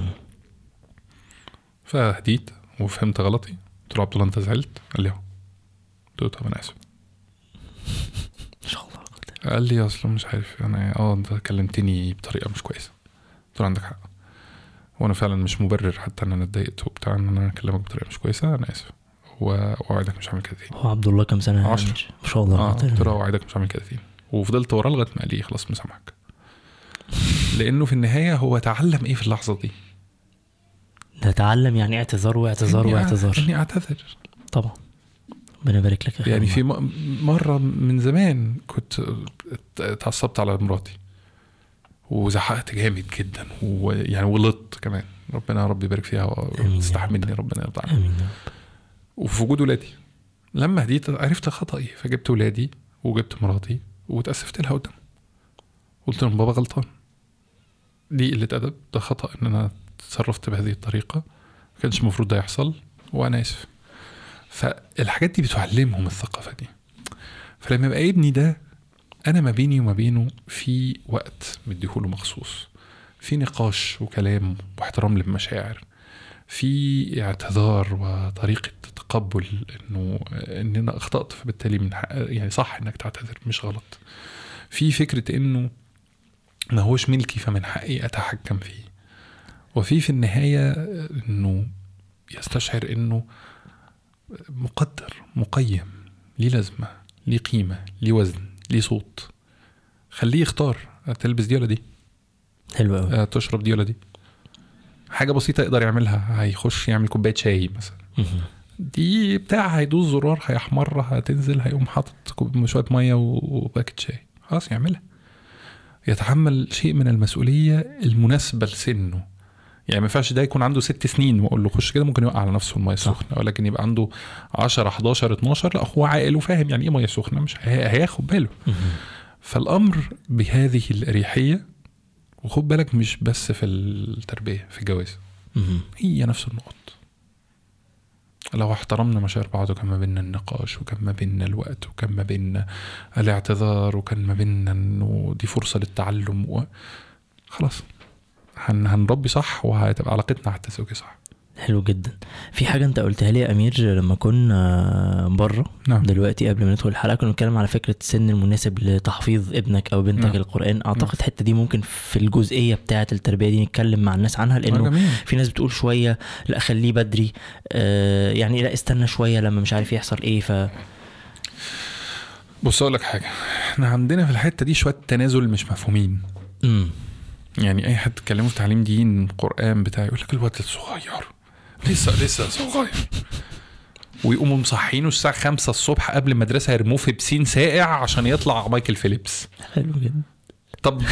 فهديت وفهمت غلطي. قلت له عبد الله انت زعلت؟ قال لي اه. قلت له طب انا اسف. ان شاء الله. قال لي اصلا مش عارف انا اه انت كلمتني بطريقه مش كويسه. قلت له عندك حق، وانا فعلا مش مبرر حتى ان انا اتضايقت وبتاع ان انا اكلمك بطريقه مش كويسه. انا اسف واوعدك مش هعمل كده تاني. هو عبد الله كام سنه؟ عشرة ما شاء الله. اه قلت له اوعدك مش هعمل كده تاني، وفضلت وراه لغايه ما قال لي خلاص مسامحك. لانه في النهايه هو تعلم ايه في اللحظه دي؟ نتعلم يعني اعتذار واعتذار إني واعتذار. اني اعتذر طبعا. ربنا يبارك لك. يعني في مره من زمان كنت اتعصبت على مراتي وزحقت جامد جدا، ويعني ولطت كمان. ربنا ربي يبارك فيها وتستحملني، ربنا يرضى عنها. وفي وجود ولادي لما هديت عرفت خطأي، فجبت ولادي وجبت مراتي وتأسفت لها قدام، قلت لهم بابا غلطان، دي قلة أدب، ده خطأ ان انا تصرفت بهذه الطريقة، ما كانش المفروض ده يحصل وانا اسف. فالحاجات دي بتعلمهم الثقافة دي. فلما يبقى ابني ده انا ما بيني وما بينه في وقت مديهوله مخصوص، في نقاش وكلام واحترام للمشاعر، في اعتذار وطريقة تقبل انه ان انا اخطأت فبالتالي من حق يعني صح انك تعتذر مش غلط، في فكرة انه ما هوش ملكي فمن حقي اتحكم فيه، وفي في النهاية انه يستشعر انه مقدر مقيم ليه لازمة ليه قيمة ليه وزن ليه صوت. خليه يختار تلبس دي ولا دي، حلو قوي، تشرب دي ولا دي. حاجة بسيطة يقدر يعملها، هيخش يعمل كوباية شاي مثلا، دي بتاع هيدوس زرار هيحمر هتنزل هيقوم حاطط شوية مية وباكت شاي، خلاص يعملها. يتحمل شيء من المسؤولية المناسبة لسنه. يعني ما ينفعش ده يكون عنده ست سنين واقول له خش كده، ممكن يوقع على نفسه الميه السخنه، ولكن يبقى عنده عشرة حداشر اتناشر لا هو عاقل وفاهم يعني ايه ميه سخنه، مش هياخد باله. فالامر بهذه الاريحيه. وخد بالك مش بس في التربيه، في الجواز هي نفس النقط. لو احترمنا مشاعر بعض، وكان ما بيننا النقاش، وكان ما بيننا الوقت، وكان ما بيننا الاعتذار، وكان ما بيننا انه دي فرصه للتعلم و... خلاص هن هنربي صح، وهتبقى علاقتنا حتى زوجي صح. حلو جدا. في حاجه انت قلتها لي يا امير لما كنا بره. نعم. دلوقتي قبل ما ندخل الحلقه كنا بنتكلم على فكره السن المناسب لتحفيظ ابنك او بنتك. نعم. القران. اعتقد الحته دي ممكن في الجزئيه بتاعه التربيه دي نتكلم مع الناس عنها، لانه في ناس بتقول شويه لا خليه بدري، آه يعني لا استنى شويه لما مش عارف يحصل ايه. ف بص اقول لك حاجه، احنا عندنا في الحته دي شويه تنازل مش مفهومين. امم يعني اي حد تكلمه في تعليم دين القران بتاعي يقول لك الواد الصغير لسه لسه صغير، ويقوموا مصحينه الساعه خمسة الصبح قبل المدرسه يرموه في بسين ساقع عشان يطلع مايكل فيليبس. حلو جدا. طب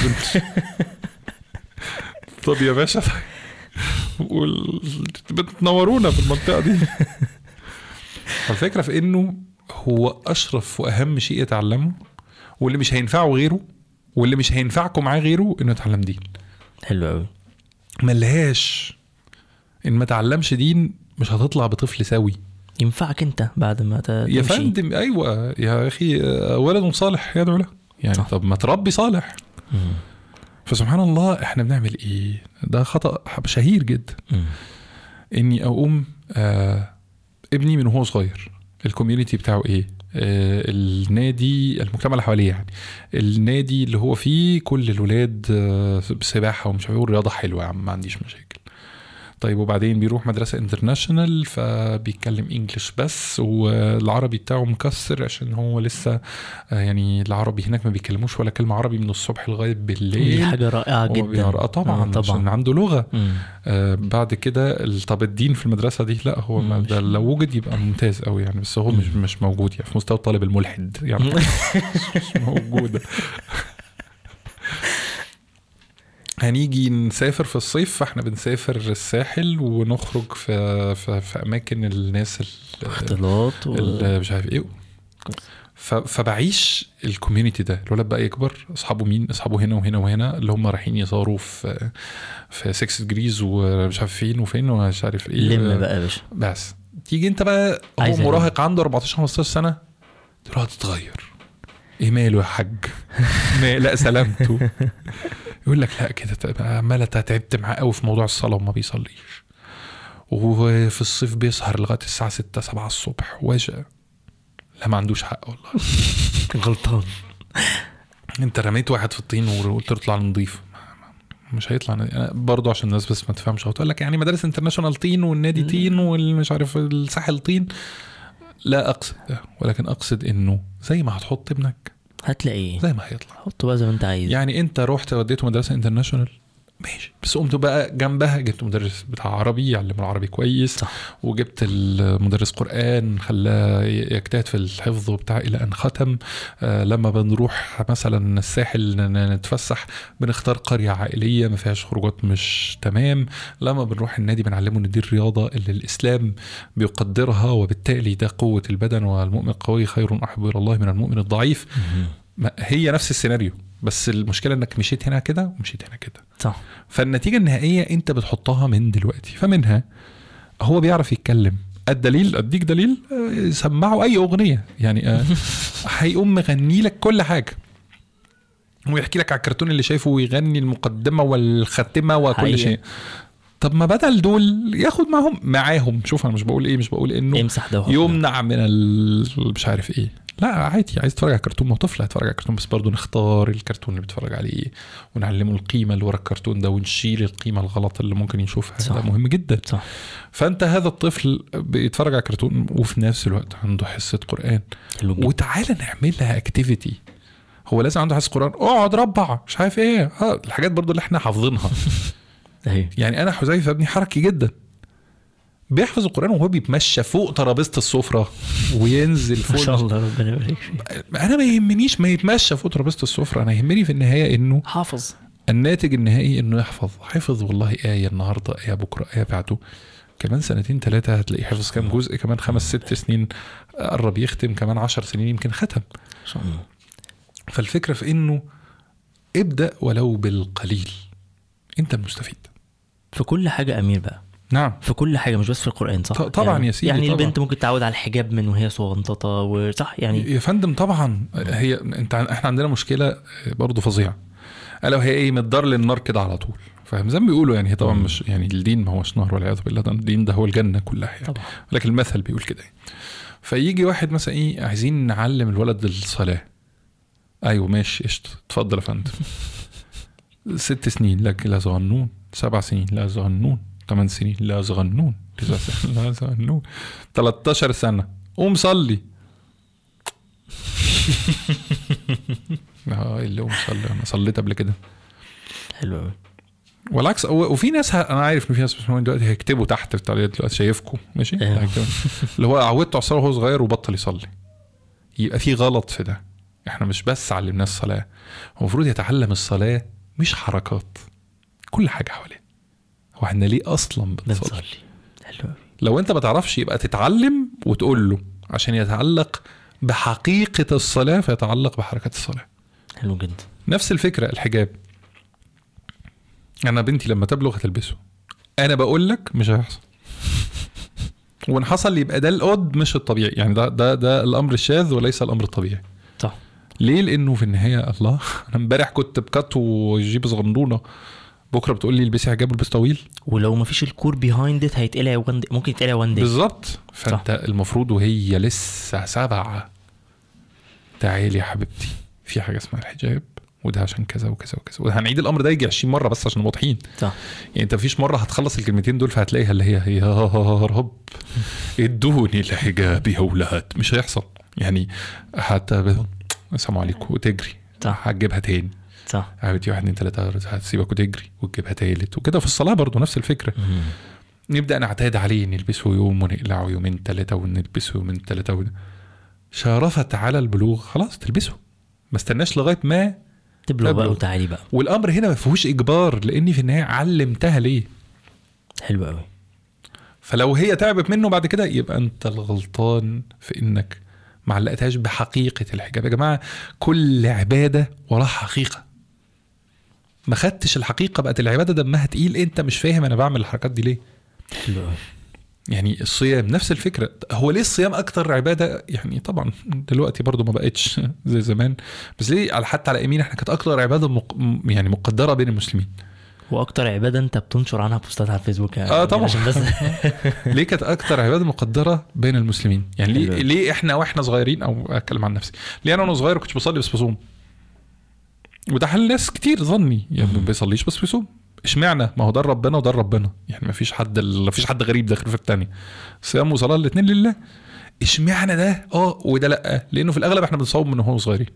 طب يا باشا وال... بتنورونا في المنطقه دي. الفكره في انه هو اشرف واهم شيء يتعلمه، واللي مش هينفعه غيره، واللي مش هينفعكم معاه غيره، انه يتعلم دين. حلو قوي. ملهاش ان ما تعلمش دين مش هتطلع بطفل سوي ينفعك انت بعد ما تمشي. يا فندم ايوه يا اخي، ولد صالح يدعو له يعني. صح. طب ما تربي صالح. مم. فسبحان الله احنا بنعمل ايه؟ ده خطأ شهير جدا. مم. اني اقوم آه ابني من هو صغير الكوميونيتي بتاعه ايه، آه النادي، المجتمع اللي حواليه، يعني النادي اللي هو فيه كل الولاد آه سباحه ومش عارف، رياضه حلوه يا عم ما عنديش مشاكل. طيب وبعدين بيروح مدرسة انترناشنال فبيتكلم انجلش بس، والعربي بتاعه مكسر عشان هو لسه يعني العربي هناك ما بيكلموش ولا كلمة عربي من الصبح لغاية بالليل. دي حاجة رائعة جدا. آه طبعا, آه طبعا عشان عنده لغة. آه بعد كده طب الدين في المدرسة دي لا هو ما ده لو وجد يبقى ممتاز قوي يعني، بس هو مم. مش مش موجود يعني في مستوى الطالب الملحد يعني. مش موجودة. هنيجي نسافر في الصيف، فاحنا بنسافر الساحل ونخرج في في, في اماكن الناس اختلاط و... مش عارف ايه. فبعيش الكوميونتي ده. الولد بقى يكبر، اصحابه مين؟ اصحابه هنا وهنا وهنا اللي هم رايحين يصاروا في في ستة ديجريز ومش عارف فين وفين ومش عارف ايه. لم بقى يا باشا. بس تيجي انت بقى هو مراهق عنده أربعتاشر خمستاشر سنه دلوقتي تتغير. ايه ماله يا حاج؟ لا سلامته. يقول لك لا كده عماله تعبت معاه قوي في موضوع الصلاه وما بيصليش، وفي الصيف بيسهر لغايه الساعه ستة سبعة الصبح وجاء. لا ما عندوش حق والله. غلطان. انت رميت واحد في الطين وقلت له اطلع نضيف، مش هيطلع برضه. عشان الناس بس ما تفهمش، هتقول لك يعني مدارس انترناشونال طين والنادي طين والمش عارف الساحل طين. لا اقصد ده، ولكن اقصد انه زي ما هتحط ابنك هتلاقيه زي ما هيطلع. حطه بقى زي ما انت عايز. يعني انت رحت وديته مدرسه انترناشونال ماشي، بس قمت بقى جنبها جبت مدرس بتاع عربي يعلم العربي كويس. صح. وجبت المدرس قرآن خلاه يجتهد في الحفظ بتاع الى ان ختم. آه لما بنروح مثلا الساحل نتفسح بنختار قرية عائلية ما فيهاش خروجات مش تمام. لما بنروح النادي بنعلمه ان دي الرياضة اللي الاسلام بيقدرها، وبالتالي ده قوة البدن، والمؤمن القوي خير احب الى الله من المؤمن الضعيف. هي نفس السيناريو، بس المشكلة انك مشيت هنا كده ومشيت هنا كده. صح. فالنتيجة النهائية انت بتحطها من دلوقتي. فمنها هو بيعرف يتكلم. الدليل اديك دليل، سمعه اي اغنية يعني هيقوم مغني لك كل حاجة ويحكي لك على الكرتون اللي شايفه ويغني المقدمة والختمة وكل حقيقة. شيء. طب ما بدل دول ياخد معهم معاهم. شوف انا مش بقول ايه، مش بقول انه يمنع من مش عارف ايه. لا عادي، عايز تتفرج على كرتون ما طفل هيتفرج على كرتون، بس برضو نختار الكرتون اللي بيتفرج عليه ونعلمه القيمة اللي ورا الكرتون ده، ونشيل القيمة الغلط اللي ممكن يشوفها. صح. ده مهم جدا. صح. فانت هذا الطفل بيتفرج على كرتون وفي نفس الوقت عنده حصة قرآن، وتعالى نعمل لها اكتيفيتي. هو لازم عنده حصة قرآن، اقعد ربع مش عارف ايه، ها الحاجات برضو اللي احنا حافظينها. يعني انا حذيفة ابني حركي جدا، بيحفظ القرآن وهو بيتمشى فوق ترابيزة السفرة وينزل فوق. ما شاء الله ربنا يبارك فيك. انا ما يهمنيش ما يتمشى فوق ترابيزة السفرة، انا يهمني في النهاية انه حافظ الناتج النهائي انه يحفظ حفظ والله آية النهاردة، آية بكرة، آية بعده، كمان سنتين ثلاثة هتلاقي حفظ كام جزء، كمان خمس ست سنين قرب يختم، كمان عشر سنين يمكن ختم. فالفكرة في انه ابدأ ولو بالقليل، انت المستفيد في كل حاجة أمير بقى. نعم في كل حاجة مش بس في القرآن، صح؟ طبعا يعني يا سيدي. يعني طبعًا. البنت ممكن تعود على الحجاب من وهي صغنططة، وصح يعني يا فندم طبعا. هي انت احنا عندنا مشكلة برضو فظيعة، الا وهي ايه، من الدار للنار كده على طول، فاهم زي ما بيقولوا يعني. هي طبعا مم. مش يعني الدين ما هوش نهر والعياذ بالله، ده الدين ده هو الجنة كلها يعني. طبعا. لكن المثل بيقول كده. فيجي واحد مثلا ايه، عايزين نعلم الولد الصلاة، ايوه ماشي قشطة، اتفضل يا فندم. ست سنين لك لا صغنون، سبع سنين لا صغنون، ثمان سنين لا صغنون، تسع سنين لا صغنون، تلتاشر سنة قوم صلي. اه اللي قوم صلي، انا صليت قبل كده. حلو قوي. والعكس. وفي ناس ه... انا عارف ان في ناس بيسمعوني دلوقتي هيكتبوا تحت في التعليقات دلوقتي، شايفكم ماشي اللي هو عودته على الصلاه وهو صغير وبطل يصلي. يبقى في غلط في ده. احنا مش بس علمناه الصلاه، هو المفروض يتعلم الصلاه مش حركات، كل حاجه حواليه. هو احنا ليه اصلا بنصلي؟ حلو. لو انت ما تعرفش يبقى تتعلم وتقول له عشان يتعلق بحقيقه الصلاه، فيتعلق بحركات الصلاه. حلو جدا. نفس الفكره الحجاب. انا بنتي لما تبلغ هتلبسه، انا بقول لك مش هيحصل، وان حصل يبقى ده القد مش الطبيعي يعني، ده ده ده الامر الشاذ وليس الامر الطبيعي. صح. ليه؟ لانه في النهايه الله، انا امبارح كنت بكت وجيب صغنونه، بكره بتقول لي البسي حجاب والبس طويل، ولو ما فيش الكور بيهايند ات هيتقلع وند... ممكن يتقلع وان دي بالظبط. فانت صح. المفروض وهي لسه سبعة، تعالي يا حبيبتي في حاجه اسمها الحجاب، وده عشان كذا وكذا وكذا، وهنعيد الامر ده يجي عشرين مره بس عشان واضحين. صح. يعني انت مفيش مره هتخلص الكلمتين دول فهتلاقيها اللي هي يا رب ادوني الحجاب يا اولاد، مش هيحصل يعني. حتى السلام عليكم وتجري، هتجيبها تاني، صح حبيبتي واحد اتنين تلاته هتسيبك وتجري وتجيبها تالت وكده. في الصلاه برضو نفس الفكره. مم. نبدا نعتاد عليه، نلبسه يوم ونقلعه يومين ثلاثه ونلبسه يومين ثلاثه ون... شرفت على البلوغ خلاص تلبسه، ما استناش لغايه ما تبلغ بقى وتعالي بقى. والامر هنا ما فيهوش اجبار، لاني في النهايه علمتها ليه. حلو قوي. فلو هي تعبت منه بعد كده يبقى انت الغلطان في انك ما علقتهاش بحقيقه الحجاب. يا جماعه كل عباده وراها حقيقه، ما خدتش الحقيقه بقت العباده دمها تقيل، انت مش فاهم انا بعمل الحركات دي ليه. حلو قوي. يعني الصيام نفس الفكرة. هو ليه الصيام أكتر عبادة؟ يعني طبعا دلوقتي برضو ما بقتش زي زمان، بس ليه على حتى على يمين احنا كانت أكتر عبادة مق... يعني مقدرة بين المسلمين، وأكتر عبادة أنت بتنشر عنها بوستات على الفيسبوك يعني. آه طبعا. بس ليه كانت أكتر عبادة مقدرة بين المسلمين؟ يعني ليه, ليه إحنا وإحنا صغيرين، أو أتكلم عن نفسي، ليه أنا وأنا صغير كنتش بصلي بس بصوم، وده حل ناس كتير ظني يعني ما بيصليش بس بيصوم. اشمعنى؟ ما هو ده ربنا وده ربنا، يعني ما فيش حد ما فيش حد غريب داخل في الثاني، صيام وصلاه الاثنين لله. اشمعنى ده اه وده لا؟ لانه في الاغلب احنا بنصوم من هو صغيرين،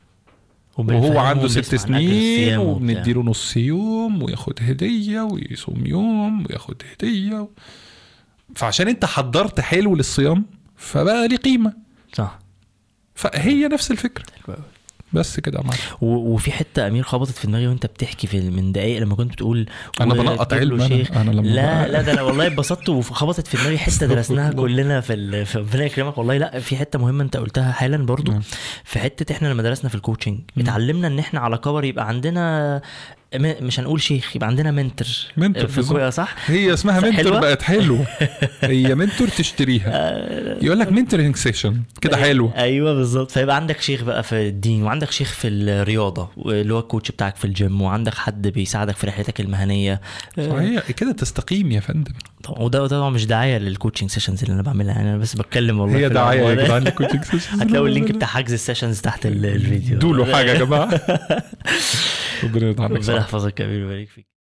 وهو عنده ست سنين وبنديله نص يوم وياخد هديه ويصوم يوم وياخد هديه و... فعشان انت حضرت حلو للصيام فبقى ليه قيمه. صح. فهي نفس الفكره بس كده. وفي حته امير خبطت في دماغي وانت بتحكي في من دقايق لما كنت بتقول انا بنقط علم أنا, انا لما لا لا ده انا والله اتبسطت وخبطت في دماغي حته درسناها كلنا في في ربنا يكرمك والله. لا في حته مهمه انت قلتها حالا برضو م. في حته احنا لما درسنا في الكوتشنج اتعلمنا ان احنا على كبر يبقى عندنا مش هنقول شيخ، يبقى عندنا منتور. منتور صح. هي اسمها منتور بقت حلو. هي منتور تشتريها يقول لك منتورنج سيشن كده حلو. ايوه بالظبط. فيبقى عندك شيخ بقى في الدين، وعندك شيخ في الرياضه اللي هو الكوتش بتاعك في الجيم، وعندك حد بيساعدك في رحلتك المهنيه. صحيح كده تستقيم يا فندم. وده ده مش دعايه للكوتشنج سيشنز اللي انا بعملها يعني، انا بس بتكلم والله. هي دعايه يا جدعان للكوتشنج سيشنز. هتلاقوا اللينك بتاع حجز السيشنز تحت الفيديو. دولوا حاجه يا جماعه. ربنا يحفظك يا كبير، يبارك فيك.